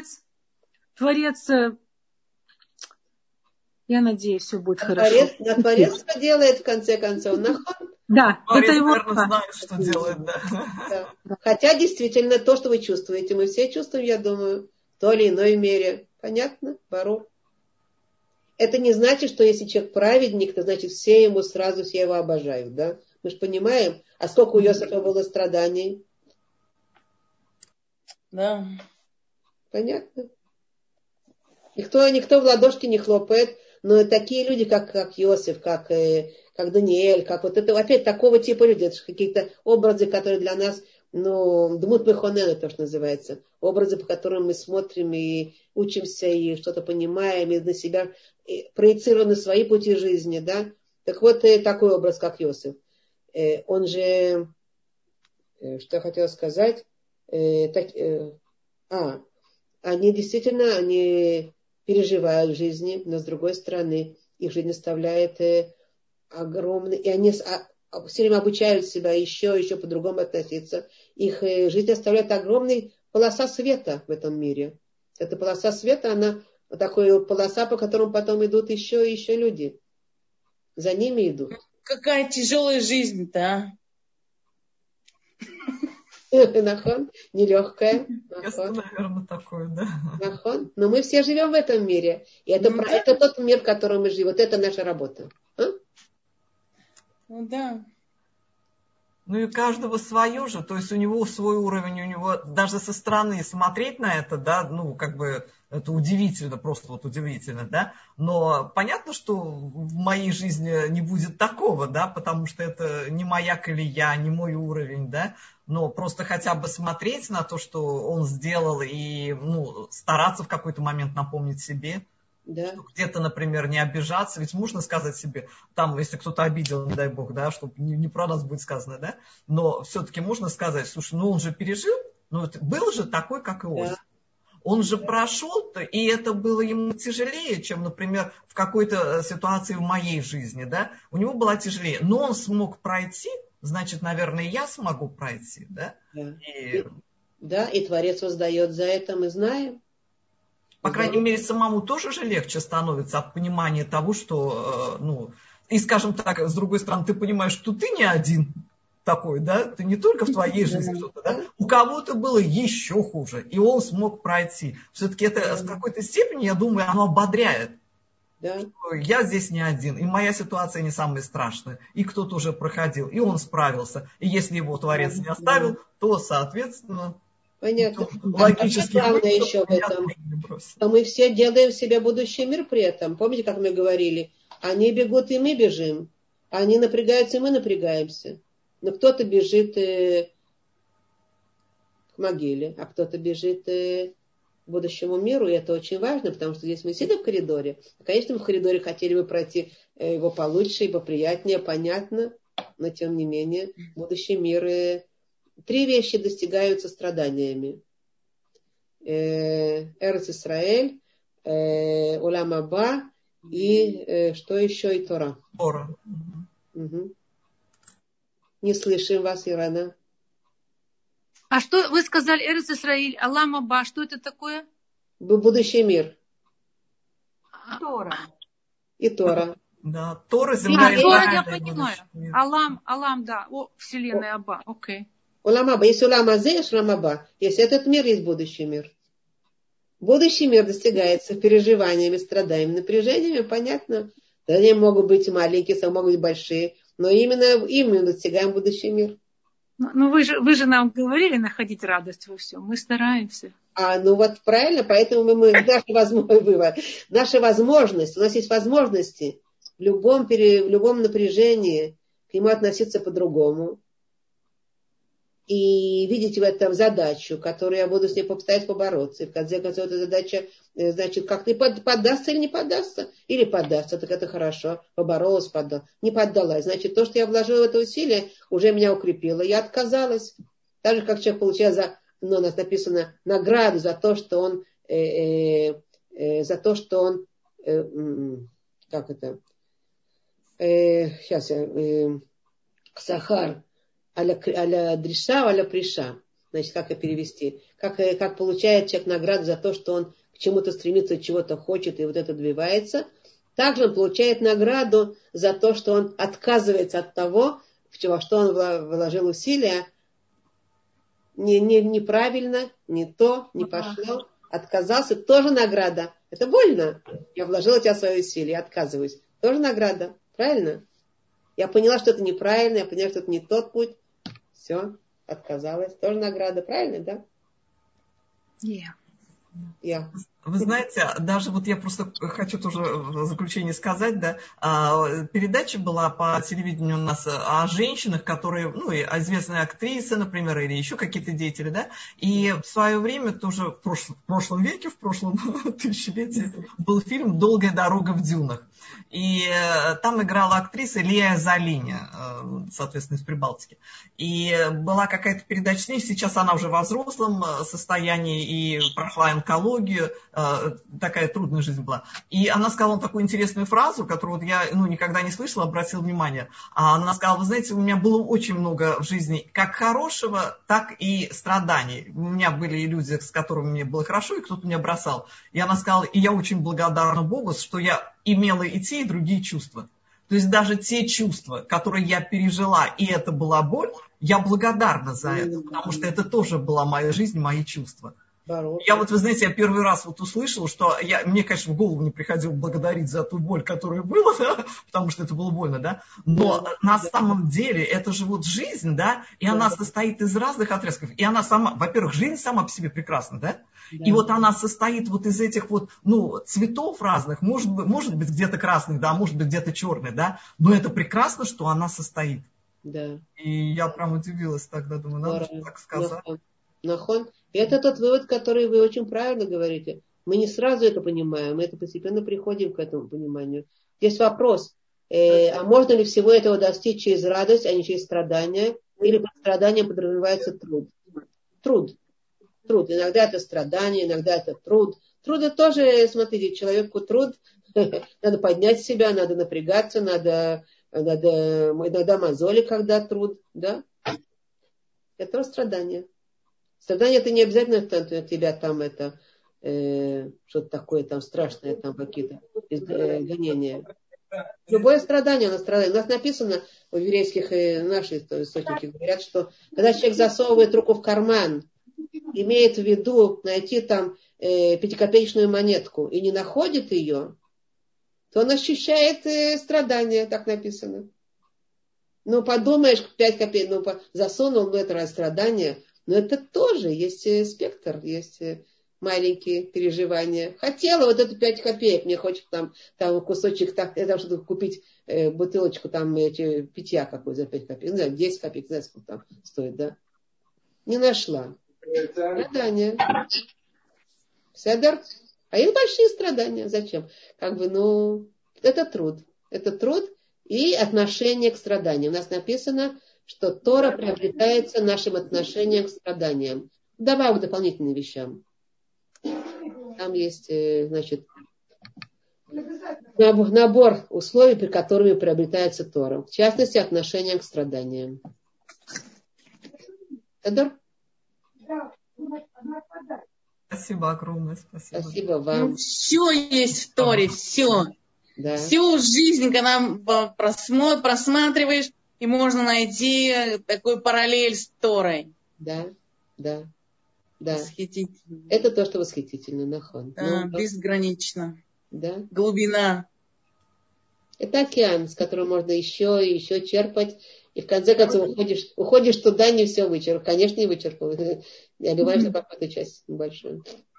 я надеюсь, все будет хорошо. Творец что делает в конце концов? Да, Творец, это его... наверное, знает, что делает, да. Хотя действительно то, что вы чувствуете, мы все чувствуем, я думаю, в той или иной мере. Понятно? Бару. Это не значит, что если человек праведник, то значит все его обожают, да? Мы же понимаем, а сколько у Йосефа было страданий? Да. Понятно? Никто в ладошки не хлопает, но такие люди, как Йосеф, как Даниэль, как вот это, опять такого типа люди, это же какие-то образы, которые для нас, дмут мехонен, это что называется, образы, по которым мы смотрим и учимся, и что-то понимаем, и на себя проецируем на свои пути жизни, да. Так вот, такой образ, как Йосеф. Он же, что я хотела сказать, они действительно, переживают в жизни, но с другой стороны, их жизнь оставляет огромный, и они все время обучают себя еще по-другому относиться. Их жизнь оставляет огромный полоса света в этом мире. Эта полоса света, она такая полоса, по которым потом идут еще и еще люди. За ними идут. Какая тяжелая жизнь-то, а? Нахон, нелегкая. Наверное, такое, да. Нахон. Но мы все живем в этом мире. И это тот мир, в котором мы живем. Вот это наша работа. Ну да. Ну и каждого свое же, то есть у него свой уровень, у него даже со стороны смотреть на это, да, это удивительно, просто вот удивительно, да, но понятно, что в моей жизни не будет такого, да, потому что это не моя колея, не мой уровень, да, но просто хотя бы смотреть на то, что он сделал, и, стараться в какой-то момент напомнить себе. Да. Где-то, например, не обижаться, ведь можно сказать себе, там, если кто-то обидел, не дай бог, да, чтобы не про нас будет сказано, да, но все-таки можно сказать, слушай, он же пережил, Ну, вот был же такой, как Иосиф. Да. Он же прошел-то, и это было ему тяжелее, чем, например, в какой-то ситуации в моей жизни, да? У него было тяжелее, но он смог пройти, значит, наверное, я смогу пройти, да? Да, и Творец воздает за это, мы знаем. По крайней мере, самому тоже же легче становится от понимания того, что, ну, и, скажем так, с другой стороны, ты понимаешь, что ты не один такой, да, ты не только в твоей жизни кто-то, да, у кого-то было еще хуже, и он смог пройти. Все-таки это в какой-то степени, я думаю, оно ободряет. Да. Я здесь не один, и моя ситуация не самая страшная, и кто-то уже проходил, и он справился, и если его Творец не оставил, то, соответственно, понятно. Логически. Главное еще в этом, что мы все делаем себе будущий мир при этом. Помните, как мы говорили, они бегут, и мы бежим, они напрягаются, и мы напрягаемся. Но кто-то бежит к могиле, а кто-то бежит к будущему миру, и это очень важно, потому что здесь мы сидим в коридоре. Конечно, мы в коридоре хотели бы пройти его получше, поприятнее, понятно, но тем не менее, будущий мир... 3 вещи достигаются страданиями. Эрец Исраэль, Олам Аба и что еще? И Тора. Угу. Не слышим вас, Ирана. А что вы сказали, Эрец Исраэль, Олам Аба, что это такое? Будущий мир. Тора. И Тора. Да, Тора, земля. Тора я понимаю. Алам, да, вселенная Аба, окей. Олам Аба. Есть Олам Азе, есть Олам Аба. Есть этот мир, есть будущий мир. Будущий мир достигается переживаниями, страданиями, напряжениями, понятно. Они могут быть маленькие, могут быть большие, но именно им мы достигаем будущий мир. Ну вы же нам говорили находить радость во всем. Мы стараемся. Ну вот правильно, поэтому наши возможности, у нас есть возможности в любом напряжении к нему относиться по-другому. И видеть в этом задачу, которую я буду с ней попытаться побороться. И в конце концов, эта задача, значит, как ты поддастся или не поддастся. Или поддастся, так это хорошо. Поборолась, поддалась. Не поддалась. Значит, то, что я вложила в это усилие, уже меня укрепило. Я отказалась. Так же, как человек получает у нас написано награду за то, что он сахар аля дриша, аля приша. Значит, как это перевести? Как получает человек награду за то, что он к чему-то стремится, чего-то хочет и вот это добивается. Также он получает награду за то, что он отказывается от того, во что он вложил усилия, неправильно, не то, не пошло, отказался. Тоже награда. Это больно. Я вложила в тебя свои усилия, отказываюсь. Тоже награда. Правильно? Я поняла, что это неправильно, я поняла, что это не тот путь. Все, отказалась. Тоже награда, правильно, да? Yeah. Вы знаете, даже вот я просто хочу тоже в заключение сказать, да, передача была по телевидению у нас о женщинах, которые, известные актрисы, например, или еще какие-то деятели, да, и в свое время тоже в прошлом веке, в прошлом тысячелетии был фильм «Долгая дорога в дюнах». И там играла актриса Лия Золинь, соответственно, из Прибалтики. И была какая-то передача с ней, сейчас она уже во взрослом состоянии и прошла онкологию, такая трудная жизнь была. И она сказала такую интересную фразу, которую вот я никогда не слышала, обратила внимание. Она сказала, вы знаете, у меня было очень много в жизни как хорошего, так и страданий. У меня были люди, с которыми мне было хорошо, и кто-то меня бросал. И она сказала, и я очень благодарна Богу, что я имела и те, и другие чувства. То есть даже те чувства, которые я пережила, и это была боль, я благодарна за это, потому что это тоже была моя жизнь, мои чувства. Я вот, вы знаете, я первый раз вот услышала, что мне, конечно, в голову не приходило благодарить за ту боль, которая была, да, потому что это было больно, да, но на самом деле это же вот жизнь, да, и она состоит из разных отрезков, и она сама, во-первых, жизнь сама по себе прекрасна, да, и вот она состоит вот из этих вот, цветов разных, может быть где-то красных, да, может быть где-то черных, да, но это прекрасно, что она состоит. Да. И я прям удивилась тогда, думаю, надо же так сказать. Нахон. И это тот вывод, который вы очень правильно говорите. Мы не сразу это понимаем, мы это постепенно приходим к этому пониманию. Есть вопрос, а можно ли всего этого достичь через радость, а не через страдания? Или под страданием подразумевается труд? Труд. Труд. Иногда это страдание, иногда это труд. Труд это тоже, смотрите, человеку труд. Надо поднять себя, надо напрягаться, надо иногда мозоли, когда труд. Да? Это тоже страдание. Страдание это не обязательно тебя там это что-то такое там страшное, там какие-то гонения. Любое страдание, оно страдает. У нас написано в еврейских и наших источниках говорят, что когда человек засовывает руку в карман, имеет в виду найти там 5-копеечную монетку и не находит ее, то он ощущает страдания, так написано. Ну, подумаешь, 5 копеек, засунул, это страдание. Но это тоже есть спектр, есть маленькие переживания. Хотела вот эту 5 копеек, мне хочется там кусочек, чтобы купить бутылочку там питья какой за 5 копеек. Не знаю, 10 копеек, не знаю, сколько там стоит, да. Не нашла. Страдания. Седер. А есть большие страдания. Зачем? Это труд. Это труд и отношение к страданиям. У нас написано, что Тора приобретается нашим отношением к страданиям. Добавок к дополнительным вещам. Там есть, значит, набор условий, при которых приобретается Тора. В частности, отношение к страданиям. Эдор? Спасибо огромное. Спасибо вам. Все есть в Торе, все. Да. Всю жизнь, когда просматриваешь, и можно найти такую параллель с Торой. Да. Восхитительно. Это то, что восхитительно, нахон. Да, безгранично. Да. Глубина. Это океан, с которого можно еще и еще черпать. И в конце концов уходишь туда, не все вычерпываешь. Конечно, не вычерпываешь. Я говорю, что какую-то часть небольшую.